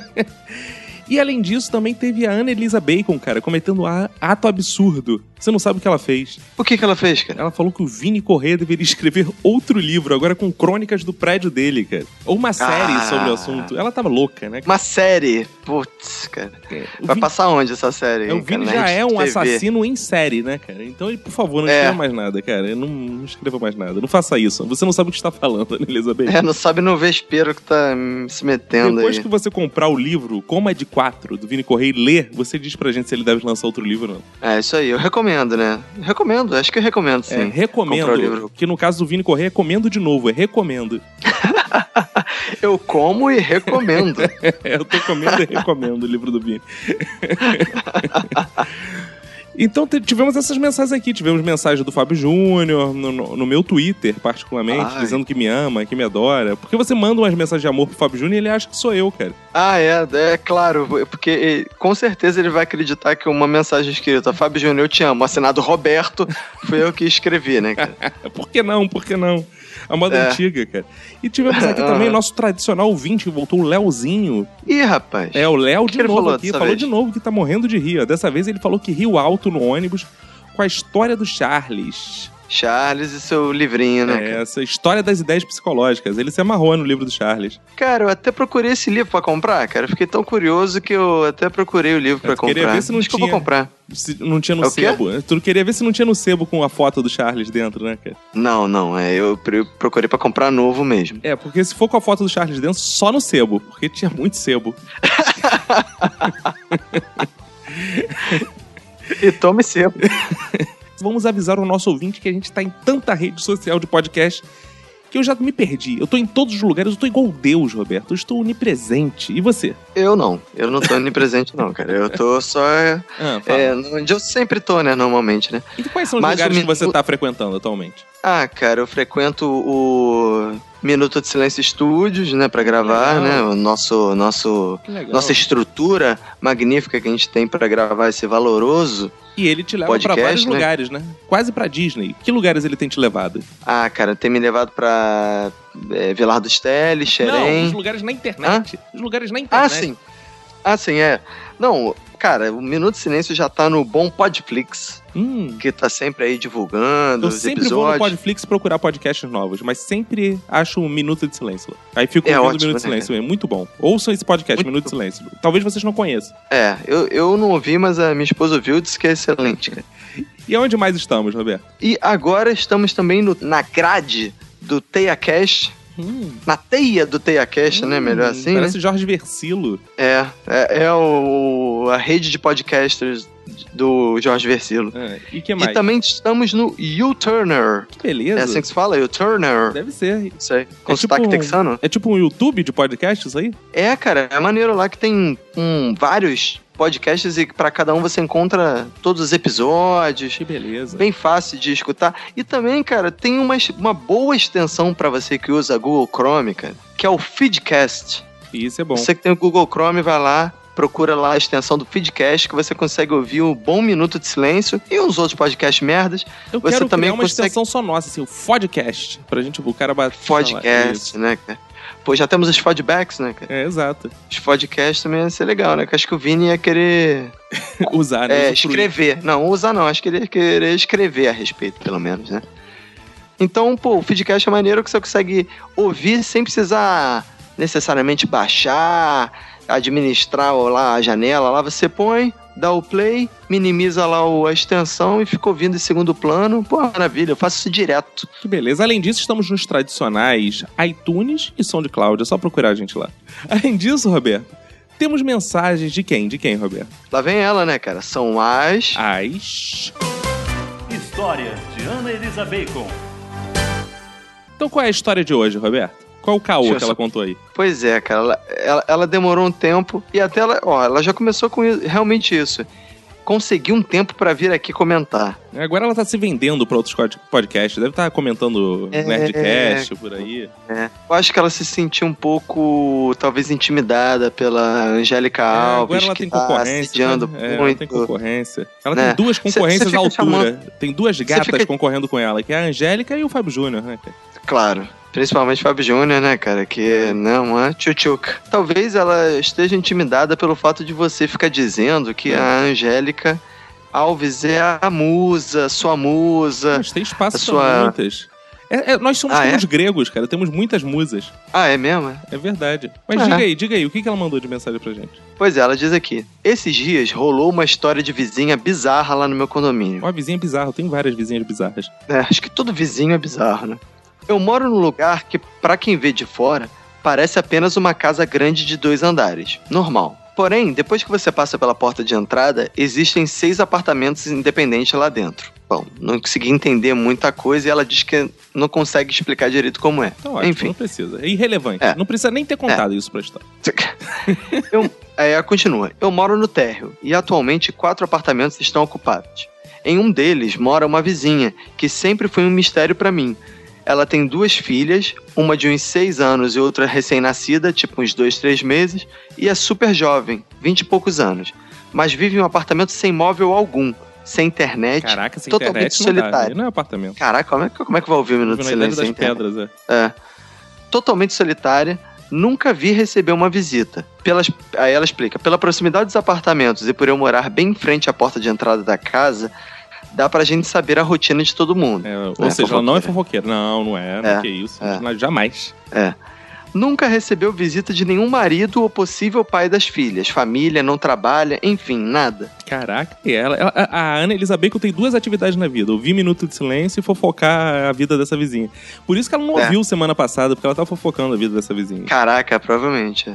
E além disso, também teve a Ana Elisa Bacon, cara, cometendo um ato absurdo. Você não sabe o que ela fez. O que que ela fez, cara? Ela falou que o Vini Corrêa deveria escrever outro livro, agora com crônicas do prédio dele, cara. Ou uma série ah, sobre o assunto. Ela tava louca, né? Uma série? Putz, cara. É, Vai Vini... passar onde essa série? É, o Vini já é um T V. Assassino em série, né, cara? Então, ele, por favor, não é. escreva mais nada, cara. Não, não escreva mais nada. Não faça isso. Você não sabe o que está falando, Ana Elisa Bacon. É, não sabe no vespeiro que tá se metendo Depois aí. que você comprar o livro, Como é de Quatro, do Vini Corrêa, e ler, você diz pra gente se ele deve lançar outro livro ou não. É, isso aí. Eu recomendo, né? Recomendo. Acho que eu recomendo, sim. É, recomendo. Que no caso do Vini Corrêa, recomendo de novo. É recomendo. Eu como e recomendo. Eu tô comendo e recomendo o livro do Vini. Então tivemos essas mensagens aqui, tivemos mensagem do Fábio Júnior, no, no, no meu Twitter, particularmente, Ai. dizendo que me ama, que me adora. Porque você manda umas mensagens de amor pro Fábio Júnior e ele acha que sou eu, cara. Ah, é, é claro, porque com certeza ele vai acreditar que uma mensagem escrita, Fábio Júnior, eu te amo, assinado Roberto, foi eu que escrevi, né, cara? Por que não, por que não? A moda é. antiga, cara. E tivemos aqui uhum. também o nosso tradicional ouvinte, que voltou, o Léozinho. Ih, rapaz. É, o Léo que de que novo falou aqui. Falou vez? de novo que tá morrendo de rir. Ó. Dessa vez ele falou que riu alto no ônibus com a história do Charles. Charles e seu livrinho, né? É, essa história das ideias psicológicas. Ele se amarrou no livro do Charles. Cara, eu até procurei esse livro pra comprar, cara. Eu fiquei tão curioso que eu até procurei o livro pra eu comprar. Queria ver se não Acho tinha, que eu vou comprar. Se não tinha no é sebo. Tu queria ver se não tinha no sebo com a foto do Charles dentro, né, cara? Não, não. É, eu procurei pra comprar novo mesmo. É, porque se for com a foto do Charles dentro, só no sebo. Porque tinha muito sebo. E tome sebo. Vamos avisar o nosso ouvinte que a gente tá em tanta rede social de podcast que eu já me perdi. Eu tô em todos os lugares, eu tô igual Deus, Roberto. Eu estou onipresente. E você? Eu não. Eu não tô onipresente, não, cara. Eu tô só... Ah, é, onde eu sempre tô, né, normalmente, né? E quais são os Mas lugares o que você minu... tá frequentando atualmente? Ah, cara, eu frequento o... Minuto de Silêncio Studios, né, pra gravar, Legal. né, o nosso, nosso, Que legal. nossa estrutura magnífica que a gente tem pra gravar esse valoroso. E ele te leva podcast, pra vários né? lugares, né? Quase pra Disney. Que lugares ele tem te levado? Ah, cara, tem me levado pra é, Vilar dos Teles, Xerém. Não, os lugares na internet. Os lugares na internet. Ah, sim. Ah, sim, é. Não, cara, o Minuto de Silêncio já tá no bom Podflix, Hum. que tá sempre aí divulgando Eu os sempre episódios. vou no Podflix procurar podcasts novos, mas sempre acho um Minuto de Silêncio. Aí fico É ouvindo o ótimo, Minuto de né, Silêncio. É muito bom. Ouçam esse podcast, Muito Minuto de Silêncio. Talvez vocês não conheçam. É, eu, eu não ouvi, mas a minha esposa ouviu e disse que é excelente, cara. E aonde mais estamos, Roberto? E agora estamos também no, na grade do TeiaCast. Hum. Na teia do TeiaCast, né? Melhor assim, Parece né? Jorge Versilo. É, é, é o, a rede de podcasters do Jorge Versilo. É, e que mais? E também estamos no U-Turner. Que beleza. É assim que se fala? U-Turner? Deve ser. Isso aí. Com É sotaque tipo um- texano? É tipo um YouTube de podcast, isso aí? É, cara, é maneiro lá que tem um, vários podcasts e pra cada um você encontra todos os episódios. Que beleza. Bem fácil de escutar. E também, cara, tem uma, uma boa extensão pra você que usa Google Chrome, cara, que é o Feedcast. Isso é bom. Você que tem o Google Chrome, vai lá, procura lá a extensão do Feedcast, que você consegue ouvir o Bom Minuto de Silêncio e uns outros podcasts merdas. Eu você quero também criar uma consegue... extensão só nossa, assim, o Podcast. Pra gente, o cara bater. Podcast, né, cara? Pô, já temos os feedbacks, né, cara? É, exato. Os podcasts também ia ser legal, né? Que acho que o Vini ia querer... Usar, né? É, Usufruir. escrever. Não, usar não. Acho que ele ia querer escrever a respeito, pelo menos, né? Então, pô, o Feedcast é maneiro que você consegue ouvir sem precisar necessariamente baixar, administrar lá a janela. Lá você põe, dá o play, minimiza lá o- a extensão e fica ouvindo em segundo plano. Pô, maravilha, eu faço isso direto. Que beleza. Além disso, estamos nos tradicionais iTunes e SoundCloud. É só procurar a gente lá. Além disso, Roberto, temos mensagens de quem? De quem, Roberto? Lá vem ela, né, cara? São as... As... Histórias de Ana Elisa Bacon. Então qual é a história de hoje, Roberto? Qual o caô Deixa eu que ela só- contou aí? Pois é, cara, ela, ela, ela demorou um tempo e até ela, ó, ela já começou com i- realmente isso. Conseguiu um tempo pra vir aqui comentar. Agora ela tá se vendendo pra outros pod- podcasts. Deve estar comentando É. Nerdcast por aí. É. Eu acho que ela se sentiu um pouco, talvez, intimidada pela Angélica É, Alves, agora ela que tem tá concorrência. assediando né? É, ela muito. tem concorrência. Ela né? tem duas Cê- concorrências cê à fica altura. chamando- Tem duas gatas fica- concorrendo com ela, que é a Angélica e o Fábio Júnior, né? Claro. Principalmente Fábio Júnior, né, cara? Que não é tchutchuca. Talvez ela esteja intimidada pelo fato de você ficar dizendo que a Angélica Alves é a musa, sua musa. Mas tem espaço a pra sua... muitas. É, é, nós somos Ah, como é? os gregos, cara. Temos muitas musas. Ah, é mesmo? É verdade. Mas Ah. diga aí, diga aí, o que que ela mandou de mensagem pra gente? Pois é, ela diz aqui. Esses dias rolou uma história de vizinha bizarra lá no meu condomínio. Uma vizinha bizarra, eu tenho várias vizinhas bizarras. É, acho que todo vizinho é bizarro, né? Eu moro num lugar que, pra quem vê de fora, parece apenas uma casa grande de dois andares. Normal. Porém, depois que você passa pela porta de entrada, existem seis apartamentos independentes lá dentro. Bom, não consegui entender muita coisa e ela diz que não consegue explicar direito como é. Então, ótimo, Enfim. não precisa. É irrelevante. É. Não precisa nem ter contado isso pra história. Eu, aí ela continua. Eu moro no térreo e atualmente quatro apartamentos estão ocupados. Em um deles mora uma vizinha, que sempre foi um mistério pra mim. Ela tem duas filhas, uma de uns seis anos e outra recém-nascida, tipo uns dois, três meses, e é super jovem, vinte e poucos anos. Mas vive em um apartamento sem móvel algum, sem internet, Caraca, sem totalmente internet não dá. solitário. Aí não é apartamento. Caraca, como é, que- como é que vai ouvir o Minuto de Vive na Ilha Silêncio das sem internet? Pedras, é. É. Totalmente solitária, nunca vi receber uma visita. Pelas, aí ela explica, pela proximidade dos apartamentos e por eu morar bem em frente à porta de entrada da casa, dá pra gente saber a rotina de todo mundo. É, ou Né, seja, ela não é fofoqueira. fofoqueira. Não, não é. Não É, que isso. é. Mas jamais. É. Nunca recebeu visita de nenhum marido ou possível pai das filhas. Família, não trabalha, enfim, nada. Caraca, e ela, ela- a a Ana Elisa Bacon tem duas atividades na vida: ouvir Minuto de Silêncio e fofocar a vida dessa vizinha. Por isso que ela não É. ouviu semana passada, porque ela tava fofocando a vida dessa vizinha. Caraca, provavelmente. é.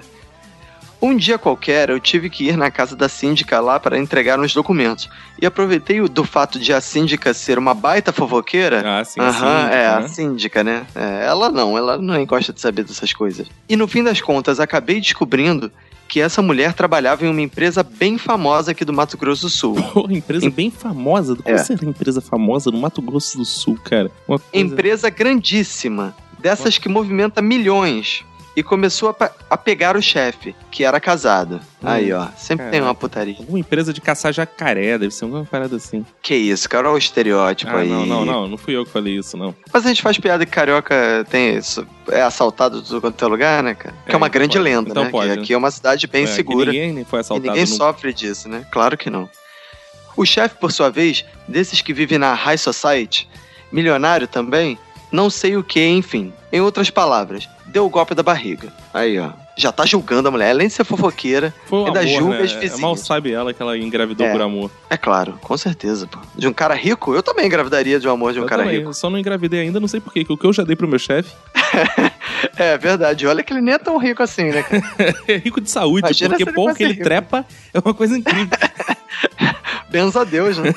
Um dia qualquer, eu tive que ir na casa da síndica lá para entregar uns documentos. E aproveitei o- do fato de a síndica ser uma baita fofoqueira. Ah, sim, a Aham, síndica, é, né? a síndica, né? É, ela não, ela não gosta de saber dessas coisas. E no fim das contas, acabei descobrindo que essa mulher trabalhava em uma empresa bem famosa aqui do Mato Grosso do Sul. Porra, empresa bem famosa. Qual É. será a empresa famosa no Mato Grosso do Sul, cara? Uma coisa... Empresa grandíssima. Dessas que movimenta milhões. E começou a, a pegar o chefe, que era casado. Hum, Aí, ó. Sempre caraca. tem uma putaria. Alguma empresa de caçar jacaré, deve ser alguma parada assim. Que isso, cara, olha o estereótipo ah, aí. Não, não, não. Não fui eu que falei isso, não. Mas a gente faz piada que carioca tem isso, é assaltado de tudo quanto é lugar, né, cara? Que é, é uma então grande pode. lenda, então né? Pode, que né? aqui é uma cidade bem é, segura. Ninguém nem foi assaltado. E ninguém nunca. sofre disso, né? Claro que não. O chefe, por sua vez, desses que vivem na high society, milionário também, não sei o que, enfim. Em outras palavras, deu o golpe da barriga. Aí, ó. Já tá julgando a mulher, além de ser fofoqueira, Foi ainda amor, julga né? as vizinhas. Mal sabe ela que ela engravidou É. por amor. É claro, com certeza, pô. De um cara rico, eu também engravidaria de um amor de um eu cara também, rico. Eu só não engravidei ainda, não sei porquê, que o que eu já dei pro meu chefe É verdade, olha que ele nem é tão rico assim, né, cara? é rico de saúde, Imagina porque se ele pouco fosse que ele rico. trepa é uma coisa incrível. Benza a Deus, né?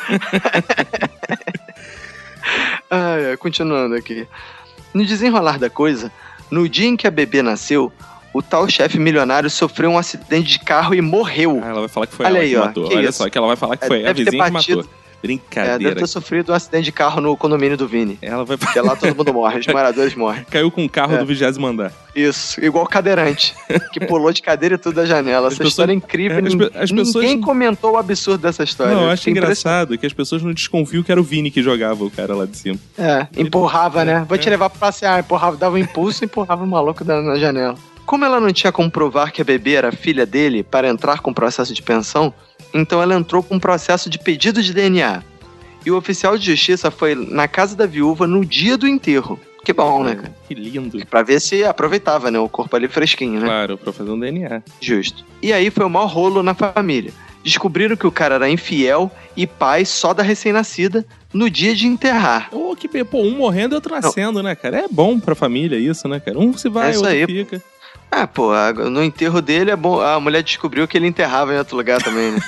ah, é, continuando aqui. No desenrolar da coisa, no dia em que a bebê nasceu, o tal chefe milionário sofreu um acidente de carro e morreu. Ah, ela vai falar que foi Olha ela aí, que ó, matou. que Olha isso? só, que ela vai falar que É, foi a deve ter vizinha que batido. matou. É, Brincadeira. deve ter sofrido um acidente de carro no condomínio do Vini. Ela vai... Porque lá todo mundo morre, os moradores morrem. Caiu com o carro É. do vigésimo andar. Isso, igual o cadeirante, que pulou de cadeira e tudo da janela. As Essa pessoas- história é incrível. é, as ninguém pe- as pessoas- ninguém comentou o absurdo dessa história. Não, eu Eu acho fiquei engraçado que as pessoas não desconfiam que era o Vini que jogava o cara lá de cima. É, empurrava, né? Vou te levar pra passear. Empurrava, dava um impulso e empurrava o maluco da- na janela. Como ela não tinha como provar que a bebê era filha dele para entrar com o processo de pensão, então ela entrou com um processo de pedido de D N A. E o oficial de justiça foi na casa da viúva no dia do enterro. Que bom, né, cara? Que lindo. Pra ver se aproveitava, né? O corpo ali fresquinho, né? Claro, pra fazer um D N A. Justo. E aí foi o maior rolo na família. Descobriram que o cara era infiel e pai só da recém-nascida no dia de enterrar. Ô, que be- pô, um morrendo e outro nascendo, né, cara? É bom pra família isso, né, cara? Um se vai, É isso outro aí, fica. Ah, pô, a- no enterro dele é bom. A mulher descobriu que ele enterrava em outro lugar também, né?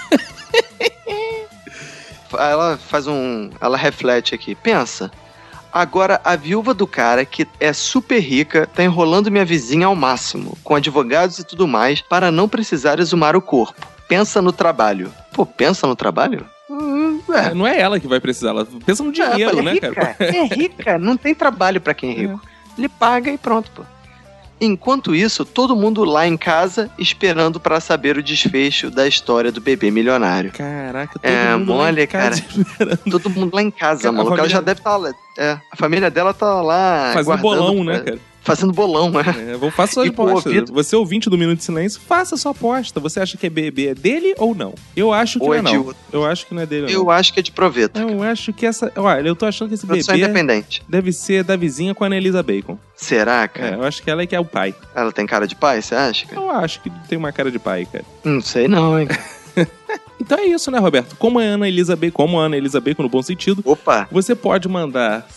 Ela faz um. Ela reflete aqui. Pensa. Agora, a viúva do cara, que é super rica, tá enrolando minha vizinha ao máximo, com advogados e tudo mais, para não precisar exumar o corpo. Pensa no trabalho. Pô, pensa no trabalho? Hum, é. Não é ela que vai precisar, ela pensa no dinheiro, é, é né, rica, cara? É rica, não tem trabalho pra quem é rico. Ele paga e pronto, pô. Enquanto isso, todo mundo lá em casa esperando pra saber o desfecho da história do bebê milionário. Caraca, todo É, mundo lá mole, em casa cara. esperando. Todo mundo lá em casa, Cara, a maluco. Ela família- já deve estar lá. É, a família dela tá lá. Fazendo guardando bolão, né, pra- cara? Fazendo bolão, né? É, vou faça sua E pro aposta. ouvido- Você ouvinte do Minuto de Silêncio, faça sua aposta. Você acha que é bebê é dele ou não? Eu acho que Ou não é é de não. outro. Eu acho que não é dele ou Eu não. acho que é de proveito. Eu acho que essa... Olha, eu tô achando que esse Produção bebê independente. deve ser da vizinha com a Annelisa Bacon. Será, É, cara? eu acho que ela é que é o pai. Ela tem cara de pai, você acha, cara? Eu acho que tem uma cara de pai, cara. Não sei não, hein? Então é isso, né, Roberto? Como a Ana Elisa Bacon, como a Ana Elisa Bacon no bom sentido, Opa! você pode mandar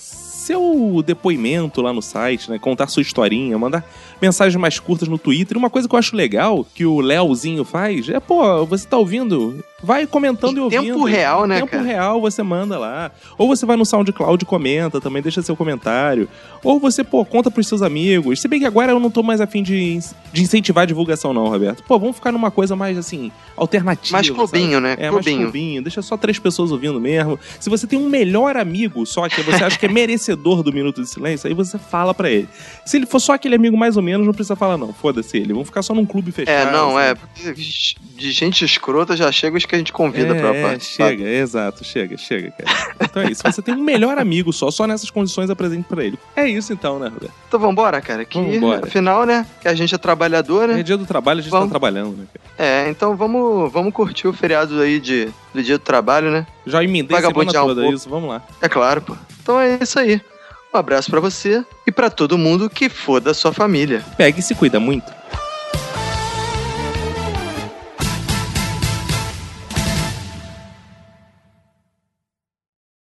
seu depoimento lá no site, né? Contar sua historinha, mandar mensagens mais curtas no Twitter. Uma coisa que eu acho legal que o Leozinho faz é, pô, você tá ouvindo? Vai comentando e Em ouvindo. tempo real, né, Em tempo cara? real, você manda lá. Ou você vai no SoundCloud e comenta também, deixa seu comentário. Ou você, pô, conta pros seus amigos. Se bem que agora eu não tô mais afim de, de incentivar a divulgação, não, Roberto. Pô, vamos ficar numa coisa mais, assim, alternativa. Mais clubinho, sabe? né? É, Clubinho. mais clubinho. Deixa só três pessoas ouvindo mesmo. Se você tem um melhor amigo, só que você acha que é merecedor do Minuto de Silêncio, aí você fala pra ele. Se ele for só aquele amigo mais ou menos, não precisa falar, não. Foda-se ele. Vamos ficar só num clube fechado. É, não, assim. é. Porque de gente escrota já chega os que a gente convida É, pra é, participar. chega, exato, chega, chega, cara. Então é isso. Se você tem um melhor amigo só, só nessas condições apresente pra ele. É isso então, né, Roberto? Então vambora, cara. Que Vambora. afinal, né? Que a gente é trabalhador, né? É dia do trabalho, a gente Vamos. tá trabalhando, né, cara? É, então vamos, vamos curtir o feriado aí de, do dia do trabalho, né? Já emendei a semana Vagabundear um toda pouco. isso, vamos lá. É claro, pô. Então é isso aí. Um abraço pra você e pra todo mundo que foda a sua família. Pega e se cuida muito.